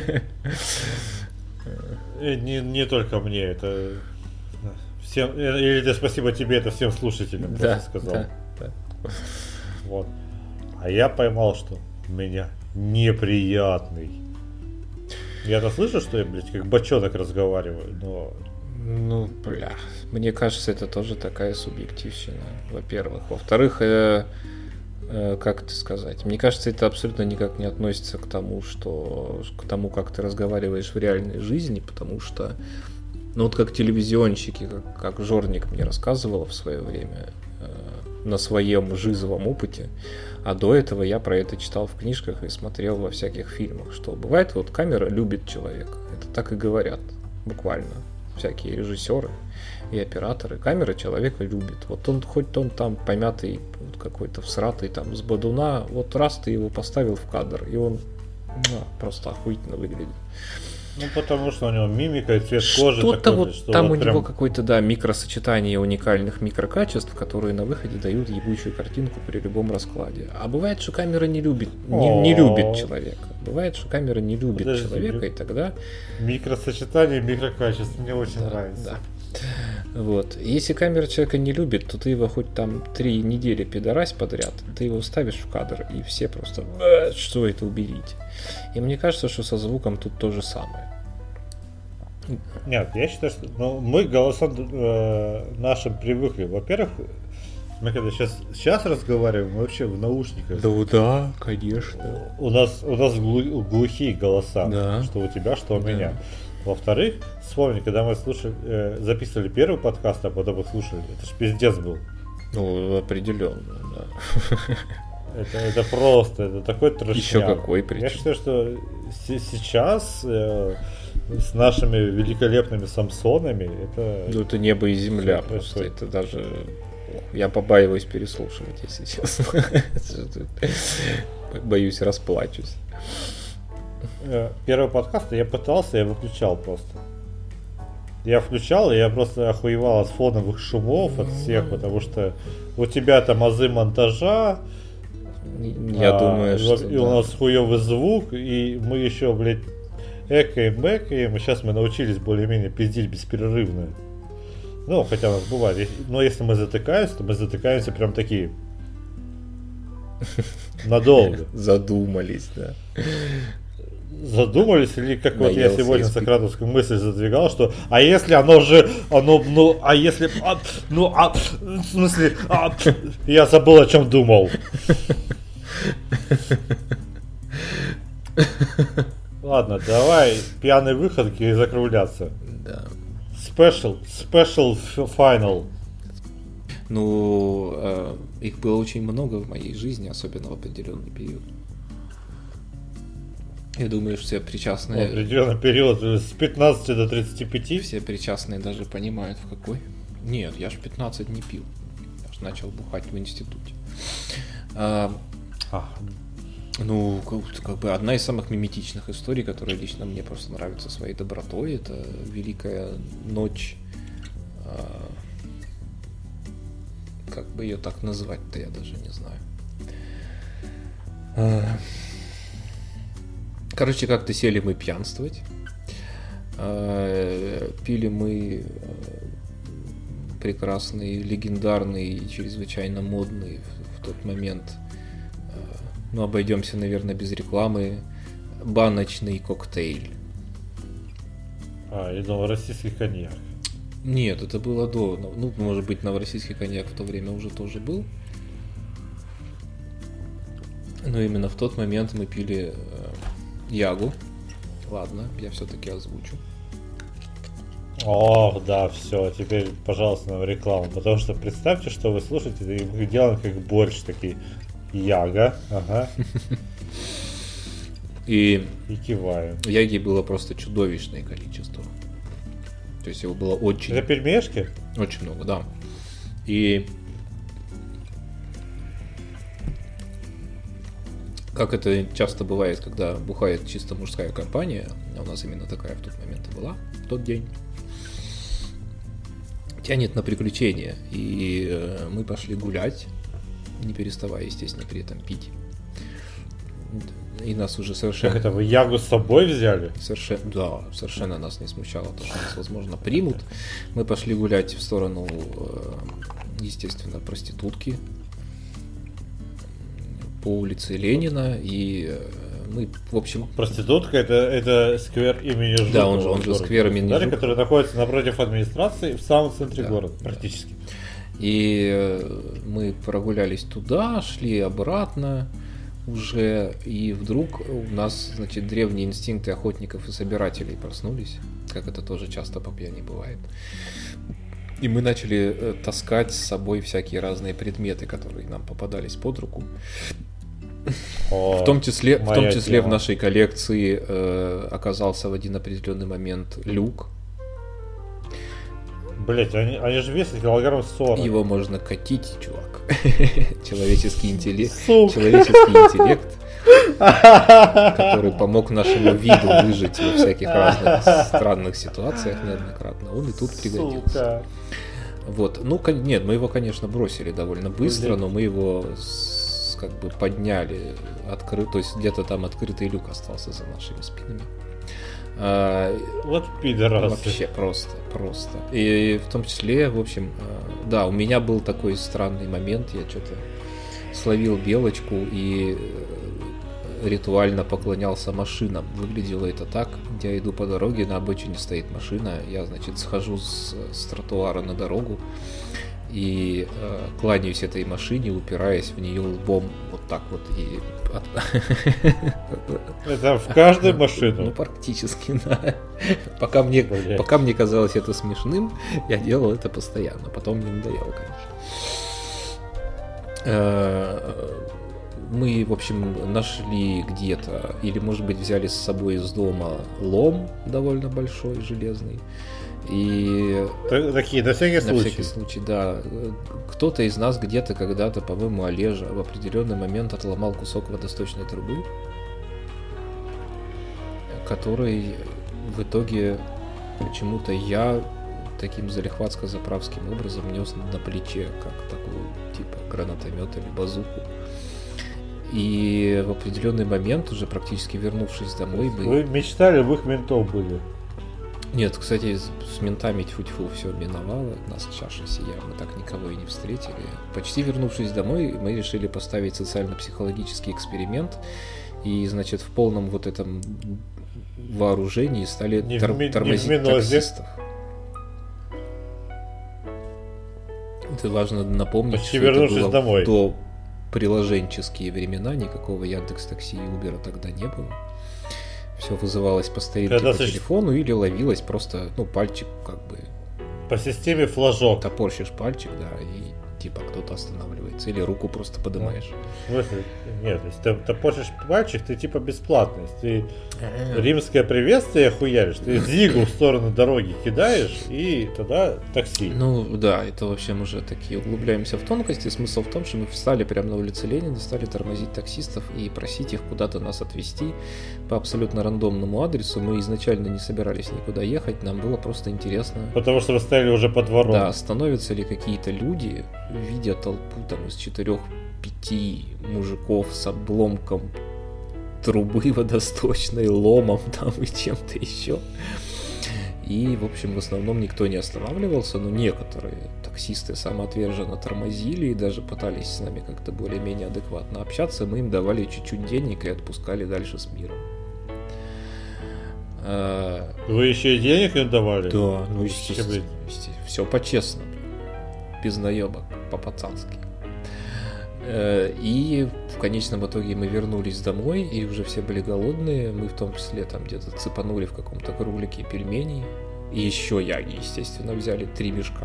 Не только мне, это всем. Или это спасибо тебе, это всем слушателям, да, сказал. Да. Вот. А я поймал, что у меня неприятный. Я-то слышу, что я, блядь, как бочонок разговариваю, но... Ну, бля, мне кажется, это тоже такая субъективщина, во-первых. Во-вторых, как это сказать? Мне кажется, это абсолютно никак не относится к тому, как ты разговариваешь в реальной жизни, потому что, ну вот как телевизионщики, как Жорник мне рассказывал в свое время, на своем жизовом опыте, а до этого я про это читал в книжках и смотрел во всяких фильмах, что бывает, вот камера любит человека, это так и говорят, буквально, всякие режиссеры и операторы, камера человека любит, вот он, хоть он там помятый, вот какой-то всратый там с бодуна, вот раз ты его поставил в кадр, и он просто охуительно выглядит. Ну, потому что у него мимика и цвет кожи что-то такой, вот что там вот у прям... него какое-то, да, микросочетание уникальных микрокачеств, которые на выходе дают ебучую картинку при любом раскладе. А бывает, что камера не любит человека. Бывает, что камера не любит человека, и тогда... Микросочетание микрокачеств мне очень нравится. Да. Вот. Если камера человека не любит, то ты его хоть там 3 недели пидорась подряд, ты его ставишь в кадр, и все просто что это уберите. И мне кажется, что со звуком тут то же самое. Нет, я считаю, что мы к голосам нашим привыкли. Во-первых, мы когда сейчас разговариваем, мы вообще в наушниках. Да, конечно. У нас глухие голоса, Да. что у тебя, что у меня. Во-вторых, вспомни, когда мы записывали первый подкаст, а потом их слушали, это ж пиздец был. Ну, определенно, да. Это просто, это такой трешняк. Еще какой причем. Я считаю, что сейчас с нашими великолепными Самсонами это... Ну, это небо и земля Что просто. происходит? Это даже... Я побаиваюсь переслушивать, если честно. Боюсь, расплачусь. Первый подкаст я пытался, я выключал просто. Я включал, и я просто охуевал от фоновых шумов, от всех, потому что у тебя там азы монтажа, Я думаю, что... и у нас хуёвый звук, и мы еще, блядь, экаем, и сейчас мы научились более-менее пиздить бесперерывно. Ну, хотя у нас бывает, но если мы затыкаемся, то мы затыкаемся прям такие. Надолго. Задумались, да. Задумались, или как вот я Наелся сегодня из сократовскую мысль задвигал, что а если оно же, а если, в смысле, я забыл, о чем думал. Ладно, давай пьяный выходки и закругляться. Да. Special final. Ну, их было очень много в моей жизни, особенно в определенный период. Я думаю, что все причастные... Определенный период с 15 до 35. Все причастные даже понимают, в какой. Нет, я ж 15 не пил. Я ж начал бухать в институте. Ну, как бы одна из самых миметичных историй, которая лично мне просто нравится своей добротой, это Великая ночь. Как бы ее так назвать-то, я даже не знаю. Короче, как-то сели мы пьянствовать. Пили мы прекрасный, легендарный и чрезвычайно модный в тот момент, ну, обойдемся, наверное, без рекламы, баночный коктейль. И новороссийский коньяк. Нет, это было до. Ну, может быть, новороссийский коньяк в то время уже тоже был. Но именно в тот момент мы пили Ягу. Ладно, я все-таки озвучу. Ох, да, все, теперь, пожалуйста, нам рекламу. Потому что представьте, что вы слушаете, и мы делаем как борщ, такие Яга, ага. И киваем. Яги было просто чудовищное количество. То есть его было очень... Это пельмешки? Очень много, да. И как это часто бывает, когда бухает чисто мужская компания, а у нас именно такая в тот момент и была, в тот день, тянет на приключения. И мы пошли гулять, не переставая, естественно, при этом пить. И нас уже совершенно... Как это, вы Ягу с собой взяли? Совершенно нас не смущало то, что нас, возможно, примут. Мы пошли гулять в сторону, естественно, проститутки по улице Ленина, и мы, в общем... Проститутка это сквер имени Жукова. Да, он же сквер имени Жукова, который находится напротив администрации в самом центре города, практически. И мы прогулялись туда, шли обратно уже, и вдруг у нас, значит, древние инстинкты охотников и собирателей проснулись, как это тоже часто по пьяни бывает. И мы начали таскать с собой всякие разные предметы, которые нам попадались под руку. В том числе в нашей коллекции оказался в один определенный момент люк. Блять, они же весят килограмм 40. Его можно катить, чувак. Человеческий интеллект, который помог нашему виду выжить во всяких разных странных ситуациях неоднократно. Он и тут пригодился. Вот. Ну, нет, мы его, конечно, бросили довольно быстро, но мы его как бы подняли. То есть где-то там открытый люк остался за нашими спинами. Вот пидорасы. Вообще просто. И в том числе, в общем, да, у меня был такой странный момент, я что-то словил белочку, и ритуально поклонялся машинам. Выглядело это так: я иду по дороге, на обочине стоит машина, я, значит, схожу с тротуара на дорогу и кланяюсь этой машине, упираясь в нее лбом вот так вот. И Это в каждую машину? Ну, практически, да. Пока мне казалось это смешным, я делал это постоянно. Потом мне надоело, конечно. Мы, в общем, нашли где-то, или, может быть, взяли с собой из дома лом довольно большой, железный. И такие, на всякий случай. На всякий случай, да. Кто-то из нас где-то когда-то, по-моему, Олежа, в определенный момент отломал кусок водосточной трубы, который в итоге почему-то я таким залихватско-заправским образом нес на плече, как такую, типа, гранатомет или базуку. И в определенный момент, уже практически вернувшись домой... Вы мечтали, в их ментов были? Нет, кстати, с ментами тьфу-тьфу все миновало, нас чаша сия, мы так никого и не встретили. Почти вернувшись домой, мы решили поставить социально-психологический эксперимент, и, значит, в полном вот этом вооружении стали тормозить таксистов. Это важно напомнить, почти что это было домой. До приложенческие времена, никакого Яндекс.Такси и Убера тогда не было. Все вызывалось по старинке по телефону или ловилось просто, ну, пальчик как бы... По системе флажок. Топорщишь пальчик, да, и типа кто-то останавливается. Или руку просто поднимаешь. В смысле? Нет, если ты топорщишь пальчик, ты типа бесплатный. Ты римское приветствие хуяришь, ты зигу в сторону дороги кидаешь, и тогда такси. Ну да, это вообще мы уже такие углубляемся в тонкости. Смысл в том, что мы встали прямо на улице Ленина, стали тормозить таксистов и просить их куда-то нас отвезти по абсолютно рандомному адресу. Мы изначально не собирались никуда ехать, нам было просто интересно. Потому что вы стояли уже под двором. Да, становятся ли какие-то люди, видя толпу там из 4-5 мужиков с обломком трубы водосточной, ломом там и чем-то еще. И, в общем, в основном никто не останавливался, но некоторые таксисты самоотверженно тормозили и даже пытались с нами как-то более-менее адекватно общаться. Мы им давали чуть-чуть денег и отпускали дальше с миром. Вы еще и денег им давали? Да, ну естественно. Все по-честному. Без наебок, по-пацански. И в конечном итоге мы вернулись домой, и уже все были голодные. Мы в том числе там где-то цепанули в каком-то кролике пельменей. И еще яги, естественно, взяли 3 мешка.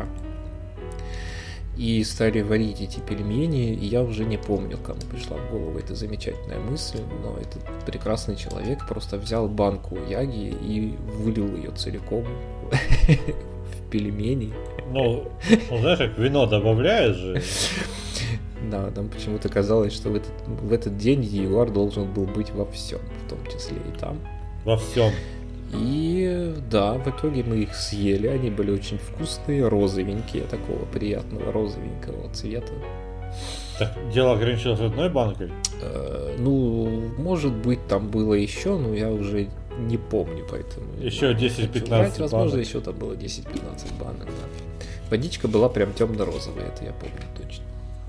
И стали варить эти пельмени. И я уже не помню, кому пришла в голову эта замечательная мысль, но этот прекрасный человек просто взял банку яги и вылил ее целиком в пельмени. Ну, знаешь, как вино добавляешь же. Да, нам почему-то казалось, что в этот день Ягуар должен был быть во всем, в том числе и там. Во всем. И да, в итоге мы их съели, они были очень вкусные, розовенькие, такого приятного розовенького цвета. Так, дело ограничилось одной банкой? Ну, может быть, там было еще, но я уже не помню, поэтому... Еще 10-15 банок. Возможно, еще там было 10-15 банок, да. Водичка была прям темно-розовая, это я помню точно.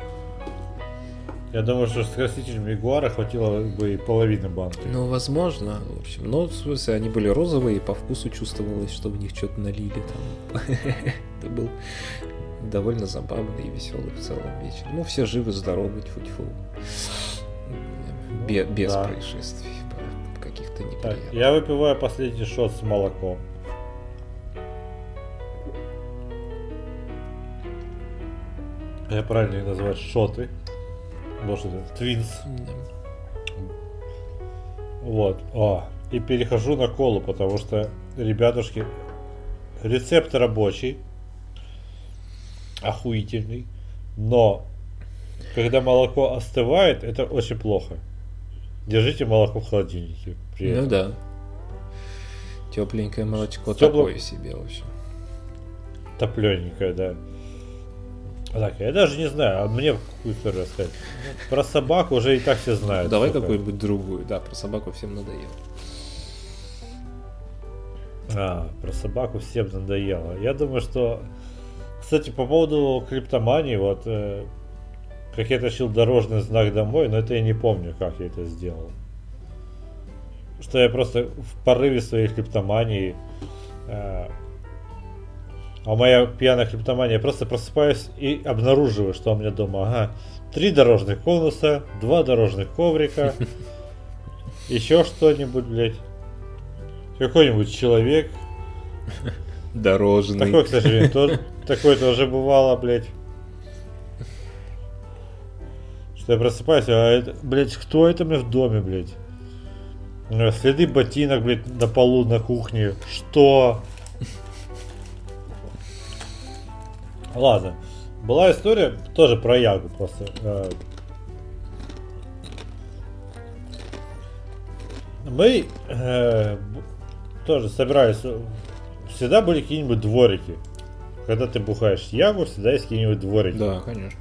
Я думаю, что с красителем Ягуара хватило бы и половины банки. Ну, возможно, в общем. Но, в смысле, они были розовые, и по вкусу чувствовалось, что в них что-то налили там. Это был довольно забавный и веселый в целом вечер. Ну, все живы-здоровы, тьфу-тьфу. Без происшествий каких-то неприятных. Я выпиваю последний шот с молоком. Я правильно их называю шоты. Может, это твинс. Вот. И перехожу на колу, потому что, ребятушки, рецепт рабочий, охуительный, но когда молоко остывает, это очень плохо. Держите молоко в холодильнике. Ну да. Тепленькое молочко такое себе, в общем. Топлененькое, да. Так, я даже не знаю, а мне какую историю рассказать? Про собаку уже и так все знают. Давай какую-нибудь другую. Да, про собаку всем надоело. Про собаку всем надоело. Я думаю, что... Кстати, по поводу криптомании, вот... Как я тащил дорожный знак домой, но это я не помню, как я это сделал. что я просто в порыве своей клептомании, а моя пьяная клептомания, я просто просыпаюсь и обнаруживаю, что у меня дома, 3 дорожных конуса, 2 дорожных коврика, еще что-нибудь, блядь, какой-нибудь человек. Дорожный. Такое, к сожалению, такое тоже бывало, блядь. Что я просыпаюсь, блядь, кто это у меня в доме, блядь? Следы ботинок, блядь, на полу, на кухне. Что? Ладно. Была история тоже про Ягу просто. Мы тоже собирались. Всегда были какие-нибудь дворики. Когда ты бухаешь Ягу, всегда есть какие-нибудь дворики. Да, конечно.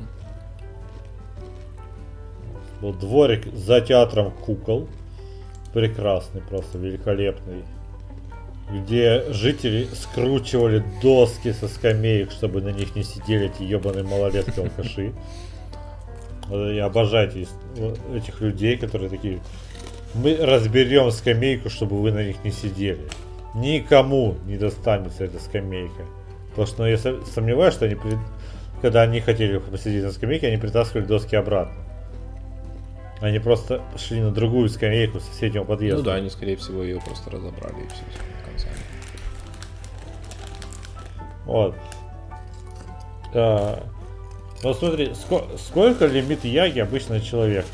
Был дворик за театром кукол. Прекрасный, просто великолепный. Где жители скручивали доски со скамеек, чтобы на них не сидели эти ебаные малолетки-алкаши. Я обожаю этих людей, которые такие: мы разберем скамейку, чтобы вы на них не сидели. Никому не достанется эта скамейка. Потому что я сомневаюсь, что когда они хотели посидеть на скамейке, они притаскивали доски обратно. Они просто шли на другую скамейку с соседнего подъезда. Ну да, они, скорее всего, ее просто разобрали и все концами. Вот. Ну смотри, сколько лимит Яги обычного человека?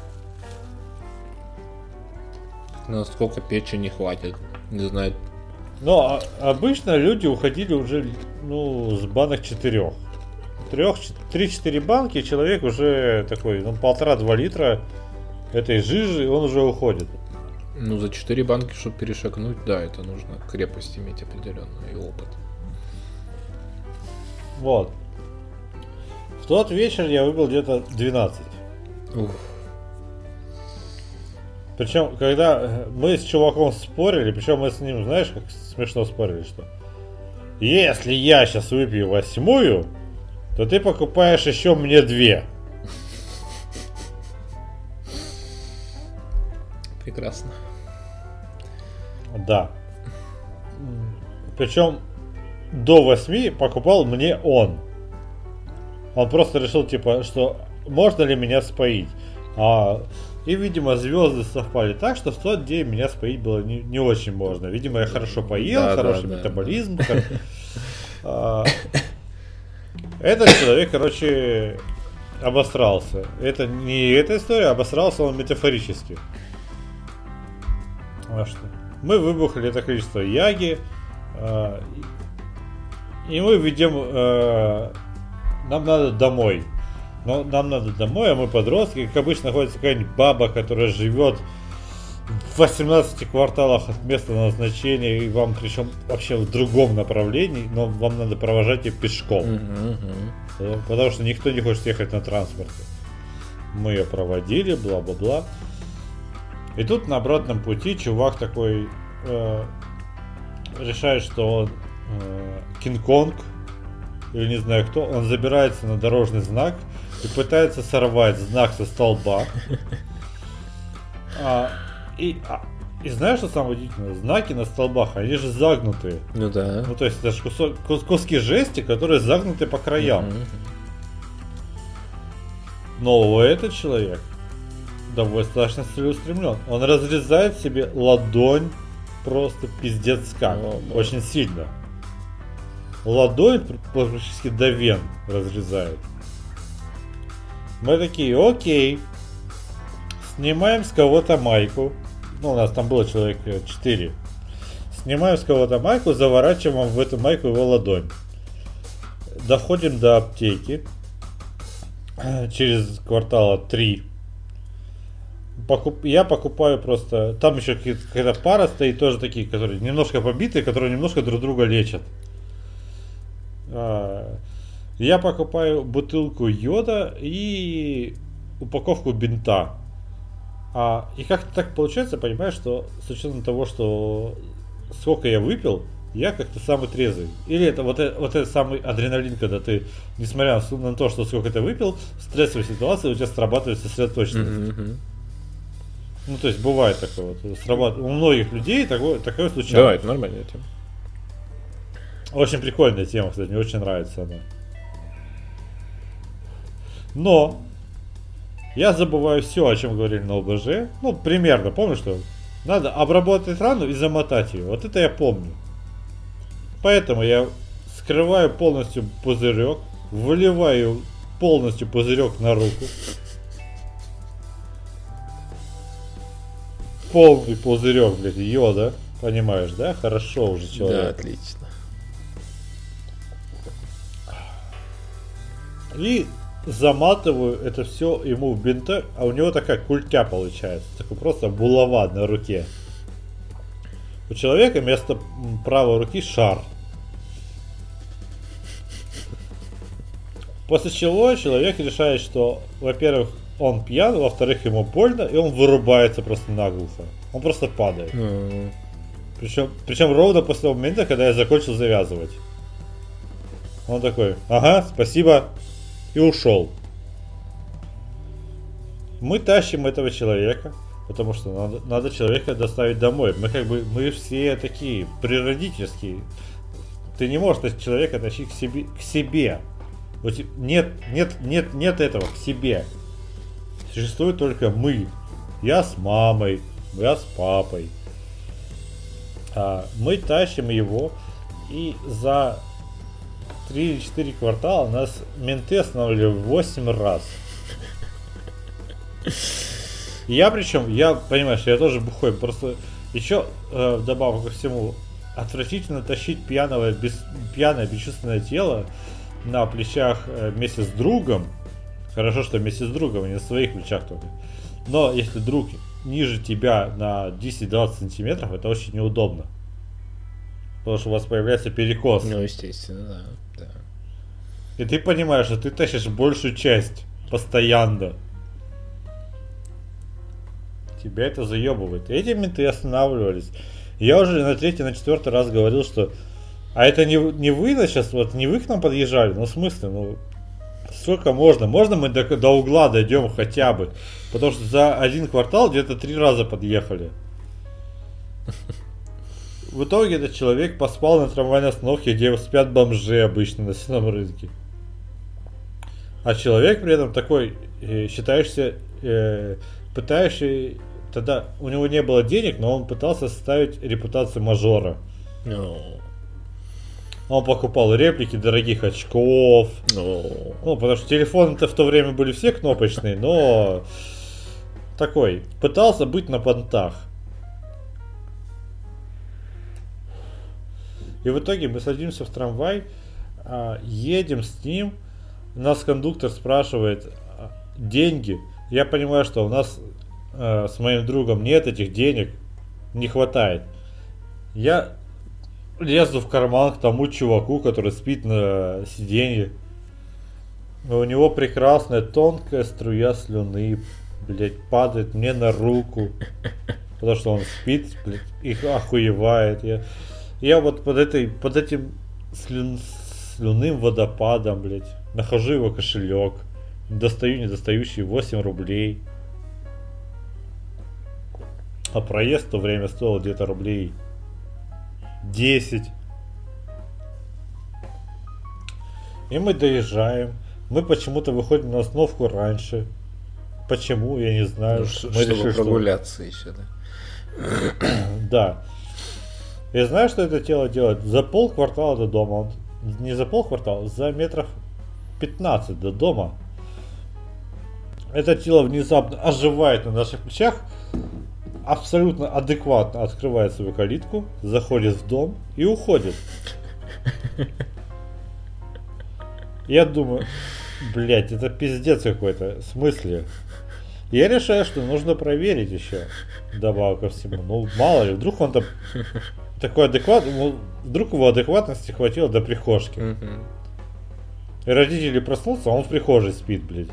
Насколько печени хватит, не знаю. Но обычно люди уходили уже, с банок 4. 3-4 банки, человек уже такой, 1,5-2 литра этой жижи, он уже уходит. Ну, за 4 банки, чтобы перешагнуть, да, это нужно крепость иметь определенную и опыт. Вот. В тот вечер я выпил где-то 12. Ух. Причем, когда мы с чуваком спорили, причем мы с ним, знаешь, как смешно спорили, что если я сейчас выпью 8, то ты покупаешь еще мне 2. Прекрасно. Да. Причем до 8 покупал мне он. Он просто решил, типа, что можно ли меня споить. И, видимо, звезды совпали так, что в тот день меня споить было не очень можно. Видимо, я хорошо поел, да, хороший метаболизм. Этот человек, короче, обосрался. Это не эта история, обосрался он метафорически. Мы выбухали это количество Яги, и мы ведем... Нам надо домой. Но нам надо домой, а мы подростки. Как обычно, находится какая-нибудь баба, которая живет в 18 кварталах от места назначения, и вам причем вообще в другом направлении, но вам надо провожать ее пешком. Потому что никто не хочет ехать на транспорте. Мы ее проводили, бла-бла-бла. И тут на обратном пути чувак такой решает, что он Кинг-Конг, или не знаю кто, он забирается на дорожный знак и пытается сорвать знак со столба. И знаешь, что самое удивительное? Знаки на столбах, они же загнутые. Ну да. Ну то есть это же куски жести, которые загнуты по краям. Но этот человек достаточно целеустремлен. Он разрезает себе ладонь просто пиздец как. Очень сильно. Ладонь практически до вен разрезает. Мы такие: окей. Снимаем с кого-то майку. Ну, у нас там было человек 4. Снимаем с кого-то майку, заворачиваем в эту майку его ладонь. Доходим до аптеки. Через квартала 3. Я покупаю просто... Там еще какая-то пара стоит, тоже такие, которые немножко побитые, которые немножко друг друга лечат. Я покупаю бутылку йода и упаковку бинта. И как-то так получается, понимаешь, что с учетом того, что сколько я выпил, я как-то самый трезвый. Или это вот этот самый адреналин, когда ты, несмотря на то, что сколько ты выпил, в стрессовой ситуации у тебя срабатывает сосредоточенность. Ну, то есть бывает такое вот. У многих людей такое случается. Да, это нормальная тема. Очень прикольная тема, кстати, мне очень нравится она. Но я забываю все, о чем говорили на ОБЖ. Ну, примерно, помню, что надо обработать рану и замотать ее. Вот это я помню. Поэтому я скрываю полностью пузырек, выливаю полностью пузырек на руку. Полный пузырек, блядь, йода. Понимаешь, да? Хорошо уже человек. Да, отлично. И заматываю это все ему в бинты, а у него такая культя получается. Такой просто булава на руке. У человека вместо правой руки шар. После чего человек решает, что, во-первых, он пьян, во-вторых, ему больно, и он вырубается просто наглухо. Он просто падает. Причем ровно после того момента, когда я закончил завязывать. Он такой, ага, спасибо, и ушел. Мы тащим этого человека, потому что надо человека доставить домой. Мы все такие природительские. Ты не можешь человека тащить к себе. Нет этого к себе. Существует только мы. Я с мамой, я с папой. Мы тащим его, и за 3 или 4 квартала нас менты останавливали 8 раз. Я понимаешь, я тоже бухой, просто еще вдобавок ко всему, отвратительно тащить пьяное, бесчувственное тело на плечах вместе с другом. Хорошо, что вместе с другом, а не на своих плечах только. Но если друг ниже тебя на 10-20 сантиметров, это очень неудобно. Потому что у вас появляется перекос. Ну, естественно, да. И ты понимаешь, что ты тащишь большую часть постоянно. Тебя это заебывает. И эти менты останавливались. Я уже на 3-й, на 4-й раз говорил, что а это не вы сейчас, вот не вы к нам подъезжали? Ну, в смысле, ну, сколько можно? Можно мы до угла дойдем хотя бы? Потому что за 1 квартал где-то 3 раза подъехали. В итоге этот человек поспал на трамвайной остановке, где спят бомжи обычно на сеном рынке. А человек при этом такой, считающийся, пытающий, тогда у него не было денег, но он пытался составить репутацию мажора. Он покупал реплики дорогих очков. Ну, потому что телефоны-то в то время были все кнопочные, но такой, пытался быть на понтах. И в итоге мы садимся в трамвай, едем с ним, нас кондуктор спрашивает деньги. Я понимаю, что у нас с моим другом нет этих денег, не хватает. Я лезу в карман к тому чуваку, который спит на сиденье. У него прекрасная тонкая струя слюны, блять, падает мне на руку. Потому что он спит, блядь, и охуевает. Я вот под этим слюнным водопадом, блядь, нахожу его кошелек, достаю недостающие 8 рублей. А проезд в то время стоил где-то рублей 10. И мы доезжаем. Мы почему-то выходим на остановку раньше. Почему, я не знаю. Ну, чтобы решили, прогуляться еще, да? Да. И знаешь, что это тело делает? За полквартала до дома. Не за полквартала, за метров 15 до дома. Это тело внезапно оживает на наших плечах. Абсолютно адекватно открывает свою калитку, заходит в дом и уходит. Я думаю, блять, это пиздец какой-то. В смысле? Я решаю, что нужно проверить еще. Добавок ко всему. Ну, мало ли, вдруг он там такой адекватный, вдруг его адекватности хватило до прихожки. И родители проснутся, а он в прихожей спит, блядь.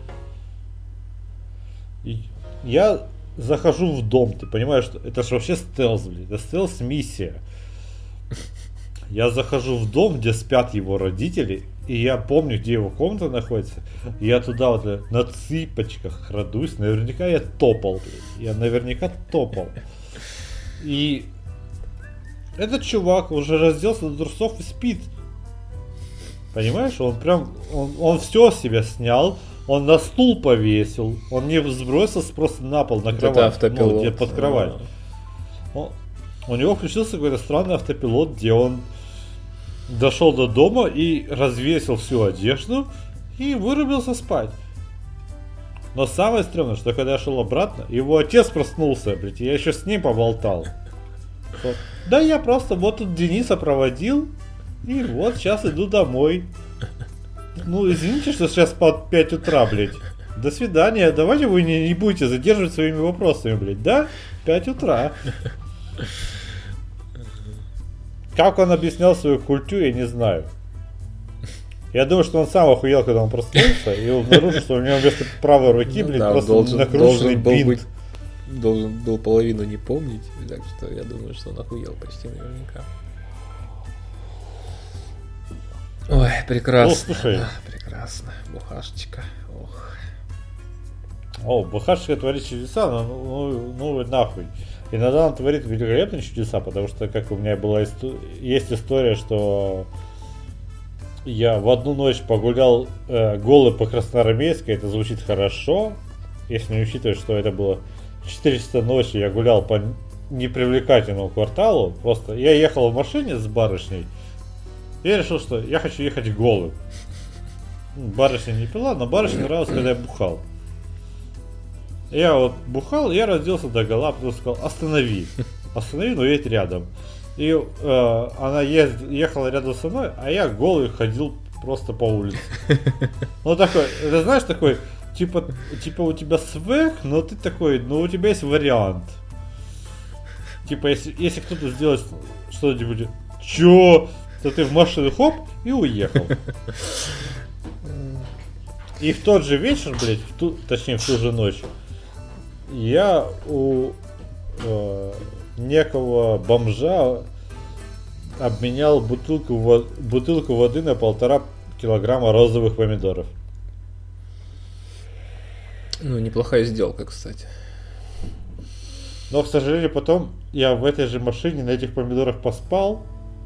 И я захожу в дом, ты понимаешь, что это же вообще стелс, блядь, это стелс-миссия. Я захожу в дом, где спят его родители, И я помню, где его комната находится. Я туда вот на цыпочках крадусь. Наверняка я топал, блядь. Я наверняка топал. И этот чувак уже разделся до трусов и спит. Понимаешь? Он прям... Он все с себя снял. Он на стул повесил. Он не сбросился просто на пол, на кровать. Это автопилот. Ну, где под кровать. У него включился какой-то странный автопилот, где он дошел до дома и развесил всю одежду и вырубился спать. Но самое стрёмное, что когда я шел обратно, его отец проснулся, блядь, и я еще с ним поболтал. Да я просто вот тут Дениса проводил, и вот сейчас иду домой. Ну, извините, что сейчас под 5 утра, блядь. До свидания, давайте вы не будете задерживать своими вопросами, блядь, да? 5 утра. Как он объяснял свою культуру, я не знаю. Я думаю, что он сам охуел, когда он проснулся, и обнаружил, что у него вместо правой руки, блин, да, просто накрученный бинт. Должен был половину не помнить, так что я думаю, что он охуел почти наверняка. Ой, прекрасно. Ну, слушай. Да, прекрасно. Бухашечка. Ох. О, бухашечка творит чудеса, ну нахуй. Иногда он творит великолепные чудеса, потому что, как у меня была есть история, что я в одну ночь погулял голый по Красноармейской, это звучит хорошо, если не учитывать, что это было 4 часа ночи, я гулял по непривлекательному кварталу, просто я ехал в машине с барышней, и я решил, что я хочу ехать голым. Барышня не пила, но барышне нравилось, когда я бухал. Я вот бухал, я разделся догола, потом сказал, останови, но едь рядом. И она ехала рядом со мной, а я голый ходил просто по улице. Ну такой, ты знаешь, такой, типа у тебя свек, но ты такой, ну у тебя есть вариант. Типа, если кто-то сделает что-нибудь, чё, то ты в машину хоп и уехал. И в тот же вечер, блядь, точнее в ту же ночь, я у некого бомжа обменял бутылку воды на 1,5 килограмма розовых помидоров. Ну, неплохая сделка, кстати. Но, к сожалению, потом я в этой же машине на этих помидорах поспал.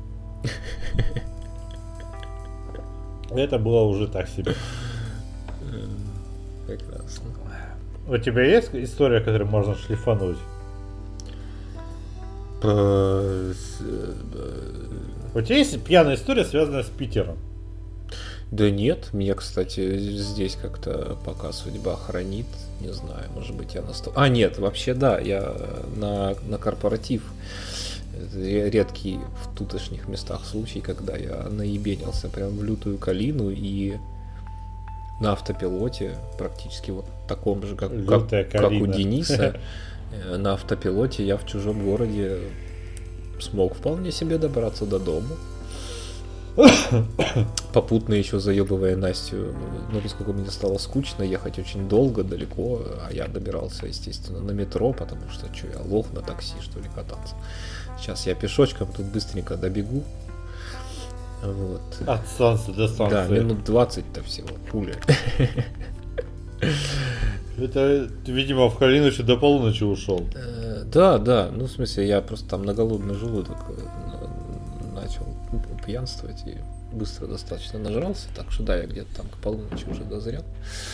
Это было уже так себе. Прекрасно. У тебя есть история, которую можно шлифануть? У тебя есть пьяная история, связанная с Питером? Да нет, меня, кстати, здесь как-то пока судьба хранит, не знаю, может быть, я А, нет, вообще да, я на корпоратив. Это редкий в тутошних местах случай, когда я наебенился прям в лютую калину и на автопилоте, практически вот таком же, как у Дениса, на автопилоте я в чужом городе смог вполне себе добраться до дома. Попутно еще заебывая Настю, ну, поскольку мне стало скучно ехать очень долго, далеко, а я добирался, естественно, на метро, потому что, я лох на такси, что ли, кататься. Сейчас я пешочком тут быстренько добегу. Вот. От станции до станции. Да, минут 20-то всего, пуля. Это, видимо, в Калину еще до полуночи ушел. Да, ну, в смысле, я просто там на голодный желудок начал пьянствовать и быстро достаточно нажрался, так что да, я где-то там к полуночи уже дозрел.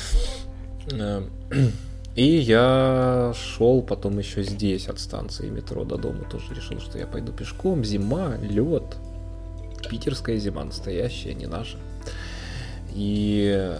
И я шел потом еще здесь от станции метро до дома, тоже решил, что я пойду пешком, зима, лед, питерская зима настоящая, не наша. И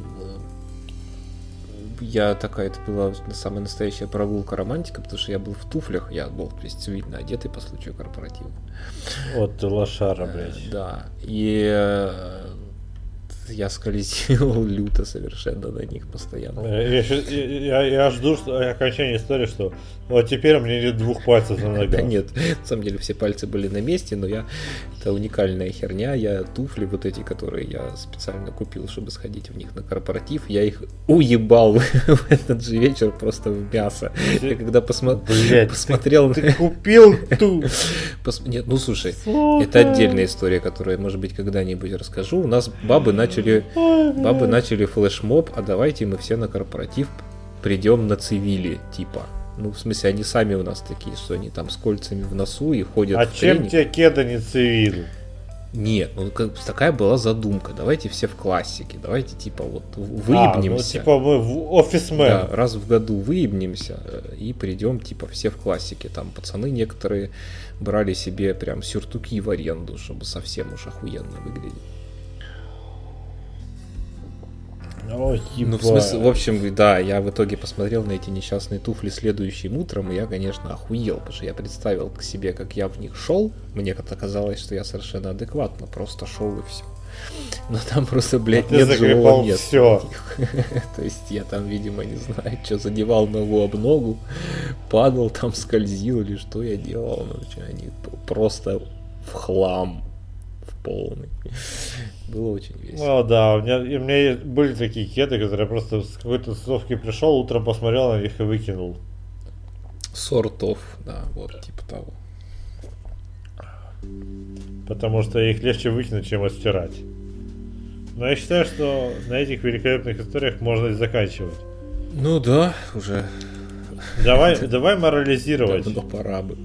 это была самая настоящая прогулка романтика, потому что я был в туфлях, я был, то есть, цивильно одетый по случаю корпоратива. Вот ты лошара, блядь. Да, и Я скользил люто совершенно на них постоянно. Я жду окончания истории, что вот теперь у меня нет 2 пальцев на ногах. Нет, на самом деле все пальцы были на месте, но это уникальная херня. Я туфли вот эти, которые я специально купил, чтобы сходить в них на корпоратив, я их уебал в этот же вечер просто в мясо. Я когда посмотрел... Ты купил ту... Нет, ну слушай, это отдельная история, которую, может быть, когда-нибудь расскажу. У нас бабы начали флешмоб, а давайте мы все на корпоратив придем на цивили, типа. Ну, в смысле, они сами у нас такие, что они там с кольцами в носу и ходят в тренинг. А чем тебе кеда не цивил? Нет, ну такая была задумка. Давайте все в классике. Давайте типа вот выебнемся. Ну типа мы в офисмен. Да, раз в году выебнемся и придем типа все в классике. Там пацаны некоторые брали себе прям сюртуки в аренду, чтобы совсем уж охуенно выглядеть. Ну, в смысле, в общем, да, я в итоге посмотрел на эти несчастные туфли следующим утром, и я, конечно, охуел, потому что я представил к себе, как я в них шел. Мне как-то казалось, что я совершенно адекватно просто шел и все. Но там просто, блядь, нет живого места. Все. То есть я там, видимо, не знаю, что, задевал ногу об ногу, падал там, скользил или что я делал. Ну, они просто в хлам. Полный. Было очень весело. Ну да, у меня были такие кеды, которые я просто с какой-то тусовки пришел, утром посмотрел на них и выкинул. Сортов, да, вот типа того. Потому что их легче выкинуть, чем отстирать. Но я считаю, что на этих великолепных историях можно и заканчивать. Ну да, уже. Давай морализировать. Давно пора бы.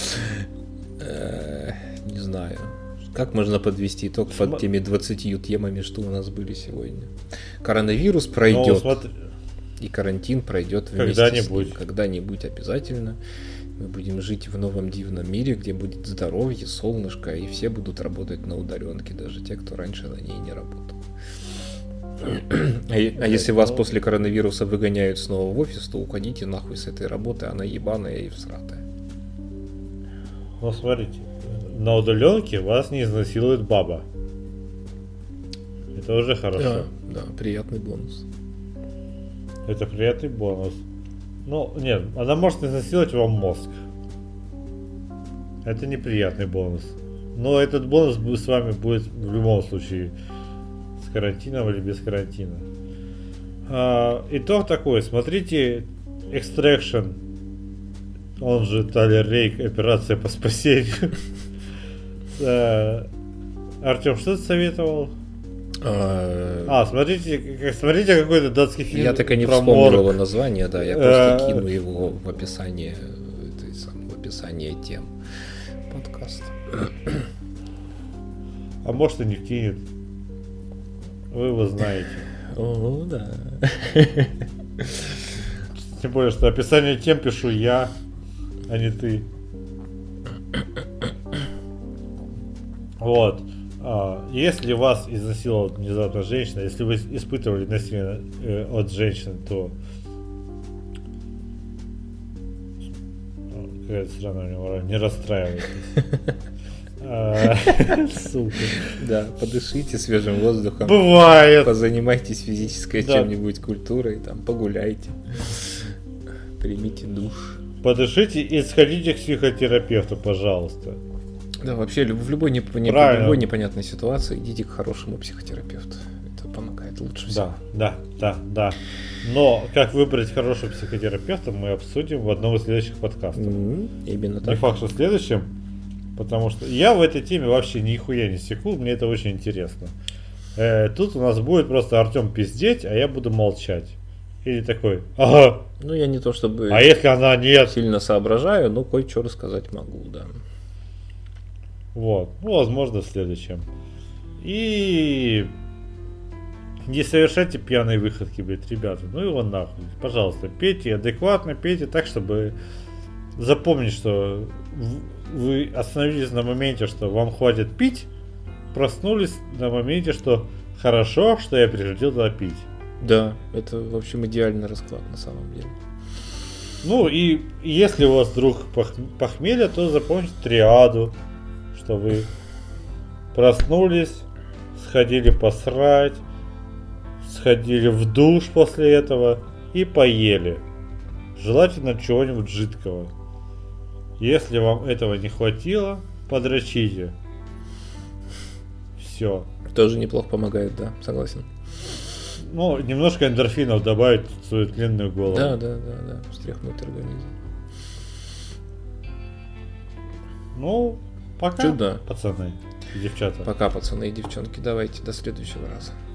Не знаю. Как можно подвести итог под теми 20 темами, что у нас были сегодня? Коронавирус пройдет. И карантин пройдет вместе с ним. Когда-нибудь обязательно. Мы будем жить в новом дивном мире, где будет здоровье, солнышко, и все будут работать на удаленке, даже те, кто раньше на ней не работал. А если вас после коронавируса выгоняют снова в офис, то уходите нахуй с этой работы, она ебаная и всратая. Ну смотрите. На удаленке вас не изнасилует баба. Это уже хорошо. Да, приятный бонус. Это приятный бонус. Ну, нет, она может изнасиловать вам мозг. Это неприятный бонус. Но этот бонус с вами будет в любом случае. С карантином или без карантина. Итог такой. Смотрите Extraction. Он же Талер Рейк. Операция по спасению. Артем, что ты советовал? Смотрите какой-то датский фильм. Я так и не вспомнил его название, да, я просто кину его в описание, в описание тем подкаста. А может и не вкинет. Вы его знаете. О, да. Тем более, что описание тем пишу я, а не ты. Вот. Если вас изнасиловала внезапно женщина, если вы испытывали насилие от женщины, то какая-то странная мораль, не расстраивайтесь. Сука. Да, подышите свежим воздухом. Бывает. Позанимайтесь физической чем-нибудь культурой, там погуляйте. Примите душ. Подышите и сходите к психотерапевту, пожалуйста. Да, вообще в любой непонятной ситуации идите к хорошему психотерапевту. Это помогает лучше всего. Да. Но как выбрать хорошего психотерапевта, мы обсудим в одном из следующих подкастов. Именно так. Не факт, что в следующем, потому что я в этой теме вообще нихуя не секу, мне это очень интересно. Тут у нас будет просто Артем пиздеть, а я буду молчать. Или такой, ага. Ну, я не то чтобы а если она нет? Сильно соображаю, но кое-что рассказать могу, да. Вот, ну, возможно, в следующем. И не совершайте пьяные выходки, блядь, ребята. Ну его нахуй. Пожалуйста, пейте адекватно, пейте так, чтобы запомнить, что вы остановились на моменте, что вам хватит пить, проснулись на моменте, что хорошо, что я прекратил туда пить. Да, это, в общем, идеальный расклад на самом деле. Ну и если у вас вдруг похмелье, то запомните триаду, что вы проснулись, сходили посрать, сходили в душ после этого и поели. Желательно чего-нибудь жидкого. Если вам этого не хватило, подрочите. Все. Тоже неплохо помогает, да, согласен. Ну, немножко эндорфинов добавить в свою длинную голову. Да, встряхнуть организм. Ну, пока, Чудо. пацаны и девчата. Пока, пацаны и девчонки, давайте до следующего раза.